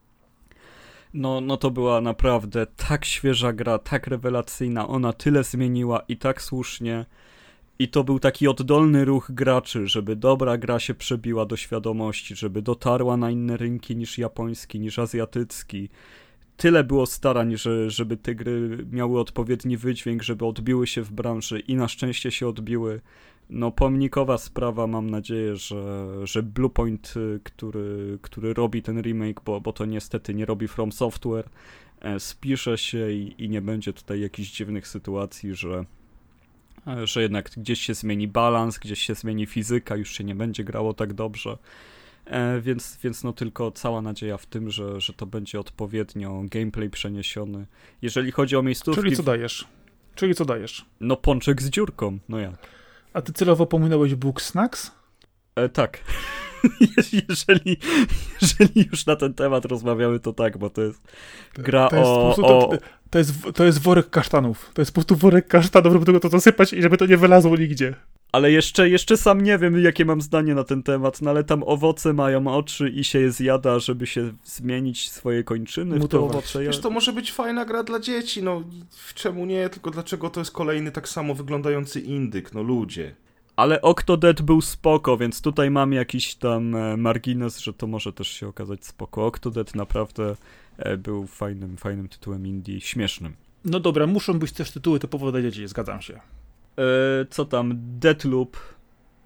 No to była naprawdę tak świeża gra, tak rewelacyjna, ona tyle zmieniła i tak słusznie. I to był taki oddolny ruch graczy, żeby dobra gra się przebiła do świadomości, żeby dotarła na inne rynki niż japoński, niż azjatycki. Tyle było starań, żeby te gry miały odpowiedni wydźwięk, żeby odbiły się w branży i na szczęście się odbiły. No pomnikowa sprawa, mam nadzieję, że Bluepoint, który robi ten remake, bo to niestety nie robi From Software, spisze się i nie będzie tutaj jakichś dziwnych sytuacji, że jednak gdzieś się zmieni balans, gdzieś się zmieni fizyka, już się nie będzie grało tak dobrze. Więc no tylko cała nadzieja w tym, że to będzie odpowiednio gameplay przeniesiony. Jeżeli chodzi o miejscówki... Czyli co dajesz? No pączek z dziurką, no jak? A ty celowo pominąłeś Bugsnax? Tak. Jeżeli już na ten temat rozmawiamy, to tak, bo to jest gra To jest worek kasztanów. To jest po prostu worek kasztanów, żeby tego to zasypać i żeby to nie wylazło nigdzie. Ale jeszcze sam nie wiem, jakie mam zdanie na ten temat, no ale tam owoce mają oczy i się je zjada, żeby się zmienić swoje kończyny w te owoce. Wiesz, to może być fajna gra dla dzieci, no czemu nie, tylko dlaczego to jest kolejny tak samo wyglądający indyk, no ludzie. Ale Octodad był spoko, więc tutaj mam jakiś tam margines, że to może też się okazać spoko. Octodad naprawdę był fajnym tytułem indie, śmiesznym. No dobra, muszą być też tytuły typowo dla dzieci, zgadzam się. Co tam? Deathloop.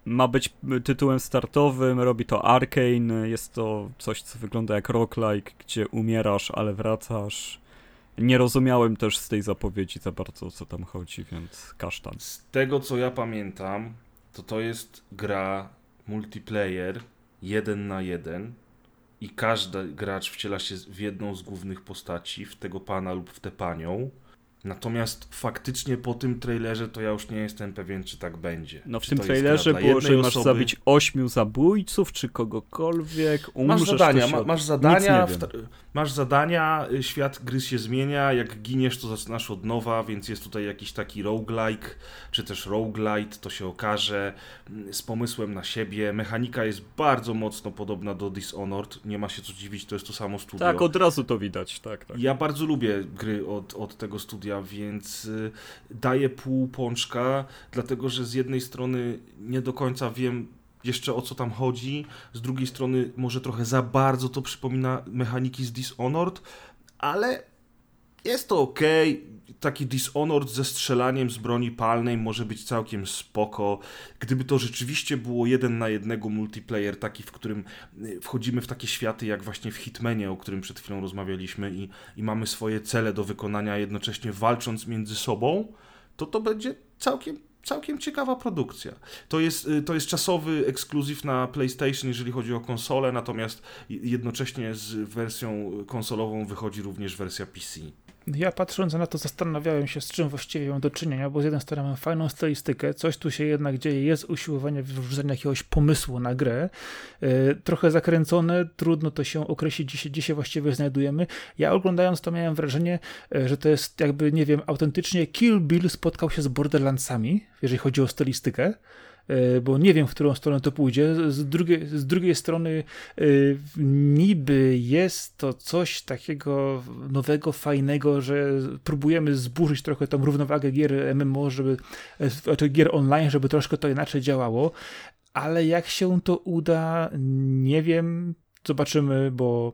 ma być tytułem startowym, robi to Arkane, jest to coś, co wygląda jak roguelike, gdzie umierasz, ale wracasz. Nie rozumiałem też z tej zapowiedzi za bardzo, o co tam chodzi, więc kasztan. Z tego, co ja pamiętam, to jest gra multiplayer 1 na 1 i każdy gracz wciela się w jedną z głównych postaci, w tego pana lub w tę panią. Natomiast faktycznie po tym trailerze to ja już nie jestem pewien, czy tak będzie. No w tym trailerze było, że masz zabić 8 zabójców, czy kogokolwiek, umrzesz, masz zadania, świat gry się zmienia, jak giniesz, to zaczynasz od nowa, więc jest tutaj jakiś taki roguelike, czy też roguelite, to się okaże, z pomysłem na siebie. Mechanika jest bardzo mocno podobna do Dishonored, nie ma się co dziwić, to jest to samo studio. Tak, od razu to widać, tak. Ja bardzo lubię gry od tego studia, więc daję pół pączka, dlatego że z jednej strony nie do końca wiem jeszcze o co tam chodzi, z drugiej strony może trochę za bardzo to przypomina mechaniki z Dishonored, ale jest to okej. Taki Dishonored ze strzelaniem z broni palnej może być całkiem spoko. Gdyby to rzeczywiście było 1 na 1 multiplayer, taki, w którym wchodzimy w takie światy jak właśnie w Hitmanie, o którym przed chwilą rozmawialiśmy i mamy swoje cele do wykonania, jednocześnie walcząc między sobą, to będzie całkiem ciekawa produkcja. To jest czasowy ekskluzyw na PlayStation, jeżeli chodzi o konsolę, natomiast jednocześnie z wersją konsolową wychodzi również wersja PC. Ja patrząc na to zastanawiałem się, z czym właściwie mam do czynienia, bo z jednej strony mam fajną stylistykę, coś tu się jednak dzieje, jest usiłowanie wrzucenia jakiegoś pomysłu na grę, trochę zakręcone, trudno to się określić, gdzie się właściwie znajdujemy. Ja oglądając to miałem wrażenie, że to jest jakby, nie wiem, autentycznie Kill Bill spotkał się z Borderlandsami, jeżeli chodzi o stylistykę, bo nie wiem, w którą stronę to pójdzie. Z drugiej strony niby jest to coś takiego nowego, fajnego, że próbujemy zburzyć trochę tą równowagę gier MMO, gier online, żeby troszkę to inaczej działało, ale jak się to uda, nie wiem, zobaczymy, bo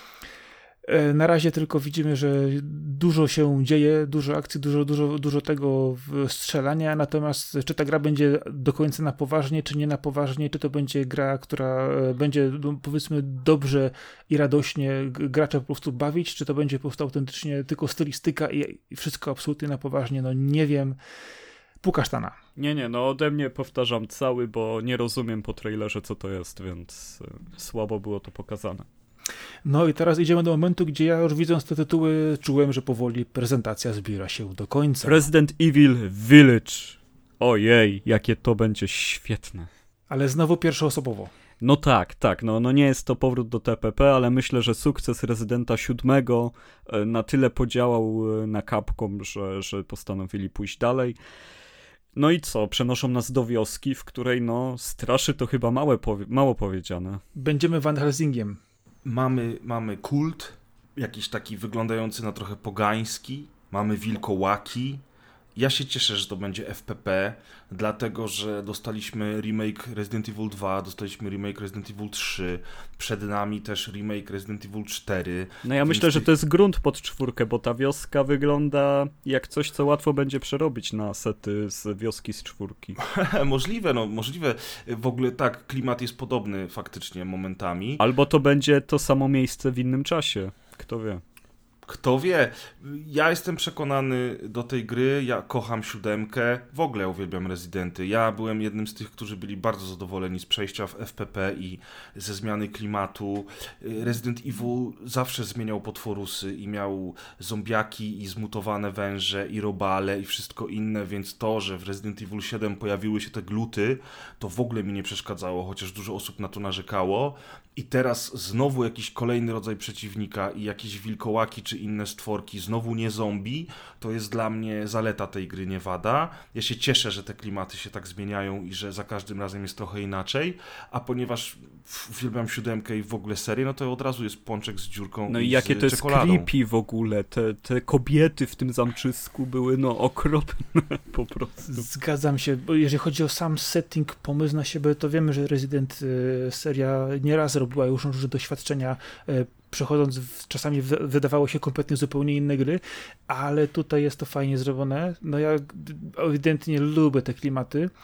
na razie tylko widzimy, że dużo się dzieje, dużo akcji, dużo tego strzelania, natomiast czy ta gra będzie do końca na poważnie, czy nie na poważnie, czy to będzie gra, która będzie, powiedzmy, dobrze i radośnie gracza po prostu bawić, czy to będzie po prostu autentycznie tylko stylistyka i wszystko absolutnie na poważnie, no nie wiem. Pół kasztana. Nie, no ode mnie powtarzam cały, bo nie rozumiem po trailerze, co to jest, więc słabo było to pokazane. No i teraz idziemy do momentu, gdzie ja już widząc te tytuły czułem, że powoli prezentacja zbliża się do końca. Resident Evil Village. Ojej, jakie to będzie świetne. Ale znowu pierwszoosobowo. No tak, no nie jest to powrót do TPP, ale myślę, że sukces Residenta 7 na tyle podziałał na Capcom, że postanowili pójść dalej. No i co? Przenoszą nas do wioski, w której straszy to chyba mało powiedziane. Będziemy Van Helsingiem. Mamy kult, jakiś taki wyglądający na trochę pogański, mamy wilkołaki. Ja się cieszę, że to będzie FPP, dlatego że dostaliśmy remake Resident Evil 2, dostaliśmy remake Resident Evil 3, przed nami też remake Resident Evil 4. No ja myślę, że to jest grunt pod 4, bo ta wioska wygląda jak coś, co łatwo będzie przerobić na sety z wioski z 4. Możliwe. W ogóle tak, klimat jest podobny faktycznie momentami. Albo to będzie to samo miejsce w innym czasie, kto wie. Kto wie, ja jestem przekonany do tej gry, ja kocham 7, w ogóle uwielbiam Residenty. Ja byłem jednym z tych, którzy byli bardzo zadowoleni z przejścia w FPP i ze zmiany klimatu. Resident Evil zawsze zmieniał potworusy i miał zombiaki i zmutowane węże i robale i wszystko inne, więc to, że w Resident Evil 7 pojawiły się te gluty, to w ogóle mi nie przeszkadzało, chociaż dużo osób na to narzekało. I teraz znowu jakiś kolejny rodzaj przeciwnika i jakieś wilkołaki czy inne stworki, znowu nie zombie, to jest dla mnie zaleta tej gry, nie wada. Ja się cieszę, że te klimaty się tak zmieniają i że za każdym razem jest trochę inaczej, a ponieważ uwielbiam 7 i w ogóle serię, no to od razu jest pączek z dziurką no i jakie z to jest czekoladą. creepy w ogóle, te kobiety w tym zamczysku były okropne po prostu. Zgadzam się, bo jeżeli chodzi o sam setting, pomysł na siebie, to wiemy, że Resident seria nieraz robiła już różne doświadczenia, przechodząc czasami wydawało się kompletnie zupełnie inne gry, ale tutaj jest to fajnie zrobione. No ja ewidentnie lubię te klimaty.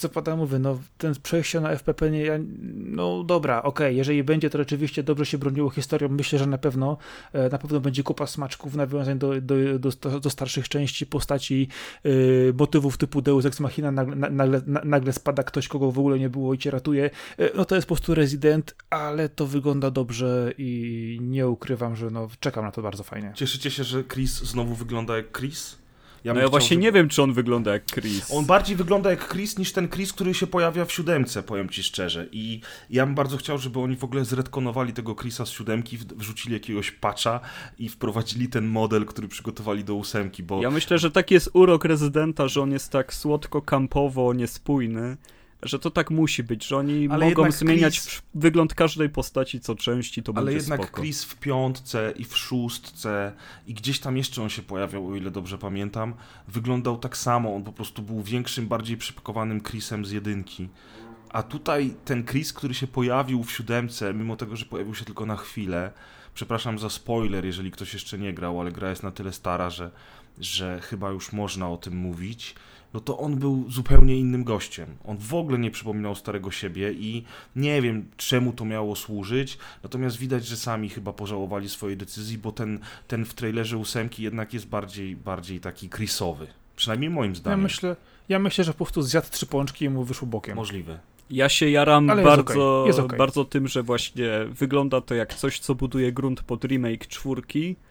co pada mówię, no ten przejście na FPP, no dobra, okej, jeżeli będzie to rzeczywiście dobrze się broniło historią, myślę, że na pewno będzie kupa smaczków, nawiązań do starszych części postaci, motywów typu Deus Ex Machina, nagle spada ktoś, kogo w ogóle nie było i cię ratuje. No to jest po prostu Resident, ale to wygląda dobrze i nie ukrywam, że no czekam na to bardzo fajnie. Cieszycie się, że Chris znowu wygląda jak Chris? Ja właśnie nie wiem, czy on wygląda jak Chris. On bardziej wygląda jak Chris niż ten Chris, który się pojawia w 7, powiem ci szczerze. I ja bym bardzo chciał, żeby oni w ogóle zretkonowali tego Chrisa z 7, wrzucili jakiegoś patcha i wprowadzili ten model, który przygotowali do 8, bo... Ja myślę, że taki jest urok Rezydenta, że on jest tak słodko-kampowo niespójny, że to tak musi być, że oni mogą zmieniać wygląd każdej postaci co części, to będzie spoko. Ale jednak Chris w 5 i w 6 i gdzieś tam jeszcze on się pojawiał, o ile dobrze pamiętam, wyglądał tak samo, on po prostu był większym, bardziej przypakowanym Chrisem z 1. A tutaj ten Chris, który się pojawił w 7, mimo tego, że pojawił się tylko na chwilę, przepraszam za spoiler, jeżeli ktoś jeszcze nie grał, ale gra jest na tyle stara, że chyba już można o tym mówić, no to on był zupełnie innym gościem. On w ogóle nie przypominał starego siebie i nie wiem, czemu to miało służyć, natomiast widać, że sami chyba pożałowali swojej decyzji, bo ten w trailerze 8 jednak jest bardziej taki Chrisowy. Przynajmniej moim zdaniem. Ja myślę, że po prostu zjadł 3 pączki i mu wyszło bokiem. Możliwe. Ja się jaram bardzo tym, że właśnie wygląda to jak coś, co buduje grunt pod remake 4.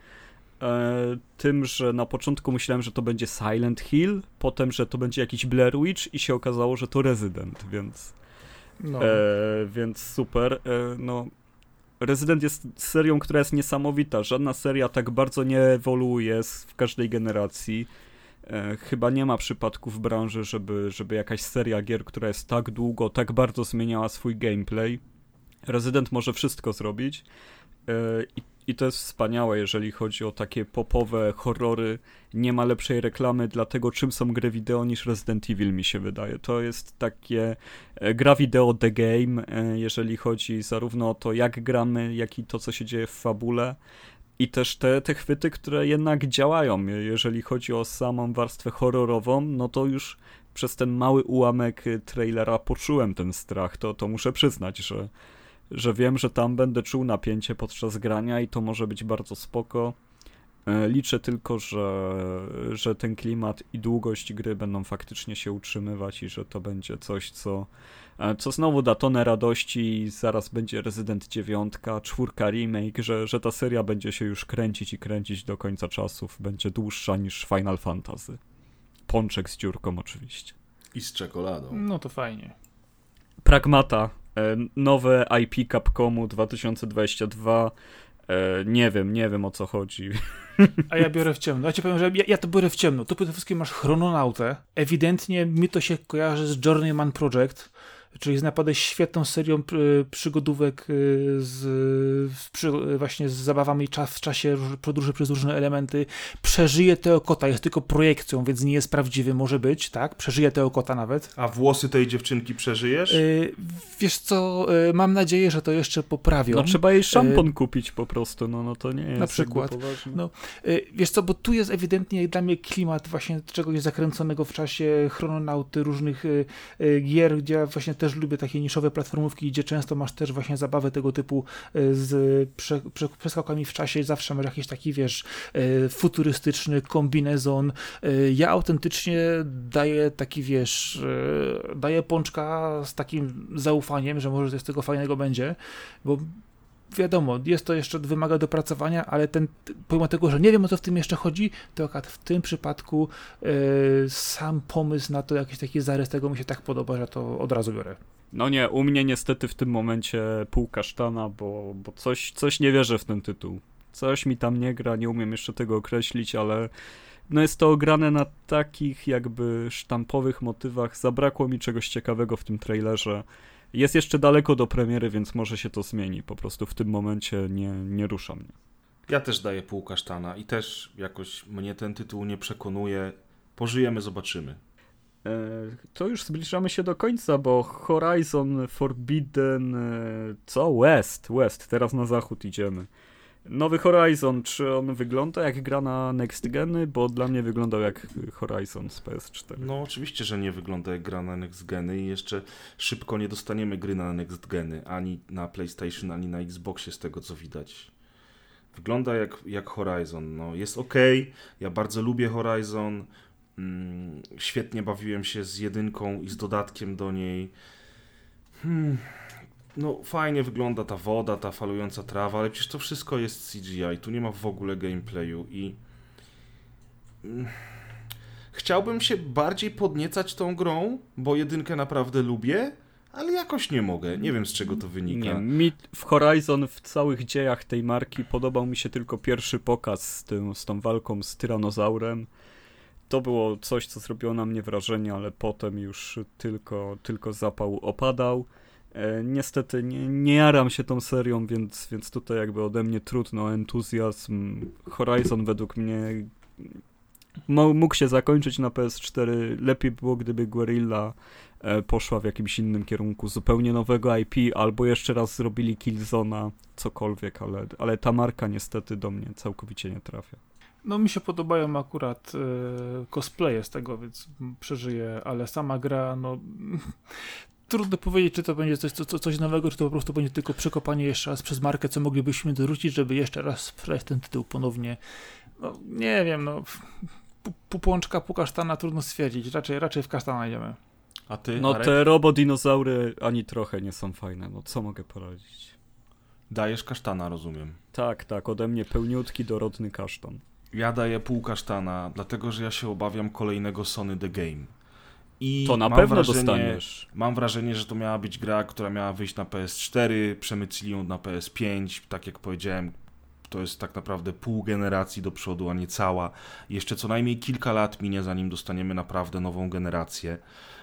Tym, że na początku myślałem, że to będzie Silent Hill, potem, że to będzie jakiś Blair Witch i się okazało, że to Resident, więc super. No, Resident jest serią, która jest niesamowita. Żadna seria tak bardzo nie ewoluuje w każdej generacji. Chyba nie ma przypadków w branży, żeby jakaś seria gier, która jest tak długo, tak bardzo zmieniała swój gameplay. Resident może wszystko zrobić i to jest wspaniałe, jeżeli chodzi o takie popowe horrory. Nie ma lepszej reklamy dla tego, czym są gry wideo, niż Resident Evil, mi się wydaje. To jest takie gra wideo The Game, jeżeli chodzi zarówno o to, jak gramy, jak i to, co się dzieje w fabule. I też te chwyty, które jednak działają. Jeżeli chodzi o samą warstwę horrorową, no to już przez ten mały ułamek trailera poczułem ten strach. To muszę przyznać, że wiem, że tam będę czuł napięcie podczas grania i to może być bardzo spoko. Liczę tylko, że ten klimat i długość gry będą faktycznie się utrzymywać i że to będzie coś, co znowu da tonę radości i zaraz będzie Resident 9, 4 remake, że ta seria będzie się już kręcić i kręcić do końca czasów. Będzie dłuższa niż Final Fantasy. Pączek z dziurką oczywiście. I z czekoladą. No to fajnie. Pragmata. Nowe IP Capcomu 2022. Nie wiem o co chodzi. A ja biorę w ciemno. Ja ci powiem, że ja to biorę w ciemno. Tu przede wszystkim masz Chrononautę. Ewidentnie mi to się kojarzy z Journeyman Project, czyli z naprawdę świetną serią przygodówek właśnie z zabawami w czasie podróży przez różne elementy. Przeżyje Teokota, jest tylko projekcją, więc nie jest prawdziwy, może być, tak? Przeżyje Teokota nawet. A włosy tej dziewczynki przeżyjesz? Wiesz co, mam nadzieję, że to jeszcze poprawią. No trzeba jej szampon kupić po prostu, no to nie jest na przykład. No, wiesz co, bo tu jest ewidentnie dla mnie klimat właśnie czegoś zakręconego w czasie, Chrononauty, różnych gier, gdzie właśnie też lubię takie niszowe platformówki, gdzie często masz też właśnie zabawę tego typu z przeskokami w czasie, zawsze masz jakiś taki, wiesz, futurystyczny kombinezon. Ja autentycznie daję taki, wiesz, daję pączka z takim zaufaniem, że może coś z tego fajnego będzie, bo wiadomo, jest to jeszcze, wymaga dopracowania, ale pomimo tego, że nie wiem, o co w tym jeszcze chodzi, to akurat w tym przypadku sam pomysł na to, jakiś taki zarys tego mi się tak podoba, że to od razu biorę. No nie, u mnie niestety w tym momencie pół kasztana, bo coś nie wierzę w ten tytuł. Coś mi tam nie gra, nie umiem jeszcze tego określić, ale no jest to ograne na takich jakby sztampowych motywach. Zabrakło mi czegoś ciekawego w tym trailerze. Jest jeszcze daleko do premiery, więc może się to zmieni. Po prostu w tym momencie nie rusza mnie. Ja też daję pół kasztana i też jakoś mnie ten tytuł nie przekonuje. Pożyjemy, zobaczymy. To już zbliżamy się do końca, bo Horizon Forbidden... West, teraz na zachód idziemy. Nowy Horizon, czy on wygląda jak gra na next geny? Bo dla mnie wyglądał jak Horizon z PS4. No oczywiście, że nie wygląda jak gra na next geny i jeszcze szybko nie dostaniemy gry na next geny, ani na PlayStation, ani na Xboxie z tego co widać. Wygląda jak Horizon, no jest okej. Ja bardzo lubię Horizon, świetnie bawiłem się z 1 i z dodatkiem do niej. No fajnie wygląda ta woda, ta falująca trawa, ale przecież to wszystko jest CGI, tu nie ma w ogóle gameplayu i chciałbym się bardziej podniecać tą grą, bo 1 naprawdę lubię, ale jakoś nie mogę, nie wiem z czego to wynika. Nie, mi w Horizon w całych dziejach tej marki podobał mi się tylko pierwszy pokaz z tą walką z tyranozaurem. To było coś, co zrobiło na mnie wrażenie, ale potem już tylko zapał opadał. Niestety nie jaram się tą serią, więc tutaj jakby ode mnie trudno entuzjazm. Horizon według mnie mógł się zakończyć na PS4. Lepiej było, gdyby Guerrilla poszła w jakimś innym kierunku, zupełnie nowego IP, albo jeszcze raz zrobili Killzone'a, cokolwiek, ale ta marka niestety do mnie całkowicie nie trafia. No mi się podobają akurat cosplaye z tego, więc przeżyję, ale sama gra, no trudno powiedzieć, czy to będzie coś nowego, czy to po prostu będzie tylko przekopanie jeszcze raz przez markę, co moglibyśmy dorzucić, żeby jeszcze raz sprzedać ten tytuł ponownie. No nie wiem, no pączka, pół kasztana, trudno stwierdzić, raczej w kasztana idziemy. A ty, no Arek? te robodinozaury ani trochę nie są fajne, no co mogę poradzić? Dajesz kasztana, rozumiem. Tak, ode mnie pełniutki, dorodny kasztan. Ja daję pół kasztana, dlatego że ja się obawiam kolejnego Sony The Game. I to na pewno dostaniesz. Mam wrażenie, że to miała być gra, która miała wyjść na PS4, przemycili ją na PS5, tak jak powiedziałem, to jest tak naprawdę pół generacji do przodu, a nie cała. Jeszcze co najmniej kilka lat minie, zanim dostaniemy naprawdę nową generację.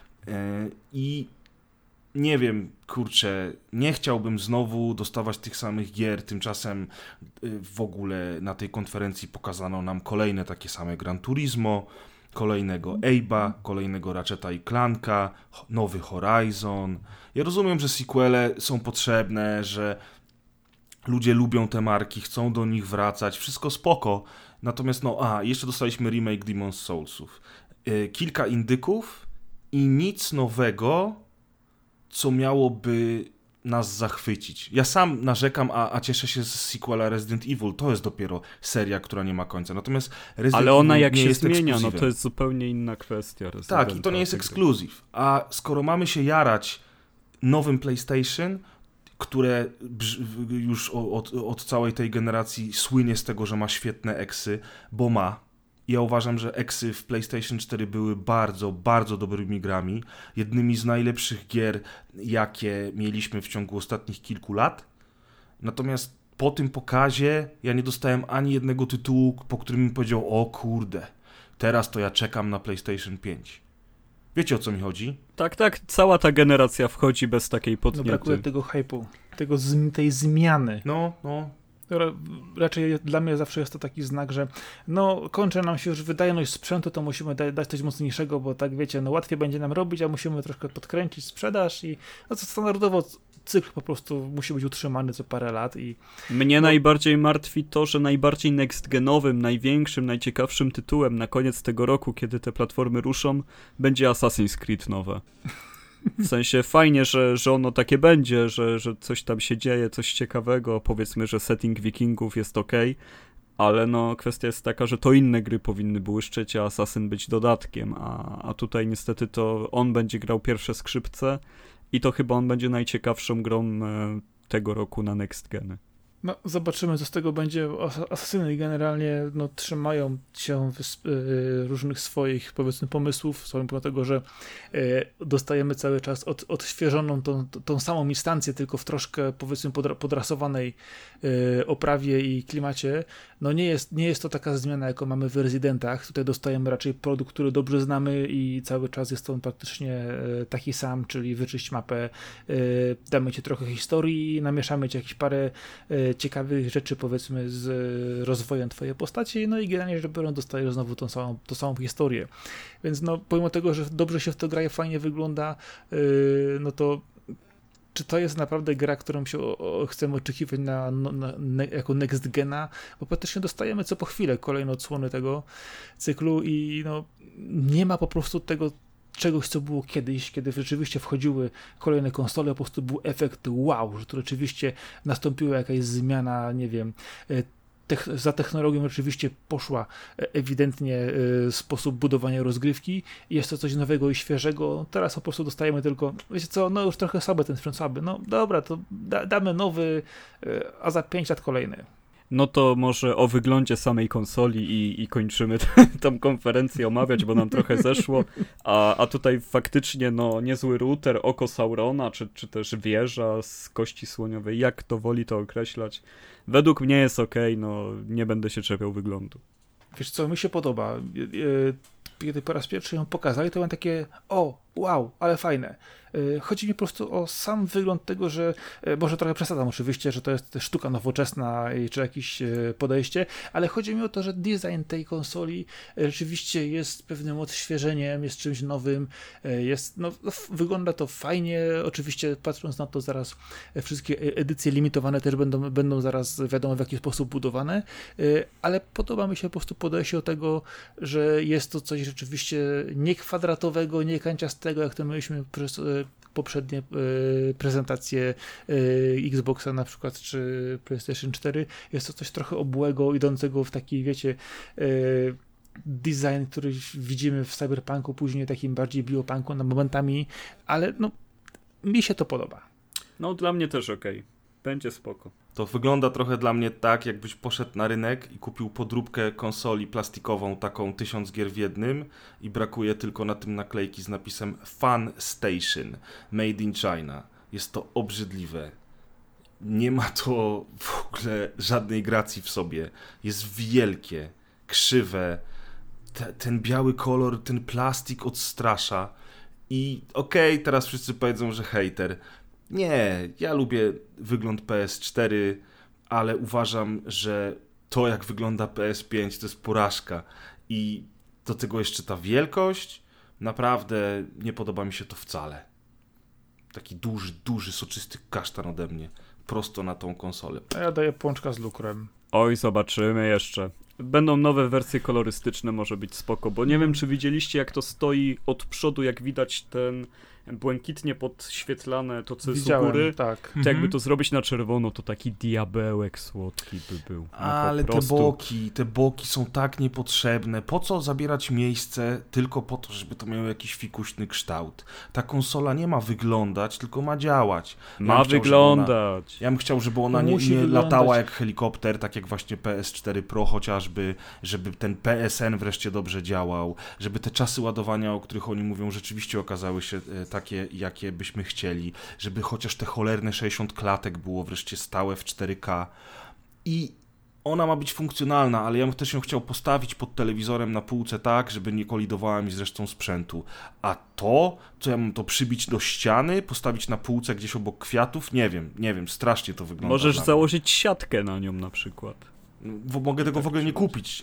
I nie wiem, kurczę, nie chciałbym znowu dostawać tych samych gier, tymczasem w ogóle na tej konferencji pokazano nam kolejne takie same Gran Turismo, kolejnego Abe'a, kolejnego Ratcheta i Clanka, nowy Horizon. Ja rozumiem, że sequele są potrzebne, że ludzie lubią te marki, chcą do nich wracać, wszystko spoko. Natomiast jeszcze dostaliśmy remake Demon's Soulsów. Kilka indyków i nic nowego, co miałoby nas zachwycić. Ja sam narzekam, a cieszę się z sequela Resident Evil. To jest dopiero seria, która nie ma końca. Natomiast Resident Ale ona Evil jak nie się jest zmienia, ekskluzywem. no to jest zupełnie inna kwestia. Resident Tak, i to nie jest ekskluzyw. A skoro mamy się jarać nowym PlayStation, które już od całej tej generacji słynie z tego, że ma świetne eksy, bo ma. Ja uważam, że eksy w PlayStation 4 były bardzo, bardzo dobrymi grami. Jednymi z najlepszych gier, jakie mieliśmy w ciągu ostatnich kilku lat. Natomiast po tym pokazie ja nie dostałem ani jednego tytułu, po którym mi powiedział: o kurde, teraz to ja czekam na PlayStation 5. Wiecie, o co mi chodzi? Tak, cała ta generacja wchodzi bez takiej podniety. No brakuje tego hype'u, tej zmiany. No. Raczej dla mnie zawsze jest to taki znak, że kończy nam się już wydajność sprzętu, to musimy dać coś mocniejszego, bo tak wiecie, łatwiej będzie nam robić, a musimy troszkę podkręcić sprzedaż i co standardowo cykl po prostu musi być utrzymany co parę lat. Mnie najbardziej martwi to, że najbardziej next-genowym, największym, najciekawszym tytułem na koniec tego roku, kiedy te platformy ruszą, będzie Assassin's Creed nowe. W sensie fajnie, że ono takie będzie, że coś tam się dzieje, coś ciekawego, powiedzmy, że setting Wikingów jest okej, ale kwestia jest taka, że to inne gry powinny błyszczeć, a Assassin być dodatkiem, a tutaj niestety to on będzie grał pierwsze skrzypce i to chyba on będzie najciekawszą grą tego roku na next geny. Zobaczymy, co z tego będzie. Asasyny generalnie trzymają się różnych swoich, powiedzmy, pomysłów, pomimo tego, że dostajemy cały czas odświeżoną tą samą instancję, tylko w troszkę, powiedzmy, podrasowanej oprawie i klimacie. Nie jest to taka zmiana, jaką mamy w Residentach. Tutaj dostajemy raczej produkt, który dobrze znamy i cały czas jest on praktycznie taki sam, czyli wyczyść mapę, damy ci trochę historii i namieszamy ci jakieś parę ciekawych rzeczy, powiedzmy, z rozwojem twojej postaci, i generalnie rzecz biorąc dostajesz znowu tą samą historię. Więc pomimo tego, że dobrze się w to gra i fajnie wygląda, to czy to jest naprawdę gra, którą się chcemy oczekiwać jako next gena, bo praktycznie dostajemy co po chwilę kolejne odsłony tego cyklu i no, nie ma po prostu tego czegoś, co było kiedyś, kiedy rzeczywiście wchodziły kolejne konsole, po prostu był efekt wow, że to rzeczywiście nastąpiła jakaś zmiana, nie wiem, za technologią oczywiście poszła ewidentnie sposób budowania rozgrywki i jest to coś nowego i świeżego. Teraz po prostu dostajemy tylko, wiecie co, no już trochę słaby ten sprzęt słaby, no dobra, to damy nowy, a za 5 lat kolejny. No to może o wyglądzie samej konsoli i kończymy tą konferencję omawiać, bo nam trochę zeszło, a tutaj faktycznie no niezły router, oko Saurona, czy też wieża z kości słoniowej, jak to woli to określać. Według mnie jest okej, no nie będę się czepiał wyglądu. Wiesz co, mi się podoba. Kiedy po raz pierwszy ją pokazali, to byłem takie, o, wow, ale fajne. Chodzi mi po prostu o sam wygląd tego, że może trochę przesadzam oczywiście, że to jest sztuka nowoczesna czy jakieś podejście, ale chodzi mi o to, że design tej konsoli rzeczywiście jest pewnym odświeżeniem, jest czymś nowym, jest, no, wygląda to fajnie, oczywiście patrząc na to zaraz wszystkie edycje limitowane też będą zaraz wiadomo w jaki sposób budowane, ale podoba mi się po prostu podejście do tego, że jest to coś rzeczywiście nie kwadratowego, nie kanciastego, jak to mieliśmy przez poprzednie prezentacje Xboxa na przykład, czy PlayStation 4. Jest to coś trochę obłego, idącego w taki, wiecie, design, który widzimy w Cyberpunku, później takim bardziej biopunku na momentami, ale no, mi się to podoba. No dla mnie też okej. Będzie spoko. To wygląda trochę dla mnie tak, jakbyś poszedł na rynek i kupił podróbkę konsoli plastikową, taką 1000 gier w jednym i brakuje tylko na tym naklejki z napisem Fun Station, Made in China. Jest to obrzydliwe. Nie ma to w ogóle żadnej gracji w sobie. Jest wielkie, krzywe. Ten biały kolor, ten plastik odstrasza. I okej, teraz wszyscy powiedzą, że hejter. Nie, ja lubię wygląd PS4, ale uważam, że to jak wygląda PS5 to jest porażka i do tego jeszcze ta wielkość, naprawdę nie podoba mi się to wcale. Taki duży, soczysty kasztan ode mnie, prosto na tą konsolę. A ja daję pączka z lukrem. Oj, zobaczymy jeszcze. Będą nowe wersje kolorystyczne, może być spoko, bo nie wiem, czy widzieliście, jak to stoi od przodu, jak widać ten błękitnie podświetlane, to co jest u góry. Tak. To jakby to zrobić na czerwono, to taki diabełek słodki by był. No, ale te boki są tak niepotrzebne. Po co zabierać miejsce tylko po to, żeby to miało jakiś fikuśny kształt? Ta konsola nie ma wyglądać, tylko ma działać. Ja bym chciał, żeby ona nie latała jak helikopter, tak jak właśnie PS4 Pro chociażby, żeby ten PSN wreszcie dobrze działał, żeby te czasy ładowania, o których oni mówią, rzeczywiście okazały się takie, jakie byśmy chcieli, żeby chociaż te cholerne 60 klatek było wreszcie stałe w 4K i ona ma być funkcjonalna, ale ja bym też ją chciał postawić pod telewizorem na półce tak, żeby nie kolidowała mi z resztą sprzętu. A to, co ja mam to przybić do ściany, postawić na półce gdzieś obok kwiatów, nie wiem, strasznie to wygląda. Możesz założyć siatkę na nią na przykład. Mogę tego w ogóle nie kupić.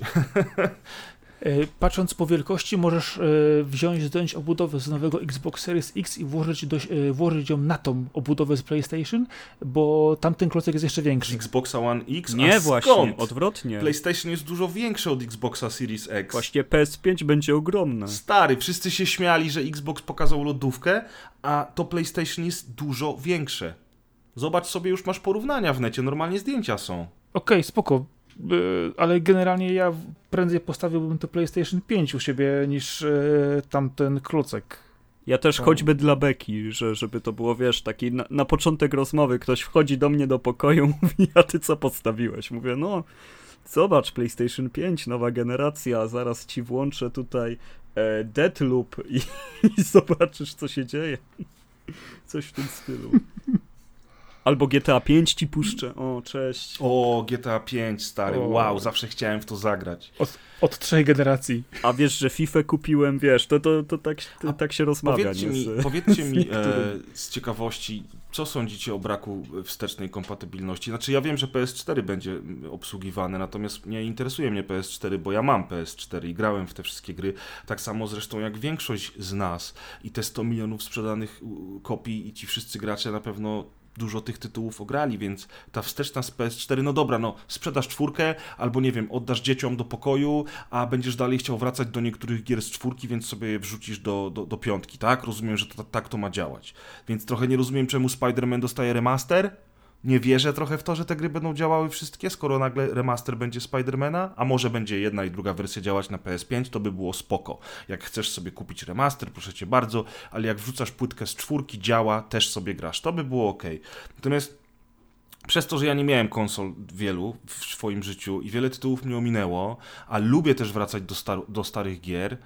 Patrząc po wielkości, możesz zdjąć obudowę z nowego Xbox Series X i włożyć ją na tą obudowę z PlayStation, bo tamten klocek jest jeszcze większy. Z Xboxa One X? Nie, właśnie, odwrotnie. PlayStation jest dużo większe od Xboxa Series X. Właśnie PS5 będzie ogromne. Stary, wszyscy się śmiali, że Xbox pokazał lodówkę, a to PlayStation jest dużo większe. Zobacz sobie, już masz porównania w necie, normalnie zdjęcia są. Okej, spoko. Ale generalnie ja prędzej postawiłbym to PlayStation 5 u siebie niż tamten klocek. Ja też choćby dla beki, żeby to było, wiesz, taki na początek rozmowy ktoś wchodzi do mnie do pokoju, mówi, a ty co postawiłeś? Mówię, no zobacz, PlayStation 5, nowa generacja, zaraz ci włączę tutaj Deathloop i zobaczysz, co się dzieje. Coś w tym stylu. Albo GTA 5 ci puszczę. O, cześć. O, GTA 5, stary. Wow, zawsze chciałem w to zagrać. Od 3 generacji. A wiesz, że FIFA kupiłem, wiesz, to tak się rozmawia. Powiedzcie mi z ciekawości, co sądzicie o braku wstecznej kompatybilności? Znaczy ja wiem, że PS4 będzie obsługiwane, natomiast nie interesuje mnie PS4, bo ja mam PS4 i grałem w te wszystkie gry, tak samo zresztą jak większość z nas i te 100 milionów sprzedanych kopii i ci wszyscy gracze na pewno dużo tych tytułów ograli, więc ta wsteczna z PS4, no dobra, no sprzedasz 4, albo nie wiem, oddasz dzieciom do pokoju, a będziesz dalej chciał wracać do niektórych gier z 4, więc sobie je wrzucisz do 5, tak? Rozumiem, że tak to ma działać. Więc trochę nie rozumiem, czemu Spider-Man dostaje remaster. Nie wierzę trochę w to, że te gry będą działały wszystkie, skoro nagle remaster będzie Spider-Mana, a może będzie jedna i druga wersja działać na PS5, to by było spoko. Jak chcesz sobie kupić remaster, proszę cię bardzo, ale jak wrzucasz płytkę z 4, działa, też sobie grasz, to by było okej. Natomiast przez to, że ja nie miałem konsol wielu w swoim życiu i wiele tytułów mnie ominęło, a lubię też wracać do starych gier,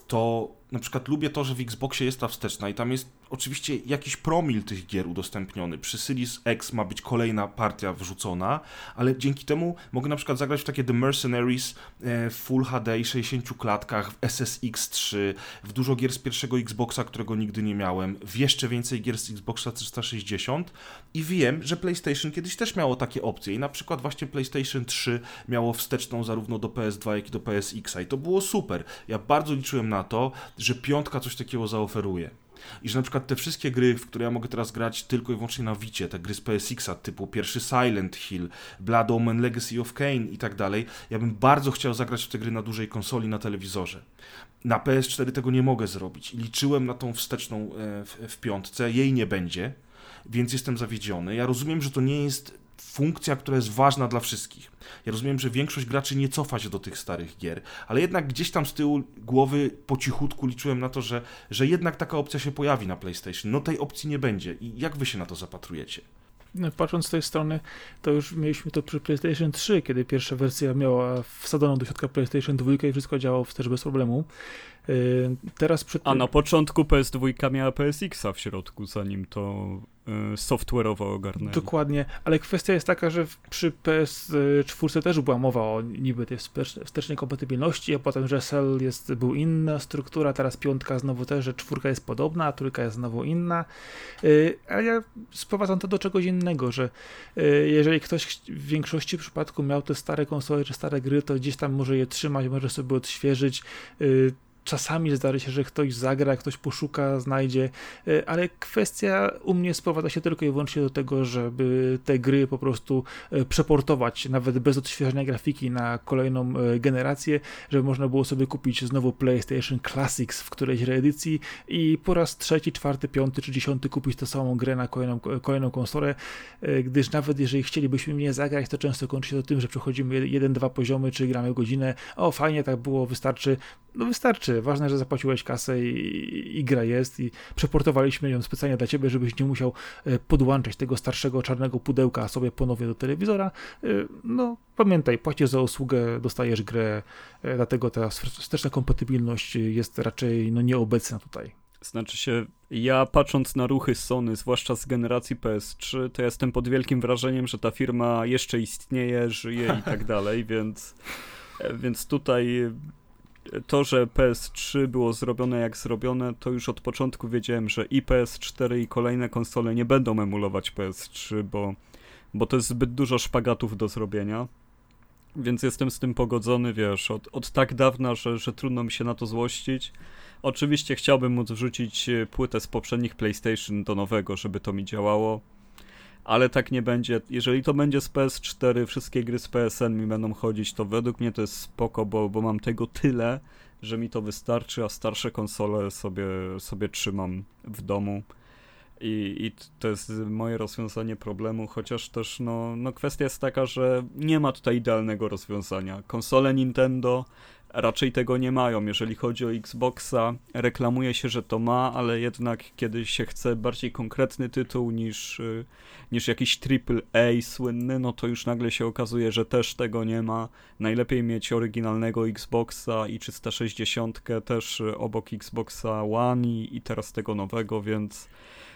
to na przykład lubię to, że w Xboxie jest ta wsteczna i tam jest oczywiście jakiś promil tych gier udostępniony. Przy Series X ma być kolejna partia wrzucona, ale dzięki temu mogę na przykład zagrać w takie The Mercenaries w Full HD i 60 klatkach, w SSX 3, w dużo gier z pierwszego Xboxa, którego nigdy nie miałem, w jeszcze więcej gier z Xboxa 360 i wiem, że PlayStation kiedyś też miało takie opcje i na przykład właśnie PlayStation 3 miało wsteczną zarówno do PS2, jak i do PSX-a i to było super. Ja bardzo liczyłem na to, że 5 coś takiego zaoferuje. I że na przykład te wszystkie gry, w które ja mogę teraz grać tylko i wyłącznie na Vicie, te gry z PSX-a typu pierwszy Silent Hill, Blood Omen, Legacy of Kain i tak dalej, ja bym bardzo chciał zagrać w te gry na dużej konsoli, na telewizorze. Na PS4 tego nie mogę zrobić i liczyłem na tą wsteczną w 5, jej nie będzie, więc jestem zawiedziony. Ja rozumiem, że to nie jest funkcja, która jest ważna dla wszystkich. Ja rozumiem, że większość graczy nie cofa się do tych starych gier, ale jednak gdzieś tam z tyłu głowy po cichutku liczyłem na to, że jednak taka opcja się pojawi na PlayStation. No tej opcji nie będzie. I jak wy się na to zapatrujecie? No, patrząc z tej strony, to już mieliśmy to przy PlayStation 3, kiedy pierwsza wersja miała wsadzoną do środka PlayStation 2 i wszystko działało też bez problemu. Teraz przy tym... A na początku PS2 miała PSX-a w środku, zanim to software'owo ogarnęli. Dokładnie, ale kwestia jest taka, że przy PS4 też była mowa o niby tej wstecznej kompatybilności, a potem, że był inna struktura, teraz 5 znowu też, że 4 jest podobna, a 3 jest znowu inna. Ale ja sprowadzam to do czegoś innego, że jeżeli ktoś w większości przypadku miał te stare konsole czy stare gry, to gdzieś tam może je trzymać, może sobie odświeżyć. Czasami zdarzy się, że ktoś zagra, ktoś poszuka, znajdzie, ale kwestia u mnie sprowadza się tylko i wyłącznie do tego, żeby te gry po prostu przeportować, nawet bez odświeżania grafiki na kolejną generację, żeby można było sobie kupić znowu PlayStation Classics w którejś reedycji i po raz 3., 4., 5. czy 10. kupić tę samą grę na kolejną konsolę, gdyż nawet jeżeli chcielibyśmy mnie zagrać, to często kończy się to tym, że przechodzimy 1-2 poziomy, czy gramy godzinę, o fajnie, tak było, wystarczy. No wystarczy, ważne, że zapłaciłeś kasę i gra jest i przeportowaliśmy ją specjalnie dla ciebie, żebyś nie musiał podłączać tego starszego czarnego pudełka sobie ponownie do telewizora. No pamiętaj, płacisz za usługę, dostajesz grę, dlatego ta wsteczna kompatybilność jest raczej nieobecna tutaj. Znaczy się, ja patrząc na ruchy Sony, zwłaszcza z generacji PS3, to jestem pod wielkim wrażeniem, że ta firma jeszcze istnieje, żyje i tak dalej, więc tutaj to, że PS3 było zrobione jak zrobione, to już od początku wiedziałem, że i PS4 i kolejne konsole nie będą emulować PS3, bo to jest zbyt dużo szpagatów do zrobienia. Więc jestem z tym pogodzony, wiesz, od tak dawna, że trudno mi się na to złościć. Oczywiście chciałbym móc wrzucić płytę z poprzednich PlayStation do nowego, żeby to mi działało, ale tak nie będzie. Jeżeli to będzie z PS4, wszystkie gry z PSN mi będą chodzić, to według mnie to jest spoko, bo mam tego tyle, że mi to wystarczy, a starsze konsole sobie trzymam w domu. I to jest moje rozwiązanie problemu, chociaż też no kwestia jest taka, że nie ma tutaj idealnego rozwiązania. Konsole Nintendo raczej tego nie mają. Jeżeli chodzi o Xboxa, reklamuje się, że to ma, ale jednak kiedy się chce bardziej konkretny tytuł niż jakiś AAA słynny, no to już nagle się okazuje, że też tego nie ma. Najlepiej mieć oryginalnego Xboxa i 360 też obok Xboxa One i teraz tego nowego, więc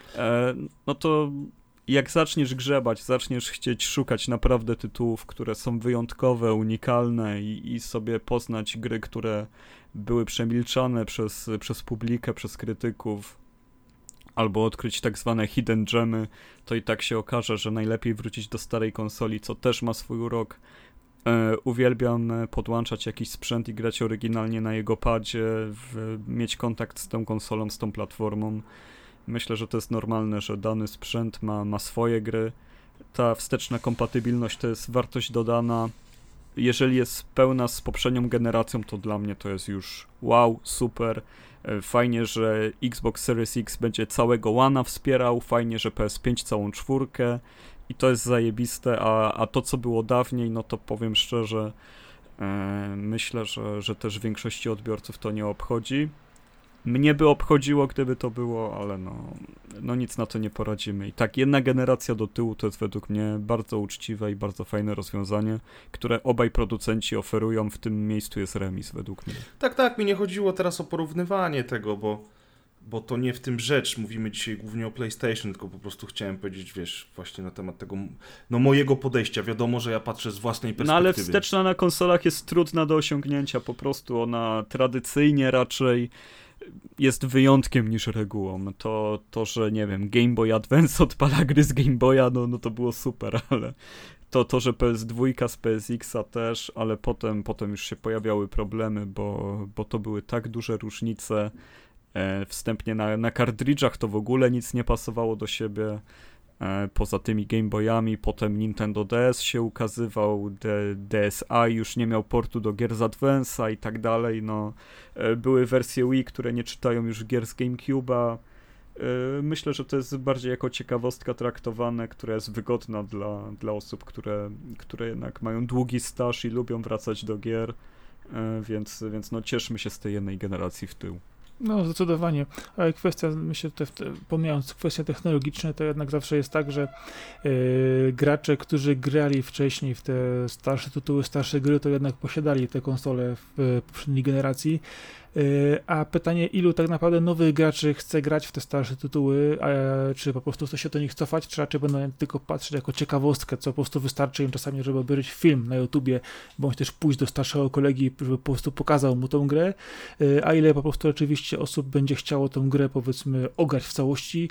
no to jak zaczniesz grzebać, zaczniesz chcieć szukać naprawdę tytułów, które są wyjątkowe, unikalne i sobie poznać gry, które były przemilczane przez publikę, przez krytyków, albo odkryć tak zwane hidden gemy, to i tak się okaże, że najlepiej wrócić do starej konsoli, co też ma swój urok. Uwielbiam podłączać jakiś sprzęt i grać oryginalnie na jego padzie, mieć kontakt z tą konsolą, z tą platformą. Myślę, że to jest normalne, że dany sprzęt ma swoje gry. Ta wsteczna kompatybilność to jest wartość dodana. Jeżeli jest pełna z poprzednią generacją, to dla mnie to jest już wow, super. Fajnie, że Xbox Series X będzie całego One'a wspierał, fajnie, że PS5 całą czwórkę i to jest zajebiste, a to, co było dawniej, no to powiem szczerze, myślę, że też większości odbiorców to nie obchodzi. Mnie by obchodziło, gdyby to było, ale no nic na to nie poradzimy. I tak, jedna generacja do tyłu to jest według mnie bardzo uczciwe i bardzo fajne rozwiązanie, które obaj producenci oferują. W tym miejscu jest remis według mnie. Tak, mi nie chodziło teraz o porównywanie tego, bo to nie w tym rzecz. Mówimy dzisiaj głównie o PlayStation, tylko po prostu chciałem powiedzieć, wiesz, właśnie na temat tego, mojego podejścia. Wiadomo, że ja patrzę z własnej perspektywy. No ale wsteczna na konsolach jest trudna do osiągnięcia, po prostu ona tradycyjnie raczej jest wyjątkiem niż regułą. To, że nie wiem, Game Boy Advance odpala gry z Game Boya, no to było super, ale to, że PS2 z PSX-a też, ale potem już się pojawiały problemy, bo to były tak duże różnice. Wstępnie na kartridżach to w ogóle nic nie pasowało do siebie. Poza tymi Game Boyami, potem Nintendo DS się ukazywał, DSi już nie miał portu do gier z Advance'a i tak dalej, były wersje Wii, które nie czytają już gier z GameCube'a. Myślę, że to jest bardziej jako ciekawostka traktowane, która jest wygodna dla osób, które jednak mają długi staż i lubią wracać do gier, więc cieszmy się z tej jednej generacji w tył. No, zdecydowanie. Ale kwestia, myślę, pomijając kwestie technologiczne, to jednak zawsze jest tak, że gracze, którzy grali wcześniej w te starsze tytuły, starsze gry, to jednak posiadali te konsole w poprzedniej generacji. A pytanie, ilu tak naprawdę nowych graczy chce grać w te starsze tytuły, czy po prostu chce się do nich cofać, czy raczej będą tylko patrzeć jako ciekawostkę, co po prostu wystarczy im czasami, żeby obejrzeć film na YouTubie, bądź też pójść do starszego kolegi, żeby po prostu pokazał mu tą grę, a ile po prostu oczywiście osób będzie chciało tą grę, powiedzmy, ograć w całości.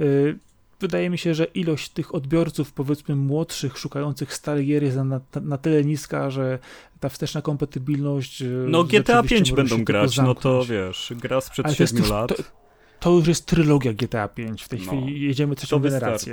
Wydaje mi się, że ilość tych odbiorców, powiedzmy młodszych, szukających starych gier jest na tyle niska, że ta wsteczna kompatybilność... No GTA 5 będą grać, no to wiesz, gra sprzed 7 lat. To już jest trylogia GTA 5, w tej chwili jedziemy trzecią generację.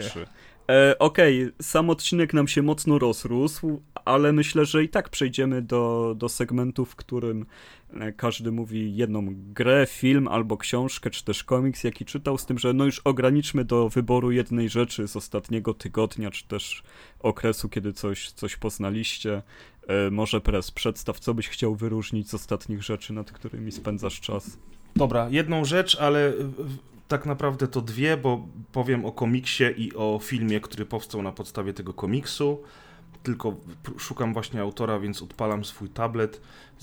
Okej, sam odcinek nam się mocno rozrósł, ale myślę, że i tak przejdziemy do segmentu, w którym każdy mówi jedną grę, film albo książkę, czy też komiks, jaki czytał, z tym, że już ograniczmy do wyboru jednej rzeczy z ostatniego tygodnia, czy też okresu, kiedy coś poznaliście. Może przedstaw, co byś chciał wyróżnić z ostatnich rzeczy, nad którymi spędzasz czas. Dobra, jedną rzecz, ale tak naprawdę to dwie, bo powiem o komiksie i o filmie, który powstał na podstawie tego komiksu. Tylko szukam właśnie autora, więc odpalam swój tablet.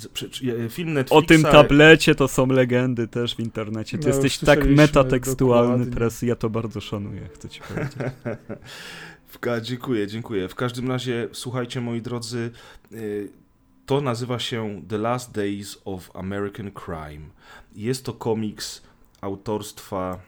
Film Netflixa... O tym tablecie to są legendy też w internecie. Ty jesteś tak metatekstualny, Press, ja to bardzo szanuję, chcę ci powiedzieć. Dziękuję. W każdym razie, słuchajcie, moi drodzy, to nazywa się The Last Days of American Crime. Jest to komiks autorstwa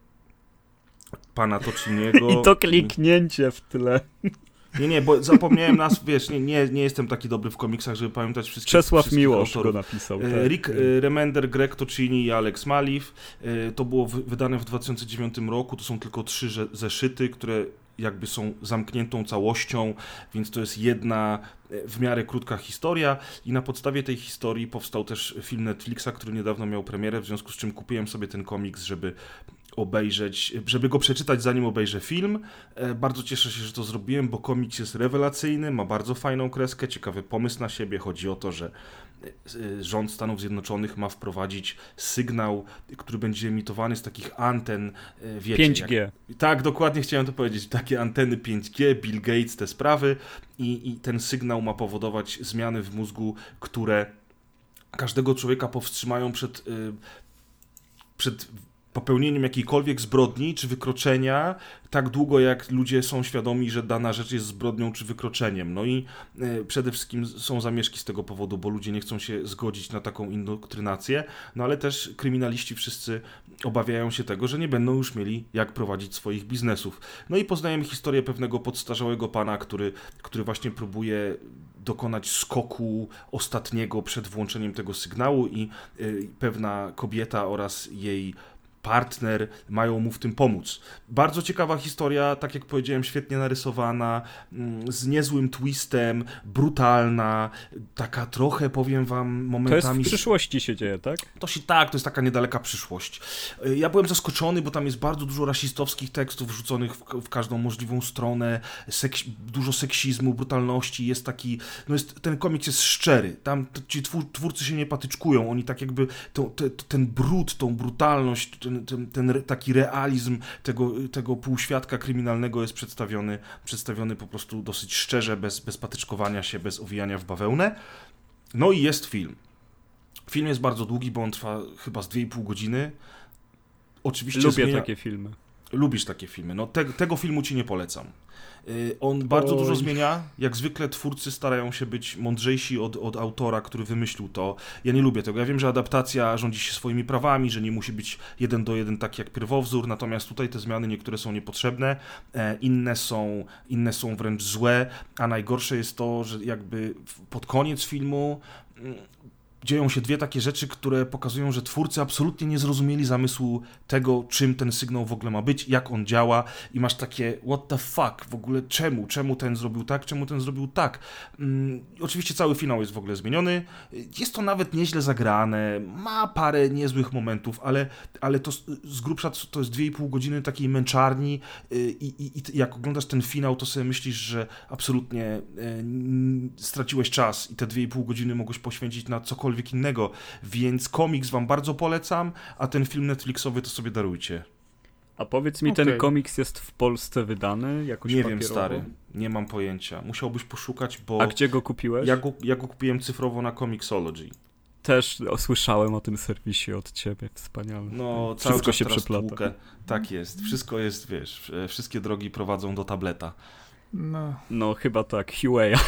pana Tociniego. I to kliknięcie w tle. Nie, bo zapomniałem nazw, wiesz, nie jestem taki dobry w komiksach, żeby pamiętać wszystkich Czesław Miłosz autorów. go napisał. Tak. Rick Remender, Greg Tocini i Alex Maliv. To było wydane w 2009 roku, to są tylko 3 zeszyty, które jakby są zamkniętą całością, więc to jest jedna w miarę krótka historia i na podstawie tej historii powstał też film Netflixa, który niedawno miał premierę, w związku z czym kupiłem sobie ten komiks, żeby go przeczytać, zanim obejrzę film. Bardzo cieszę się, że to zrobiłem, bo komiks jest rewelacyjny, ma bardzo fajną kreskę, ciekawy pomysł na siebie. Chodzi o to, że rząd Stanów Zjednoczonych ma wprowadzić sygnał, który będzie emitowany z takich anten, wiecie... 5G. Tak, dokładnie chciałem to powiedzieć. Takie anteny 5G, Bill Gates, te sprawy i ten sygnał ma powodować zmiany w mózgu, które każdego człowieka powstrzymają przed popełnieniem jakiejkolwiek zbrodni czy wykroczenia tak długo, jak ludzie są świadomi, że dana rzecz jest zbrodnią czy wykroczeniem. No i przede wszystkim są zamieszki z tego powodu, bo ludzie nie chcą się zgodzić na taką indoktrynację, no ale też kryminaliści wszyscy obawiają się tego, że nie będą już mieli jak prowadzić swoich biznesów. No i poznajemy historię pewnego podstarzałego pana, który właśnie próbuje dokonać skoku ostatniego przed włączeniem tego sygnału i pewna kobieta oraz jej partner mają mu w tym pomóc. Bardzo ciekawa historia, tak jak powiedziałem, świetnie narysowana, z niezłym twistem, brutalna, taka trochę, powiem wam, momentami... To jest w przyszłości się dzieje, tak? To jest taka niedaleka przyszłość. Ja byłem zaskoczony, bo tam jest bardzo dużo rasistowskich tekstów wrzuconych w każdą możliwą stronę, dużo seksizmu, brutalności, jest taki... ten komiks jest szczery, tam ci twórcy się nie patyczkują, oni tak jakby ten brud, tą brutalność, ten taki realizm tego półświadka kryminalnego jest przedstawiony po prostu dosyć szczerze, bez patyczkowania się, bez owijania w bawełnę. No i jest film. Film jest bardzo długi, bo on trwa chyba z 2,5 godziny. Oczywiście Lubię takie filmy. Lubisz takie filmy. No tego filmu ci nie polecam. On bardzo dużo zmienia. Jak zwykle twórcy starają się być mądrzejsi od autora, który wymyślił to. Ja nie lubię tego. Ja wiem, że adaptacja rządzi się swoimi prawami, że nie musi być 1:1 tak jak pierwowzór, natomiast tutaj te zmiany niektóre są niepotrzebne, inne są wręcz złe, a najgorsze jest to, że jakby pod koniec filmu dzieją się dwie takie rzeczy, które pokazują, że twórcy absolutnie nie zrozumieli zamysłu tego, czym ten sygnał w ogóle ma być, jak on działa i masz takie what the fuck, w ogóle czemu ten zrobił tak, czemu ten zrobił tak. Oczywiście cały finał jest w ogóle zmieniony, jest to nawet nieźle zagrane, ma parę niezłych momentów, ale to z grubsza to jest 2,5 godziny takiej męczarni i jak oglądasz ten finał, to sobie myślisz, że absolutnie straciłeś czas i te 2,5 godziny mogłeś poświęcić na cokolwiek innego, więc komiks wam bardzo polecam, a ten film Netflixowy to sobie darujcie. A powiedz mi, ten komiks jest w Polsce wydany jakoś nie papierowo? Wiem, stary, nie mam pojęcia. Musiałbyś poszukać, bo... A gdzie go kupiłeś? Ja go kupiłem cyfrowo na Comixology. Też słyszałem o tym serwisie od ciebie, wspaniale. No, wszystko się teraz przeplata. tłukę. Tak jest, wszystko jest, wiesz, wszystkie drogi prowadzą do tableta. No chyba tak, Huawei.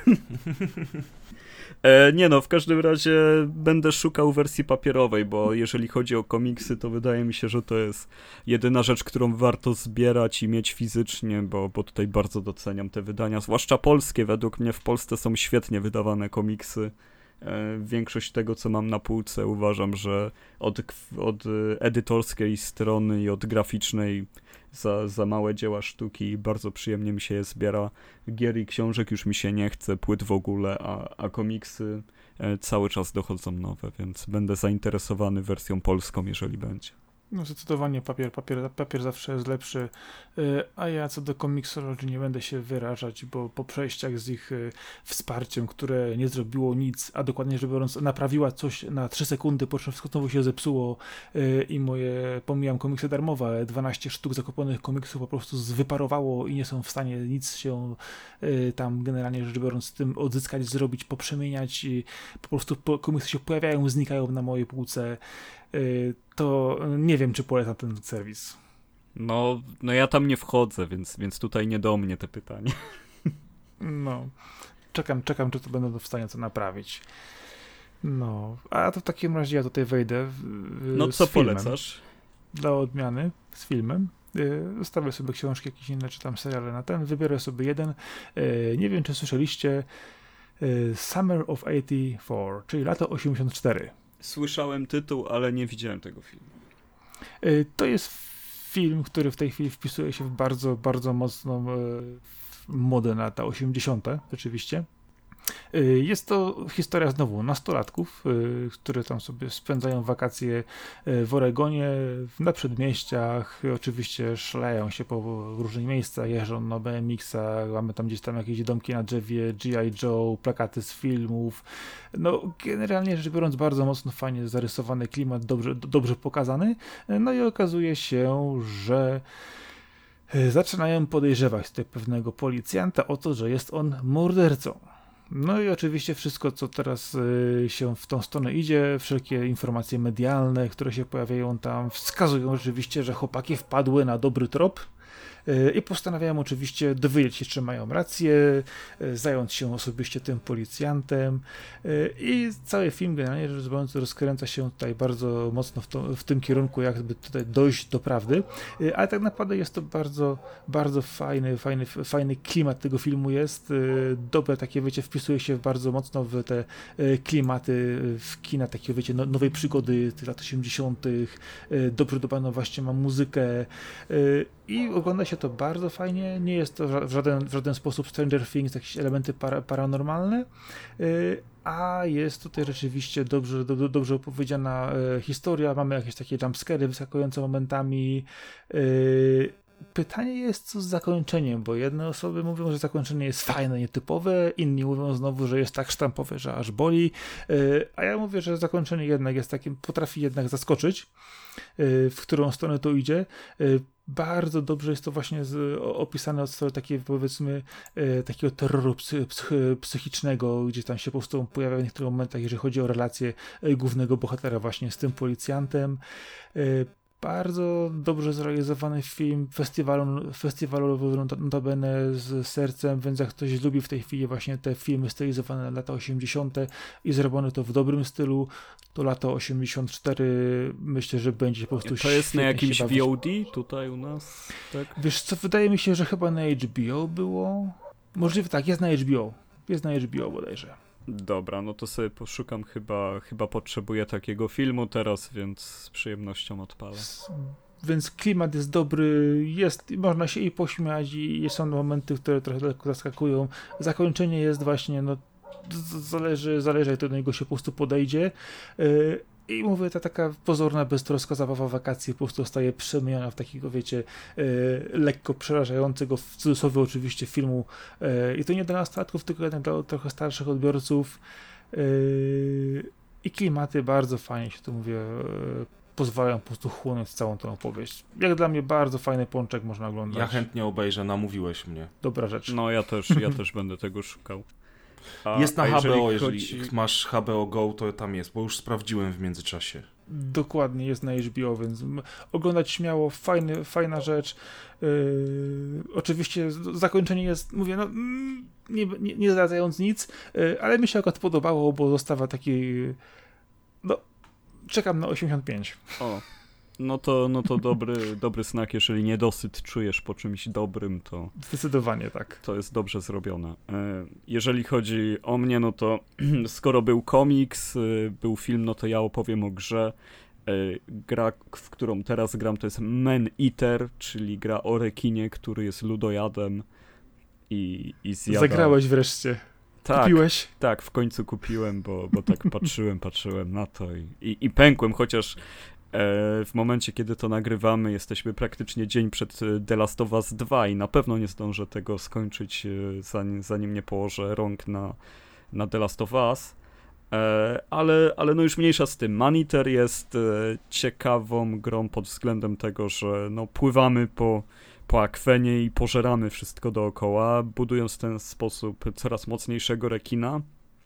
W każdym razie będę szukał wersji papierowej, bo jeżeli chodzi o komiksy, to wydaje mi się, że to jest jedyna rzecz, którą warto zbierać i mieć fizycznie, bo tutaj bardzo doceniam te wydania, zwłaszcza polskie. Według mnie w Polsce są świetnie wydawane komiksy. Większość tego, co mam na półce, uważam, że od edytorskiej strony i od graficznej za małe dzieła sztuki bardzo przyjemnie mi się je zbiera. Gier i książek już mi się nie chce, płyt w ogóle, a komiksy cały czas dochodzą nowe, więc będę zainteresowany wersją polską, jeżeli będzie. No zdecydowanie papier zawsze jest lepszy, a ja co do Comixology nie będę się wyrażać, bo po przejściach z ich wsparciem, które nie zrobiło nic, a dokładnie rzecz biorąc naprawiła coś na 3 sekundy, po czym wszystko znowu się zepsuło i pomijam komiksy darmowe, ale 12 sztuk zakupionych komiksów po prostu wyparowało i nie są w stanie nic się tam generalnie rzecz biorąc z tym odzyskać, zrobić, poprzemieniać i po prostu komiksy się pojawiają, znikają na mojej półce. To nie wiem, czy polecam ten serwis. No ja tam nie wchodzę, więc tutaj nie do mnie te pytanie. No, czekam, czy to będę w stanie to naprawić. No, a to w takim razie ja tutaj wejdę No co polecasz? Dla odmiany z filmem. Zostawię sobie książki jakieś inne, czy tam seriale na ten. Wybiorę sobie jeden. Nie wiem, czy słyszeliście Summer of 84, czyli lato 84. Słyszałem tytuł, ale nie widziałem tego filmu. To jest film, który w tej chwili wpisuje się w bardzo, bardzo mocną modę na lata 80. rzeczywiście. Jest to historia znowu nastolatków, które tam sobie spędzają wakacje w Oregonie, na przedmieściach, oczywiście szlają się po różnych miejscach, jeżdżą na BMX-ach, mamy tam gdzieś tam jakieś domki na drzewie, G.I. Joe, plakaty z filmów. No generalnie rzecz biorąc bardzo mocno fajnie zarysowany klimat, dobrze pokazany. No i okazuje się, że zaczynają podejrzewać tutaj pewnego policjanta o to, że jest on mordercą. No i oczywiście wszystko, co teraz się w tą stronę idzie, wszelkie informacje medialne, które się pojawiają tam, wskazują rzeczywiście, że chłopaki wpadły na dobry trop i postanawiają oczywiście dowiedzieć się, czy mają rację, zająć się osobiście tym policjantem i cały film generalnie rzecz biorąc rozkręca się tutaj bardzo mocno w tym kierunku, jakby tutaj dojść do prawdy, ale tak naprawdę jest to bardzo, bardzo fajny klimat tego filmu jest, dobre takie, wiecie, wpisuje się bardzo mocno w te klimaty w kina, takie, wiecie, nowej przygody tych lat 80., dobrze dobraną właśnie ma muzykę i ogląda się to bardzo fajnie, nie jest to w żaden sposób Stranger Things, jakieś elementy paranormalne, a jest tutaj rzeczywiście dobrze opowiedziana historia, mamy jakieś takie jumpscary wyskakujące momentami. Pytanie jest, co z zakończeniem, bo jedne osoby mówią, że zakończenie jest fajne, nietypowe, inni mówią znowu, że jest tak sztampowe, że aż boli, a ja mówię, że zakończenie jednak jest takim, potrafi jednak zaskoczyć, w którą stronę to idzie. Bardzo dobrze jest to właśnie opisane od strony takiej, powiedzmy, takiego terroru psychicznego, gdzie tam się po prostu pojawia w niektórych momentach, jeżeli chodzi o relację głównego bohatera właśnie z tym policjantem. Bardzo dobrze zrealizowany film, festiwalowy notabene z sercem, więc jak ktoś lubi w tej chwili właśnie te filmy stylizowane na lata 80. i zrobione to w dobrym stylu, to lato 84 myślę, że będzie po prostu to jest na jakimś VOD tutaj u nas? Tak? Wiesz co, wydaje mi się, że chyba na HBO było. Możliwe tak, jest na HBO. Jest na HBO bodajże. Dobra, no to sobie poszukam, chyba potrzebuję takiego filmu teraz, więc z przyjemnością odpalę. Więc klimat jest dobry, można się i pośmiać i są momenty, które trochę lekko zaskakują. Zakończenie jest właśnie, no zależy jak do niego się po prostu podejdzie. I mówię, ta taka pozorna, beztroska zabawa wakacji po prostu zostaje przemieniona w takiego, wiecie, lekko przerażającego, w cudzysłowie oczywiście, filmu. I to nie dla nastolatków, tylko jednak dla trochę starszych odbiorców. I klimaty bardzo fajnie się tu, mówię, pozwalają po prostu chłonąć całą tę opowieść. Jak dla mnie bardzo fajny pączek można oglądać. Ja chętnie obejrzę, namówiłeś mnie. Dobra rzecz. No ja też będę tego szukał. Jest na HBO, jeżeli masz HBO Go, to tam jest, bo już sprawdziłem w międzyczasie. Dokładnie, jest na HBO, więc oglądać śmiało, fajna rzecz. Oczywiście zakończenie jest, mówię, no nie zdradzając nic, ale mi się akurat podobało, bo zostawa taki, no czekam na 85. O, no to dobry znak, jeżeli niedosyt czujesz po czymś dobrym, to... Zdecydowanie tak. To jest dobrze zrobione. Jeżeli chodzi o mnie, no to skoro był komiks, był film, no to ja opowiem o grze. Gra, w którą teraz gram, to jest Man Eater, czyli gra o rekinie, który jest ludojadem i zjada... Zagrałeś wreszcie. Tak, kupiłeś? Tak, w końcu kupiłem, bo tak patrzyłem na to i pękłem, chociaż w momencie, kiedy to nagrywamy, jesteśmy praktycznie dzień przed The Last of Us 2 i na pewno nie zdążę tego skończyć, zanim nie położę rąk na The Last of Us. Ale no już mniejsza z tym. Man Eater jest ciekawą grą pod względem tego, że no pływamy po akwenie i pożeramy wszystko dookoła, budując w ten sposób coraz mocniejszego rekina.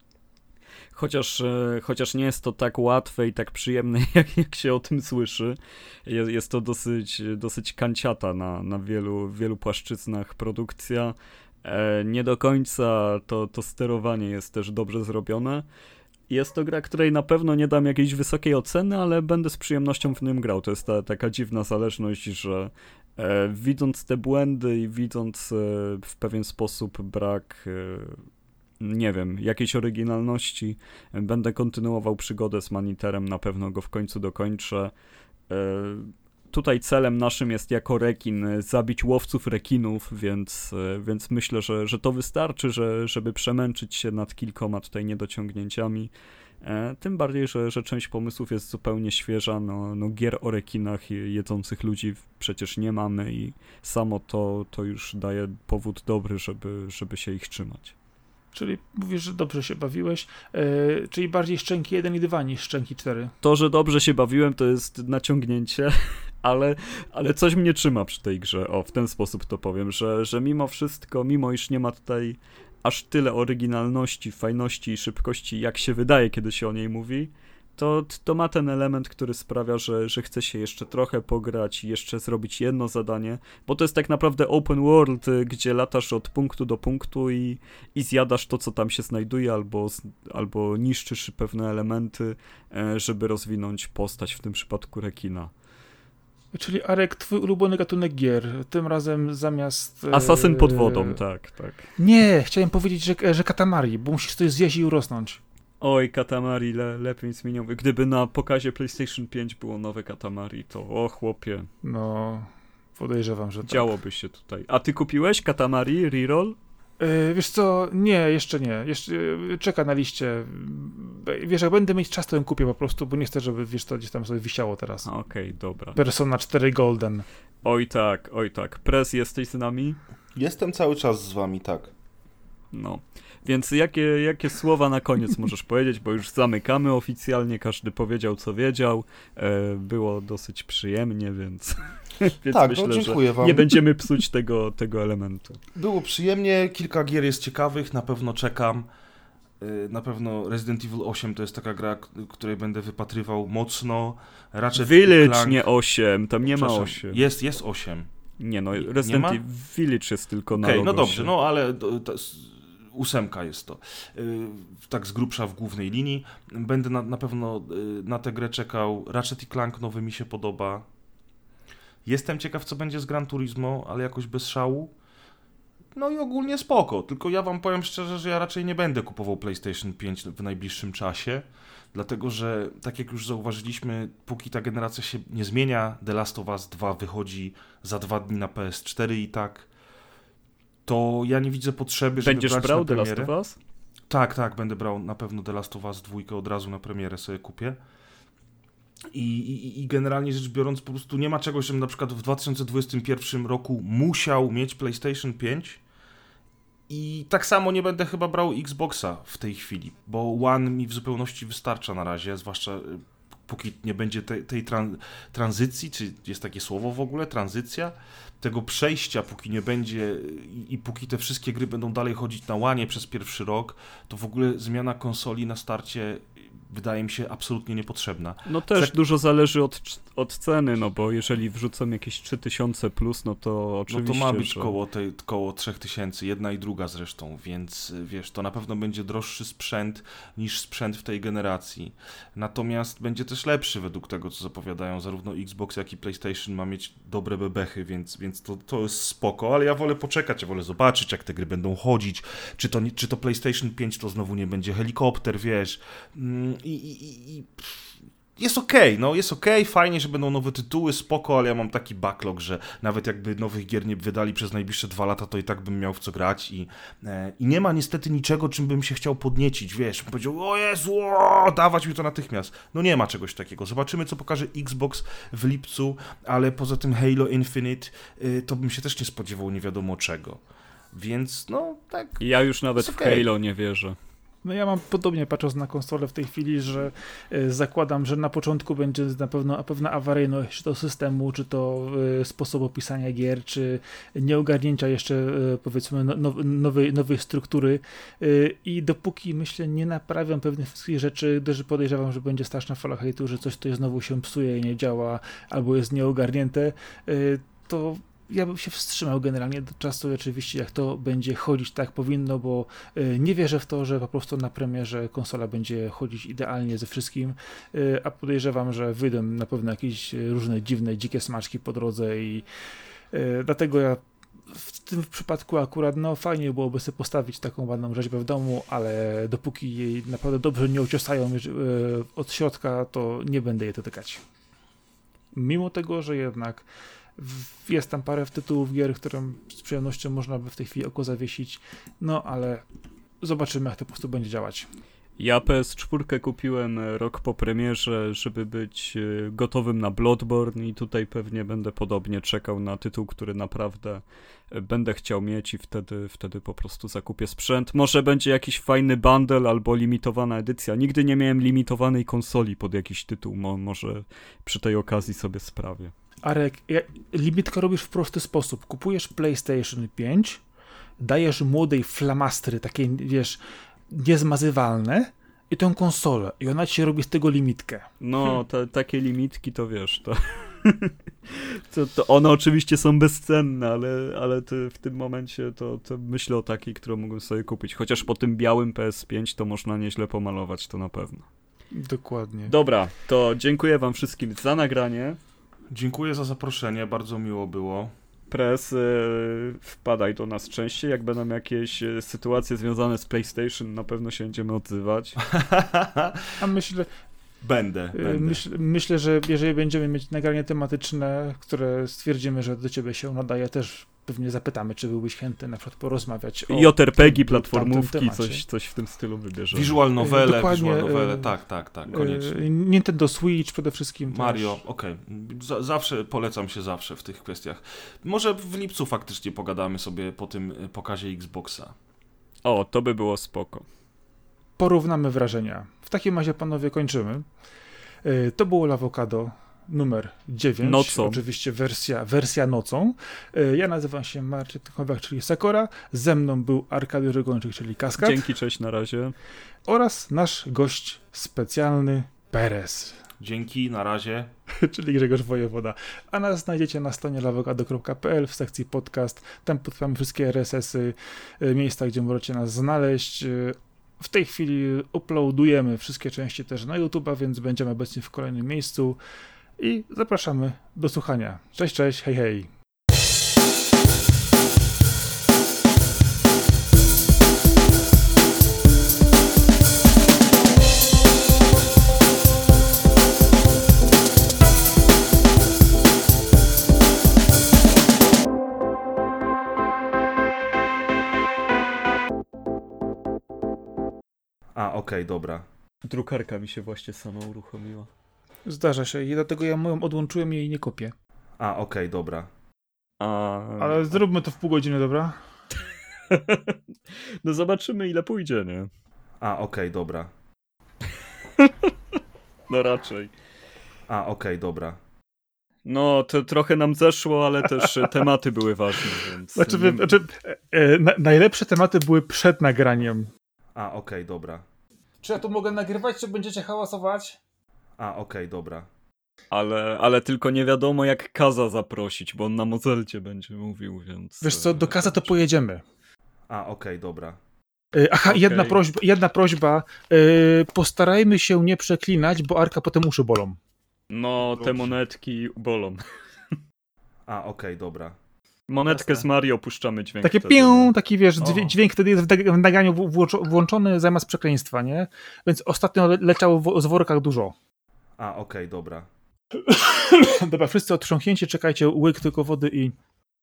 Chociaż nie jest to tak łatwe i tak przyjemne, jak się o tym słyszy. Jest to dosyć kanciata na wielu płaszczyznach produkcja. Nie do końca to sterowanie jest też dobrze zrobione. Jest to gra, której na pewno nie dam jakiejś wysokiej oceny, ale będę z przyjemnością w nim grał. To jest taka dziwna zależność, że widząc te błędy i widząc w pewien sposób brak, nie wiem, jakiejś oryginalności, będę kontynuował przygodę z Man Eaterem, na pewno go w końcu dokończę. Tutaj celem naszym jest jako rekin zabić łowców rekinów, więc myślę, że to wystarczy, żeby przemęczyć się nad kilkoma tutaj niedociągnięciami. Tym bardziej, że część pomysłów jest zupełnie świeża. No gier o rekinach jedzących ludzi przecież nie mamy i samo to już daje powód dobry, żeby się ich trzymać. Czyli mówisz, że dobrze się bawiłeś, czyli bardziej Szczęki 1 i 2 niż Szczęki 4. To, że dobrze się bawiłem, to jest naciągnięcie, ale coś mnie trzyma przy tej grze. O, w ten sposób to powiem, że mimo wszystko, mimo iż nie ma tutaj aż tyle oryginalności, fajności i szybkości, jak się wydaje, kiedy się o niej mówi, To ma ten element, który sprawia, że chce się jeszcze trochę pograć i jeszcze zrobić jedno zadanie, bo to jest tak naprawdę open world, gdzie latasz od punktu do punktu i zjadasz to, co tam się znajduje, albo niszczysz pewne elementy, żeby rozwinąć postać, w tym przypadku rekina. Czyli Arek, twój ulubiony gatunek gier, tym razem zamiast... Asasyn pod wodą, tak. Nie, chciałem powiedzieć, że Katamari, bo musisz coś zjeść i urosnąć. Oj, Katamari lepiej zmieniał. Gdyby na pokazie PlayStation 5 było nowe Katamari, to o chłopie. No, podejrzewam, że tak. Działoby się tutaj. A ty kupiłeś Katamari Reroll? Wiesz co, nie, jeszcze nie. Jeszcze czeka na liście. Wiesz, jak będę mieć czas, to ją kupię po prostu, bo nie chcę, żeby wiesz, to gdzieś tam sobie wisiało teraz. Okej, dobra. Persona 4 Golden. Oj tak. Prez, jesteś z nami? Jestem cały czas z wami, tak. No. Więc jakie słowa na koniec możesz powiedzieć, bo już zamykamy oficjalnie, każdy powiedział, co wiedział. Było dosyć przyjemnie, więc tak, myślę, no, dziękuję wam. Nie będziemy psuć tego elementu. Było przyjemnie, kilka gier jest ciekawych, na pewno czekam. Na pewno Resident Evil 8 to jest taka gra, której będę wypatrywał mocno. Ratchet Village, Clank... nie 8, tam nie ma 8. Jest 8. Nie no, Resident Evil Village jest tylko na Okej, no logosie. dobrze, no ale 8 jest to. Tak z grubsza w głównej linii. Będę na pewno na tę grę czekał. Ratchet Clank nowy mi się podoba. Jestem ciekaw, co będzie z Gran Turismo, ale jakoś bez szału. No i ogólnie spoko, tylko ja wam powiem szczerze, że ja raczej nie będę kupował PlayStation 5 w najbliższym czasie, dlatego że, tak jak już zauważyliśmy, póki ta generacja się nie zmienia, The Last of Us 2 wychodzi za 2 dni na PS4 i tak, to ja nie widzę potrzeby, żeby Będziesz brać brał na The premierę. Last of Us? Tak, będę brał na pewno The Last of Us 2 od razu na premierę sobie kupię. I generalnie rzecz biorąc, po prostu nie ma czegoś, żebym na przykład w 2021 roku musiał mieć PlayStation 5 i tak samo nie będę chyba brał Xboxa w tej chwili, bo One mi w zupełności wystarcza na razie, zwłaszcza póki nie będzie tej tranzycji, czy jest takie słowo w ogóle, tranzycja, tego przejścia, póki nie będzie i póki te wszystkie gry będą dalej chodzić na One przez pierwszy rok, to w ogóle zmiana konsoli na starcie wydaje mi się absolutnie niepotrzebna. No też dużo zależy od ceny, no bo jeżeli wrzucą jakieś 3000 plus, no to oczywiście, no to ma być koło 3000, jedna i druga zresztą, więc wiesz, to na pewno będzie droższy sprzęt niż sprzęt w tej generacji. Natomiast będzie też lepszy według tego, co zapowiadają zarówno Xbox, jak i PlayStation ma mieć dobre bebechy, więc to jest spoko, ale ja wolę poczekać, ja wolę zobaczyć, jak te gry będą chodzić, czy to PlayStation 5 to znowu nie będzie helikopter, wiesz, i jest okej, no jest okej, fajnie, że będą nowe tytuły, spoko, ale ja mam taki backlog, że nawet jakby nowych gier nie wydali przez najbliższe 2 lata, to i tak bym miał w co grać i nie ma niestety niczego, czym bym się chciał podniecić, wiesz, bym powiedział, o Jezu, dawać mi to natychmiast. No nie ma czegoś takiego. Zobaczymy, co pokaże Xbox w lipcu, ale poza tym Halo Infinite to bym się też nie spodziewał nie wiadomo czego. Więc no tak. Ja już nawet w Halo nie wierzę. No ja mam podobnie, patrząc na konsolę w tej chwili, że zakładam, że na początku będzie na pewno pewna awaryjność, czy to systemu, czy to sposobu pisania gier, czy nieogarnięcia jeszcze powiedzmy nowej struktury i dopóki myślę nie naprawiam pewnych wszystkich rzeczy, gdyż podejrzewam, że będzie straszna fala hejtu, że coś tutaj znowu się psuje i nie działa, albo jest nieogarnięte, to ja bym się wstrzymał generalnie do czasu, oczywiście jak to będzie chodzić tak powinno, bo nie wierzę w to, że po prostu na premierze konsola będzie chodzić idealnie ze wszystkim, a podejrzewam, że wyjdą na pewno jakieś różne dziwne, dzikie smaczki po drodze i dlatego ja w tym przypadku akurat no fajnie byłoby sobie postawić taką ładną rzeźbę w domu, ale dopóki jej naprawdę dobrze nie uciosają od środka, to nie będę jej dotykać. Mimo tego, że jednak jest tam parę tytułów gier, którym z przyjemnością można by w tej chwili oko zawiesić, no ale zobaczymy, jak to po prostu będzie działać. Ja PS4 kupiłem rok po premierze, żeby być gotowym na Bloodborne i tutaj pewnie będę podobnie czekał na tytuł, który naprawdę będę chciał mieć i wtedy po prostu zakupię sprzęt. Może będzie jakiś fajny bundle albo limitowana edycja. Nigdy nie miałem limitowanej konsoli pod jakiś tytuł, może przy tej okazji sobie sprawię. Arek, limitkę robisz w prosty sposób. Kupujesz PlayStation 5, dajesz młodej flamastry, takie, wiesz, niezmazywalne i tą konsolę i ona ci robi z tego limitkę. No, takie limitki to wiesz, to one oczywiście są bezcenne, ale w tym momencie to myślę o takiej, którą mógłbym sobie kupić. Chociaż po tym białym PS5 to można nieźle pomalować, to na pewno. Dokładnie. Dobra, to dziękuję wam wszystkim za nagranie. Dziękuję za zaproszenie, bardzo miło było. Press, wpadaj do nas częściej, jak będą jakieś sytuacje związane z PlayStation, na pewno się będziemy odzywać. A myślę, Będę. Myślę, że jeżeli będziemy mieć nagranie tematyczne, które stwierdzimy, że do ciebie się nadaje, też pewnie zapytamy, czy byłbyś chętny na przykład porozmawiać o JRPG, platformówki, coś w tym stylu wybierzemy. Visual novele, Dokładnie, tak, koniecznie. Nintendo Switch przede wszystkim. Mario, okej. Zawsze polecam się w tych kwestiach. Może w lipcu faktycznie pogadamy sobie po tym pokazie Xboxa. O, to by było spoko. Porównamy wrażenia. W takim razie, panowie, kończymy. To było Lawokado numer 9. Nocą. Oczywiście wersja nocą. Ja nazywam się Marcin Tychowak, czyli Sakora. Ze mną był Arkady Rygończyk, czyli Kaskad. Dzięki, cześć, na razie. Oraz nasz gość specjalny Perez. Dzięki, na razie. Czyli Grzegorz Wojewoda. A nas znajdziecie na stronie lawokado.pl w sekcji podcast. Tam podpamy wszystkie RSS-y, miejsca, gdzie możecie nas znaleźć. W tej chwili uploadujemy wszystkie części też na YouTube'a, więc będziemy obecnie w kolejnym miejscu i zapraszamy do słuchania. Cześć, hej, hej. Okej, dobra. Drukarka mi się właśnie sama uruchomiła. Zdarza się i dlatego ja moją odłączyłem i jej nie kopię. Okej, dobra. Ale zróbmy to w pół godziny, dobra? No zobaczymy, ile pójdzie, nie? Okej, dobra. No raczej. Okej, dobra. No, to trochę nam zeszło, ale też tematy były ważne, więc... Najlepsze tematy były przed nagraniem. Okej, dobra. Czy ja tu mogę nagrywać, czy będziecie hałasować? Okej, dobra. Ale tylko nie wiadomo, jak Kaza zaprosić, bo on na Mozelcie będzie mówił, więc... Wiesz co, do Kaza to pojedziemy. Okej, dobra. Aha, Okay. jedna prośba. Postarajmy się nie przeklinać, bo Arka potem uszy bolą. No, te monetki bolą. Okej, dobra. Monetkę z Mario puszczamy dźwięk. Takie wtedy, pią, taki wiesz, dźwięk wtedy jest w nagraniu włączony zamiast przekleństwa, nie? Więc ostatnio leciało z workach dużo. Okej, dobra. Dobra, wszyscy otrząchnięci, czekajcie, łyk tylko wody i...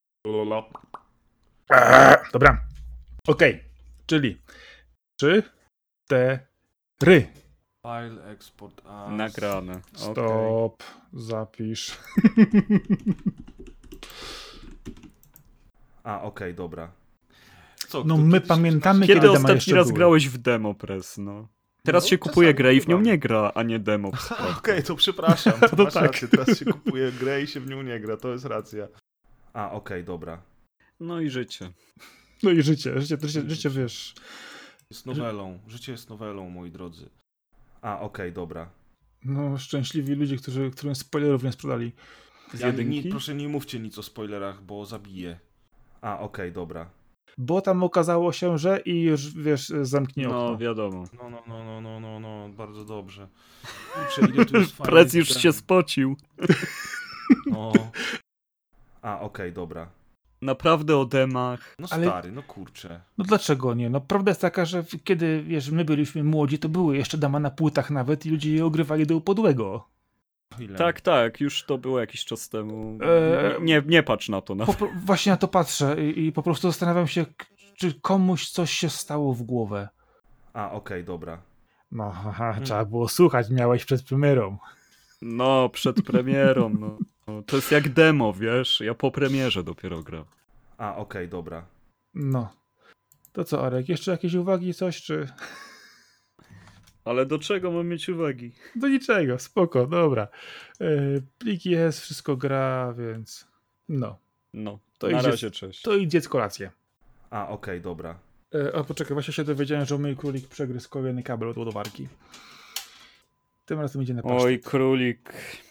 Dobra. Okej, czyli 3, 4. File, export as... Nagrane. Stop. Zapisz. Okej, dobra. Co, No my pamiętamy, Kiedy dema ostatni raz były. grałeś w demo, Press, no? Teraz się kupuje grę i w nią nie gra, a nie demo. Okej, to przepraszam. To Masz tak. rację, teraz się kupuje grę i się w nią nie gra, to jest racja. Okej, dobra. No i życie. No i życie, wiesz. Jest nowelą. Życie jest nowelą, moi drodzy. Okej, dobra. No, szczęśliwi ludzie, którym spoilerów nie sprzedali. Proszę nie mówcie nic o spoilerach, bo zabiję. Okej, dobra. Bo tam okazało się, że i już, wiesz, zamknie okno. No, wiadomo. No, bardzo dobrze. Kurczę, ile tu jest fajnych Press już gier. się spocił. No. Okej, dobra. Naprawdę o demach. No Ale- stary, no kurczę. No dlaczego nie? No prawda jest taka, że kiedy, wiesz, my byliśmy młodzi, to były jeszcze dama na płytach nawet i ludzie je ogrywali do upadłego. Ile? Tak, już to było jakiś czas temu. Nie patrz na to. Właśnie na to patrzę i po prostu zastanawiam się, czy komuś coś się stało w głowę. Okej, dobra. No, trzeba było słuchać, miałeś przed premierą. No, przed premierą. No. To jest jak demo, wiesz? Ja po premierze dopiero gram. Okej, dobra. No. To co, Arek, jeszcze jakieś uwagi, coś, czy... Ale do czego mam mieć uwagi? Do niczego, spoko, dobra. Pliki jest, wszystko gra, więc... No. No, To na idzie- razie, cześć. To idź zjedz kolację. Okej, dobra. O, poczekaj, właśnie się dowiedziałem, że mój królik przegryzł kolejny kabel od ładowarki. Tym razem idzie na pasztet. Oj, królik.